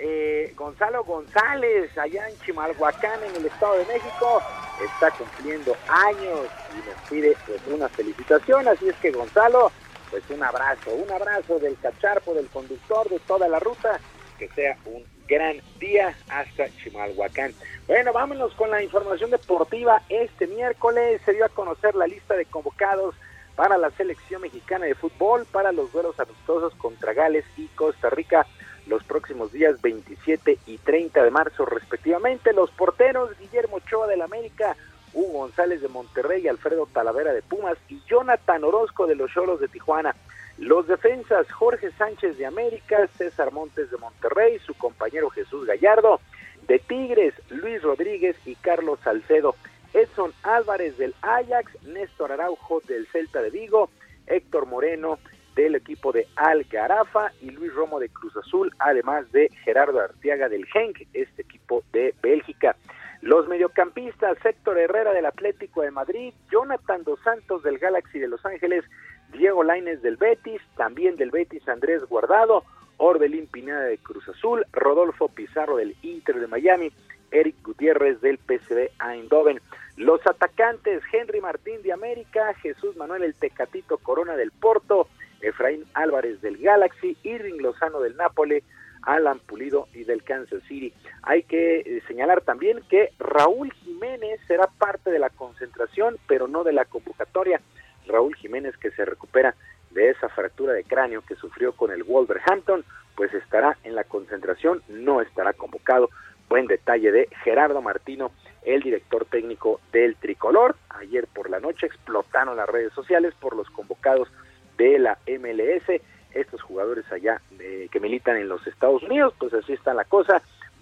Gonzalo González, allá en Chimalhuacán, en el Estado de México. Está cumpliendo años y nos pide pues una felicitación. Así es que, Gonzalo, pues un abrazo del cacharpo, del conductor, de toda la ruta. Que sea un gran día hasta Chimalhuacán. Bueno, vámonos con la información deportiva. Este miércoles se dio a conocer la lista de convocados para la selección mexicana de fútbol para los duelos amistosos contra Gales y Costa Rica los próximos días 27 y 30 de marzo respectivamente. Los porteros: Guillermo Ochoa del América, Hugo González de Monterrey, Alfredo Talavera de Pumas y Jonathan Orozco de los Xolos de Tijuana. Los defensas: Jorge Sánchez de América, César Montes de Monterrey, su compañero Jesús Gallardo. De Tigres: Luis Rodríguez y Carlos Salcedo. Edson Álvarez del Ajax, Néstor Araujo del Celta de Vigo, Héctor Moreno del equipo de Al Gharafa y Luis Romo de Cruz Azul, además de Gerardo Arteaga del Genk, este equipo de Bélgica. Los mediocampistas: Héctor Herrera del Atlético de Madrid, Jonathan Dos Santos del Galaxy de Los Ángeles, Diego Lainez del Betis, también del Betis Andrés Guardado, Orbelín Pineda de Cruz Azul, Rodolfo Pizarro del Inter de Miami, Eric Gutiérrez del PSV Eindhoven. Los atacantes: Henry Martín de América, Jesús Manuel el Tecatito Corona del Porto, Efraín Álvarez del Galaxy, Irving Lozano del Nápoles, Alan Pulido y del Kansas City. Hay que señalar también que Raúl Jiménez será parte de la concentración, pero no de la convocatoria. Raúl Jiménez, que se recupera de esa fractura de cráneo que sufrió con el Wolverhampton, pues estará en la concentración, no estará convocado. Buen detalle de Gerardo Martino, el director técnico del Tricolor. Ayer por la noche explotaron las redes sociales por los convocados de la MLS, estos jugadores allá que militan en los Estados Unidos. Pues así está la cosa: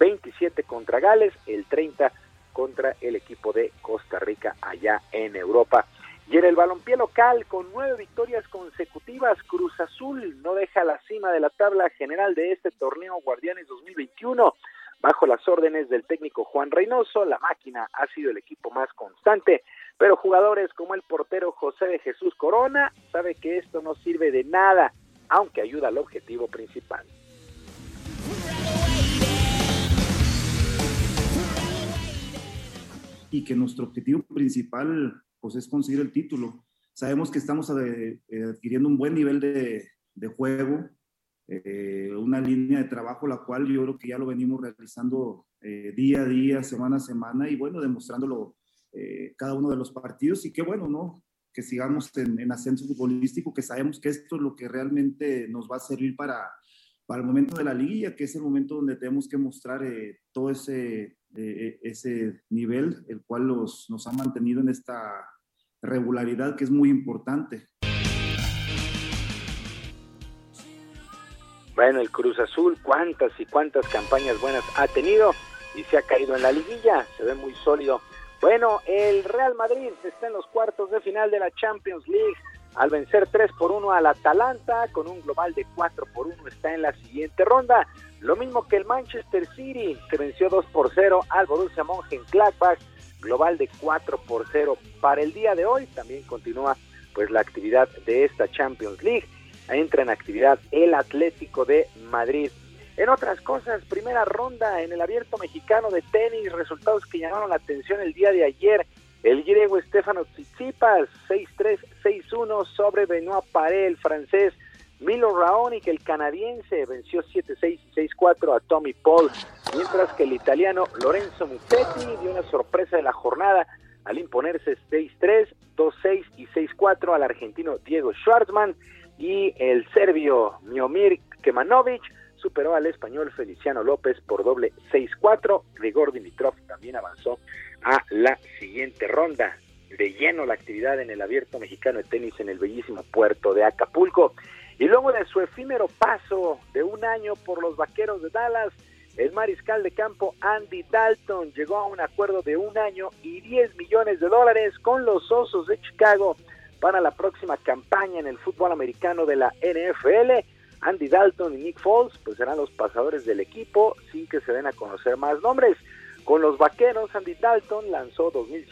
27 contra Gales, el 30 contra el equipo de Costa Rica allá en Europa. Y en el balompié local, con 9 victorias consecutivas, Cruz Azul no deja la cima de la tabla general de este torneo Guardianes 2021. Bajo las órdenes del técnico Juan Reynoso, la máquina ha sido el equipo más constante, pero jugadores como el portero José de Jesús Corona sabe que esto no sirve de nada, aunque ayuda al objetivo principal. y que nuestro objetivo principal pues es conseguir el título. Sabemos que estamos adquiriendo un buen nivel de juego, una línea de trabajo la cual yo creo que ya lo venimos realizando día a día, semana a semana, y bueno, demostrándolo cada uno de los partidos, y qué bueno, ¿no? Que sigamos en ascenso futbolístico, que sabemos que esto es lo que realmente nos va a servir para el momento de la liguilla, que es el momento donde tenemos que mostrar todo ese nivel, el cual nos ha mantenido en esta regularidad que es muy importante. Bueno, el Cruz Azul, cuántas y cuántas campañas buenas ha tenido y se ha caído en la liguilla, se ve muy sólido. Bueno, el Real Madrid está en los cuartos de final de la Champions League al vencer 3-1 al Atalanta, con un global de 4-1 está en la siguiente ronda. Lo mismo que el Manchester City, que venció 2-0 al Borussia Mönchengladbach, global de 4-0. Para el día de hoy también continúa pues la actividad de esta Champions League. Entra en actividad el Atlético de Madrid. En otras cosas, primera ronda en el Abierto Mexicano de tenis, resultados que llamaron la atención el día de ayer. El griego Stefano Tsitsipas, 6-3, 6-1 sobre Benoit Paire, el francés. Milo Raonic, el canadiense, venció 7-6 y 6-4 a Tommy Paul, mientras que el italiano Lorenzo Musetti dio una sorpresa de la jornada al imponerse 6-3, 2-6 y 6-4 al argentino Diego Schwartzman, y el serbio Miomir Kemanovic superó al español Feliciano López por doble 6-4. Grigor Dimitrov también avanzó a la siguiente ronda. De lleno la actividad en el Abierto Mexicano de tenis en el bellísimo puerto de Acapulco. Y luego de su efímero paso de un año por los Vaqueros de Dallas, el mariscal de campo Andy Dalton llegó a un acuerdo de un año y $10 millones con los Osos de Chicago para la próxima campaña en el fútbol americano de la NFL. Andy Dalton y Nick Foles pues serán los pasadores del equipo, sin que se den a conocer más nombres. Con los Vaqueros, Andy Dalton lanzó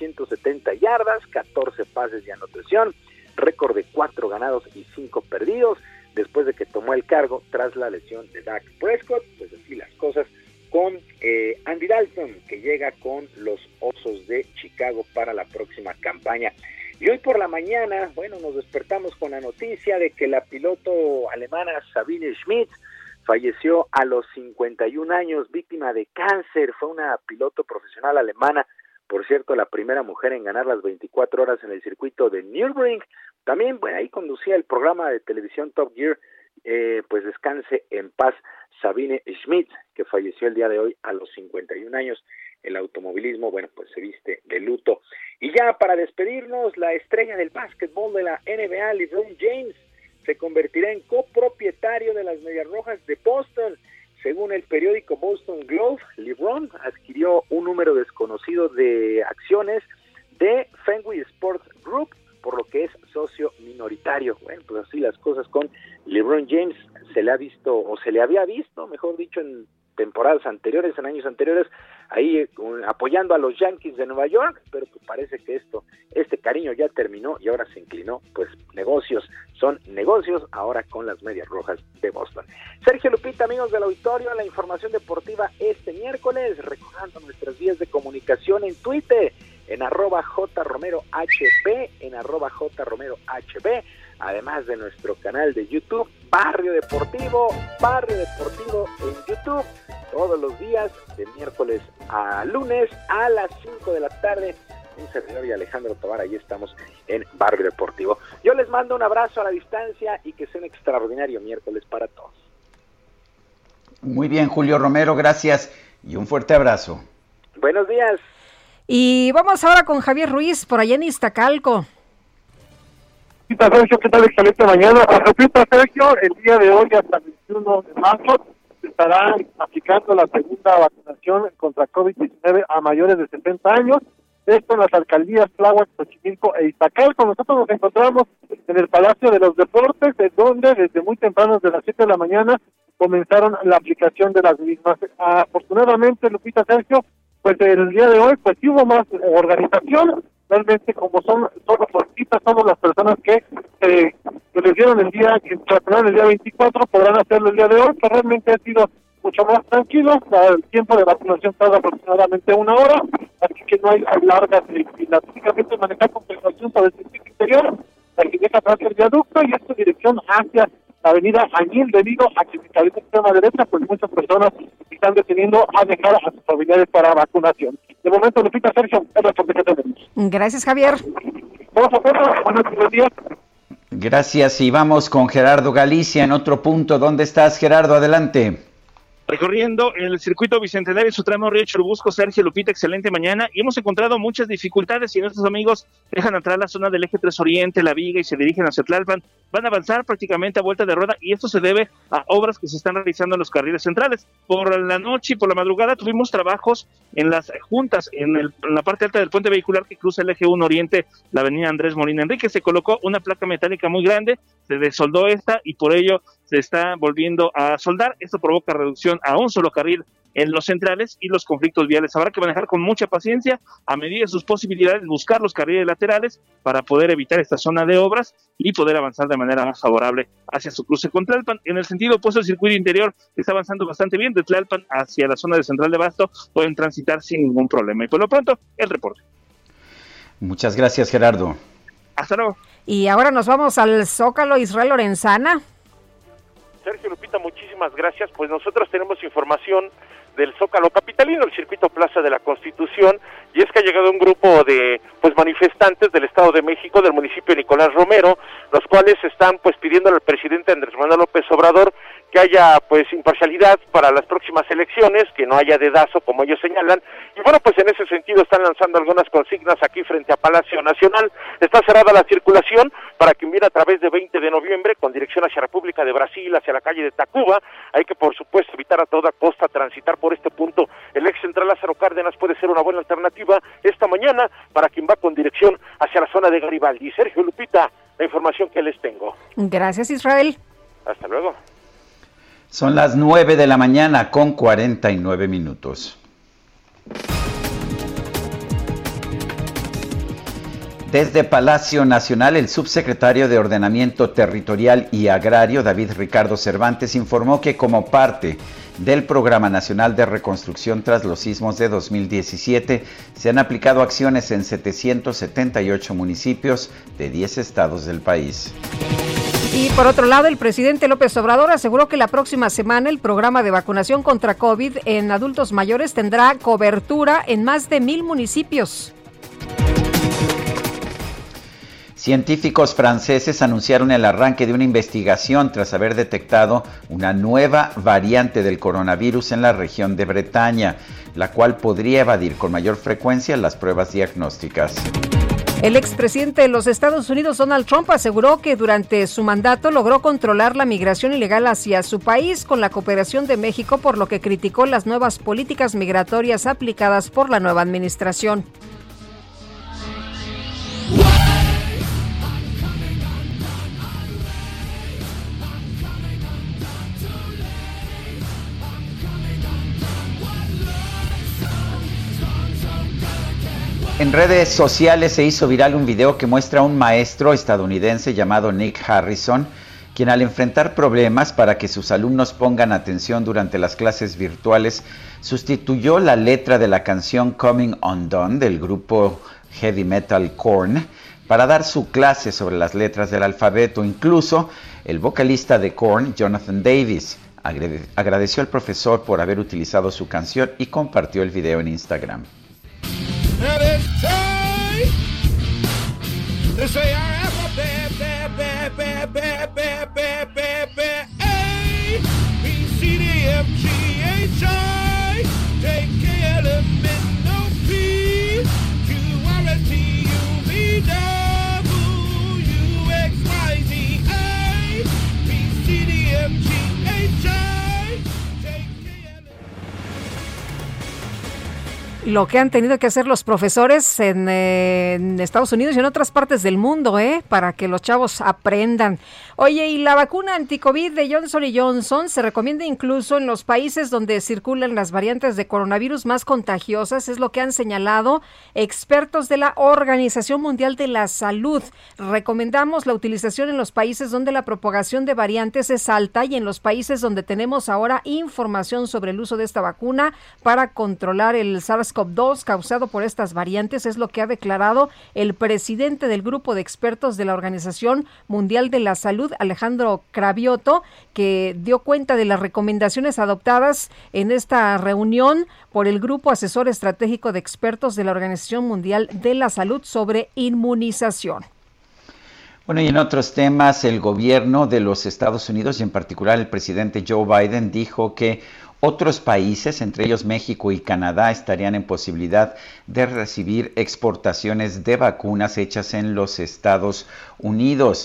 2.170 yardas, 14 pases de anotación, récord de 4 ganados y 5 perdidos, después de que tomó el cargo tras la lesión de Dak Prescott. Pues así las cosas con Andy Dalton, que llega con los Osos de Chicago para la próxima campaña. Y hoy por la mañana, bueno, nos despertamos con la noticia de que la piloto alemana Sabine Schmidt falleció a los 51 años, víctima de cáncer. Fue una piloto profesional alemana, por cierto, la primera mujer en ganar las 24 horas en el circuito de Nürburgring. También, bueno, ahí conducía el programa de televisión Top Gear. Pues descanse en paz Sabine Schmidt, que falleció el día de hoy a los 51 años. El automovilismo, bueno, pues se viste de luto. Y ya para despedirnos, la estrella del básquetbol de la NBA, LeBron James, se convertirá en copropietario de las Medias Rojas de Boston. Según el periódico Boston Globe, LeBron adquirió un número desconocido de acciones de Fenway Sports Group, por lo que es socio minoritario. Bueno, pues así las cosas con LeBron James. Se le ha visto, o se le había visto, mejor dicho, en temporadas anteriores, en años anteriores, ahí apoyando a los Yankees de Nueva York, pero pues parece que este cariño ya terminó y ahora se inclinó, pues negocios son negocios ahora con las Medias Rojas de Boston. Sergio, Lupita, amigos del auditorio, la información deportiva este miércoles, recordando nuestras vías de comunicación en Twitter, en @jromerohb, en @jromerohb, además de nuestro canal de YouTube, Barrio Deportivo en YouTube, todos los días, de miércoles a lunes, a las 5 de la tarde, un servidor y Alejandro Tovar, ahí estamos en Barrio Deportivo. Yo les mando un abrazo a la distancia y que sea un extraordinario miércoles para todos. Muy bien, Julio Romero, gracias y un fuerte abrazo. Buenos días. Y vamos ahora con Javier Ruiz, por allá en Iztacalco. Sergio, ¿qué tal? Excelente mañana. Repito, Sergio, el día de hoy hasta el 21 de marzo se estará aplicando la segunda vacunación contra COVID-19 a mayores de 70 años. Esto en las alcaldías Tláhuac, Xochimilco e Iztacalco. Nosotros nos encontramos en el Palacio de los Deportes, en donde desde muy temprano, desde las 7 de la mañana, comenzaron la aplicación de las mismas. Afortunadamente, Lupita, Sergio, pues el día de hoy pues sí hubo más organización. Realmente, como son deportistas, somos las personas que les dieron el día 24, podrán hacerlo el día de hoy, pero realmente ha sido mucho más tranquilo. El tiempo de vacunación tarda aproximadamente 1 hora, así que no hay largas filas. Únicamente manejar con precaución sobre el circuito interior, la que deja atrás el viaducto y esta dirección hacia la avenida Añil, debido a que se establece extrema derecha, pues muchas personas están deteniendo a dejar a sus familiares para vacunación. De momento, Lupita, Sergio, el reporte que tenemos. Gracias, Javier. Vamos a hacerlo. Buenos días. Gracias, y vamos con Gerardo Galicia en otro punto. ¿Dónde estás, Gerardo? Adelante. Recorriendo el circuito bicentenario, su tramo Río Churubusco. Sergio, Lupita, excelente mañana, y hemos encontrado muchas dificultades y nuestros amigos dejan atrás la zona del eje 3 Oriente, La Viga, y se dirigen hacia Tlalpan. Van a avanzar prácticamente a vuelta de rueda, y esto se debe a obras que se están realizando en los carriles centrales. Por la noche y por la madrugada tuvimos trabajos en las juntas, en la parte alta del puente vehicular que cruza el eje 1 Oriente, la avenida Andrés Molina Enrique. Se colocó una placa metálica muy grande, se desoldó esta y por ello se está volviendo a soldar. Esto provoca reducción a un solo carril en los centrales y los conflictos viales. Habrá que manejar con mucha paciencia, a medida de sus posibilidades, buscar los carriles laterales para poder evitar esta zona de obras y poder avanzar de manera más favorable hacia su cruce con Tlalpan. En el sentido opuesto, el circuito interior está avanzando bastante bien. De Tlalpan hacia la zona de Central de Abasto pueden transitar sin ningún problema. Y por lo pronto, el reporte. Muchas gracias, Gerardo. Hasta luego. Y ahora nos vamos al Zócalo. Israel Lorenzana. Sergio, Lupita, muchísimas gracias. Pues nosotros tenemos información del Zócalo capitalino, el circuito Plaza de la Constitución, y es que ha llegado un grupo de manifestantes del Estado de México, del municipio de Nicolás Romero, los cuales están pidiendo al presidente Andrés Manuel López Obrador que haya imparcialidad para las próximas elecciones, que no haya dedazo como ellos señalan, y bueno, en ese sentido están lanzando algunas consignas aquí frente a Palacio Nacional. Está cerrada la circulación para quien viene a través de 20 de noviembre con dirección hacia República de Brasil, hacia la calle de Tacuba. Hay que por supuesto evitar a toda costa transitar por este punto. El ex central Lázaro Cárdenas puede ser una buena alternativa esta mañana para quien va con dirección hacia la zona de Garibaldi. Sergio, Lupita, la información que les tengo. Gracias, Israel. Hasta luego. Son las 9 de la mañana con 49 minutos. Desde Palacio Nacional, el subsecretario de Ordenamiento Territorial y Agrario, David Ricardo Cervantes, informó que como parte del Programa Nacional de Reconstrucción tras los sismos de 2017, se han aplicado acciones en 778 municipios de 10 estados del país. Y por otro lado, el presidente López Obrador aseguró que la próxima semana el programa de vacunación contra COVID en adultos mayores tendrá cobertura en más de 1,000 municipios. Científicos franceses anunciaron el arranque de una investigación tras haber detectado una nueva variante del coronavirus en la región de Bretaña, la cual podría evadir con mayor frecuencia las pruebas diagnósticas. El expresidente de los Estados Unidos, Donald Trump, aseguró que durante su mandato logró controlar la migración ilegal hacia su país con la cooperación de México, por lo que criticó las nuevas políticas migratorias aplicadas por la nueva administración. En redes sociales se hizo viral un video que muestra a un maestro estadounidense llamado Nick Harrison, quien al enfrentar problemas para que sus alumnos pongan atención durante las clases virtuales, sustituyó la letra de la canción Coming Undone del grupo heavy metal Korn para dar su clase sobre las letras del alfabeto. Incluso el vocalista de Korn, Jonathan Davis, agradeció al profesor por haber utilizado su canción y compartió el video en Instagram. Now it's time to say our alphabet, A, B, C, D, F, G, H, I, J, K, L, M, N, O, P, Q, R, S, T, U, V, W, X, Y, Z, A, B, C, D, F, G, H, I, J, K, L, M. Lo que han tenido que hacer los profesores en Estados Unidos y en otras partes del mundo, para que los chavos aprendan. Oye, y la vacuna anti-COVID de Johnson & Johnson se recomienda incluso en los países donde circulan las variantes de coronavirus más contagiosas, es lo que han señalado expertos de la Organización Mundial de la Salud. Recomendamos la utilización en los países donde la propagación de variantes es alta y en los países donde tenemos ahora información sobre el uso de esta vacuna para controlar el SARS-CoV-2 causado por estas variantes, es lo que ha declarado el presidente del grupo de expertos de la Organización Mundial de la Salud, Alejandro Cravioto, que dio cuenta de las recomendaciones adoptadas en esta reunión por el Grupo Asesor Estratégico de Expertos de la Organización Mundial de la Salud sobre inmunización. Bueno, y en otros temas, el gobierno de los Estados Unidos y en particular el presidente Joe Biden dijo que otros países, entre ellos México y Canadá, estarían en posibilidad de recibir exportaciones de vacunas hechas en los Estados Unidos.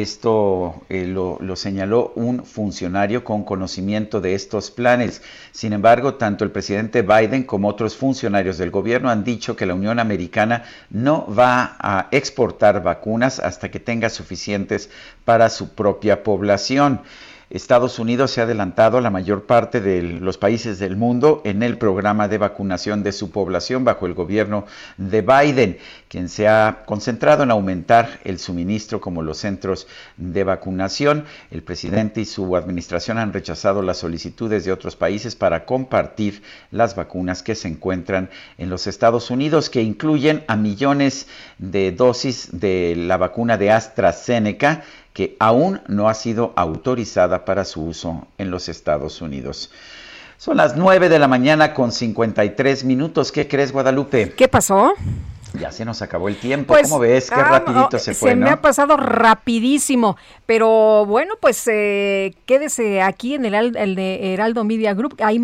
Esto lo señaló un funcionario con conocimiento de estos planes. Sin embargo, tanto el presidente Biden como otros funcionarios del gobierno han dicho que la Unión Americana no va a exportar vacunas hasta que tenga suficientes para su propia población. Estados Unidos se ha adelantado a la mayor parte de los países del mundo en el programa de vacunación de su población bajo el gobierno de Biden, quien se ha concentrado en aumentar el suministro como los centros de vacunación. El presidente y su administración han rechazado las solicitudes de otros países para compartir las vacunas que se encuentran en los Estados Unidos, que incluyen a millones de dosis de la vacuna de AstraZeneca, que aún no ha sido autorizada para su uso en los Estados Unidos. Son las 9 de la mañana con 53 minutos. ¿Qué crees, Guadalupe? ¿Qué pasó? Ya se nos acabó el tiempo. Pues, ¿cómo ves? Qué rapidito se fue, ¿no? Se me ha pasado rapidísimo. Pero bueno, pues quédese aquí en el Heraldo Media Group. Hay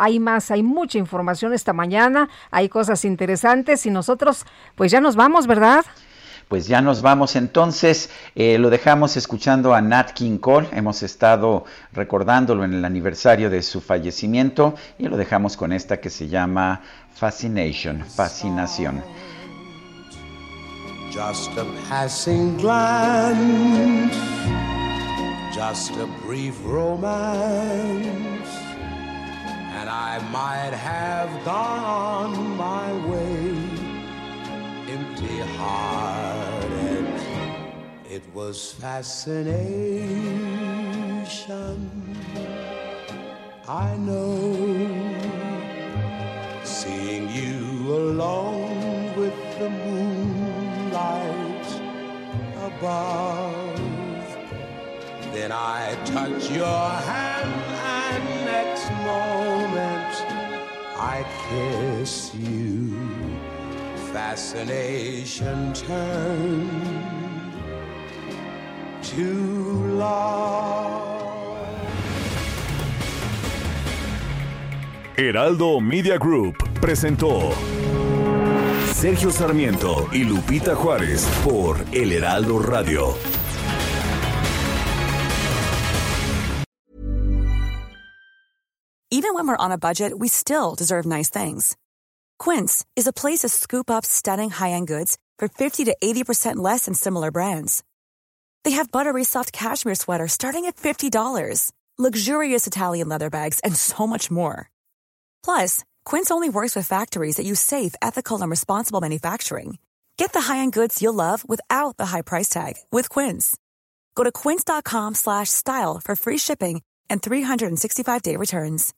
mucha información esta mañana. Hay cosas interesantes y nosotros pues ya nos vamos, ¿verdad? Pues ya nos vamos entonces, lo dejamos escuchando a Nat King Cole, hemos estado recordándolo en el aniversario de su fallecimiento y lo dejamos con esta que se llama Fascination, Fascinación. Just a passing glance, just a brief romance, and I might have gone my way. Empty-hearted, it was fascination. I know, seeing you alone with the moonlight above. Then I touch your hand and next moment I kiss you. Fascination turned to love. Heraldo Media Group presentó Sergio Sarmiento y Lupita Juárez por El Heraldo Radio. Even when we're on a budget, we still deserve nice things. Quince is a place to scoop up stunning high-end goods for 50 to 80% less than similar brands. They have buttery soft cashmere sweaters starting at $50, luxurious Italian leather bags, and so much more. Plus, Quince only works with factories that use safe, ethical, and responsible manufacturing. Get the high-end goods you'll love without the high price tag with Quince. Go to quince.com/style for free shipping and 365-day returns.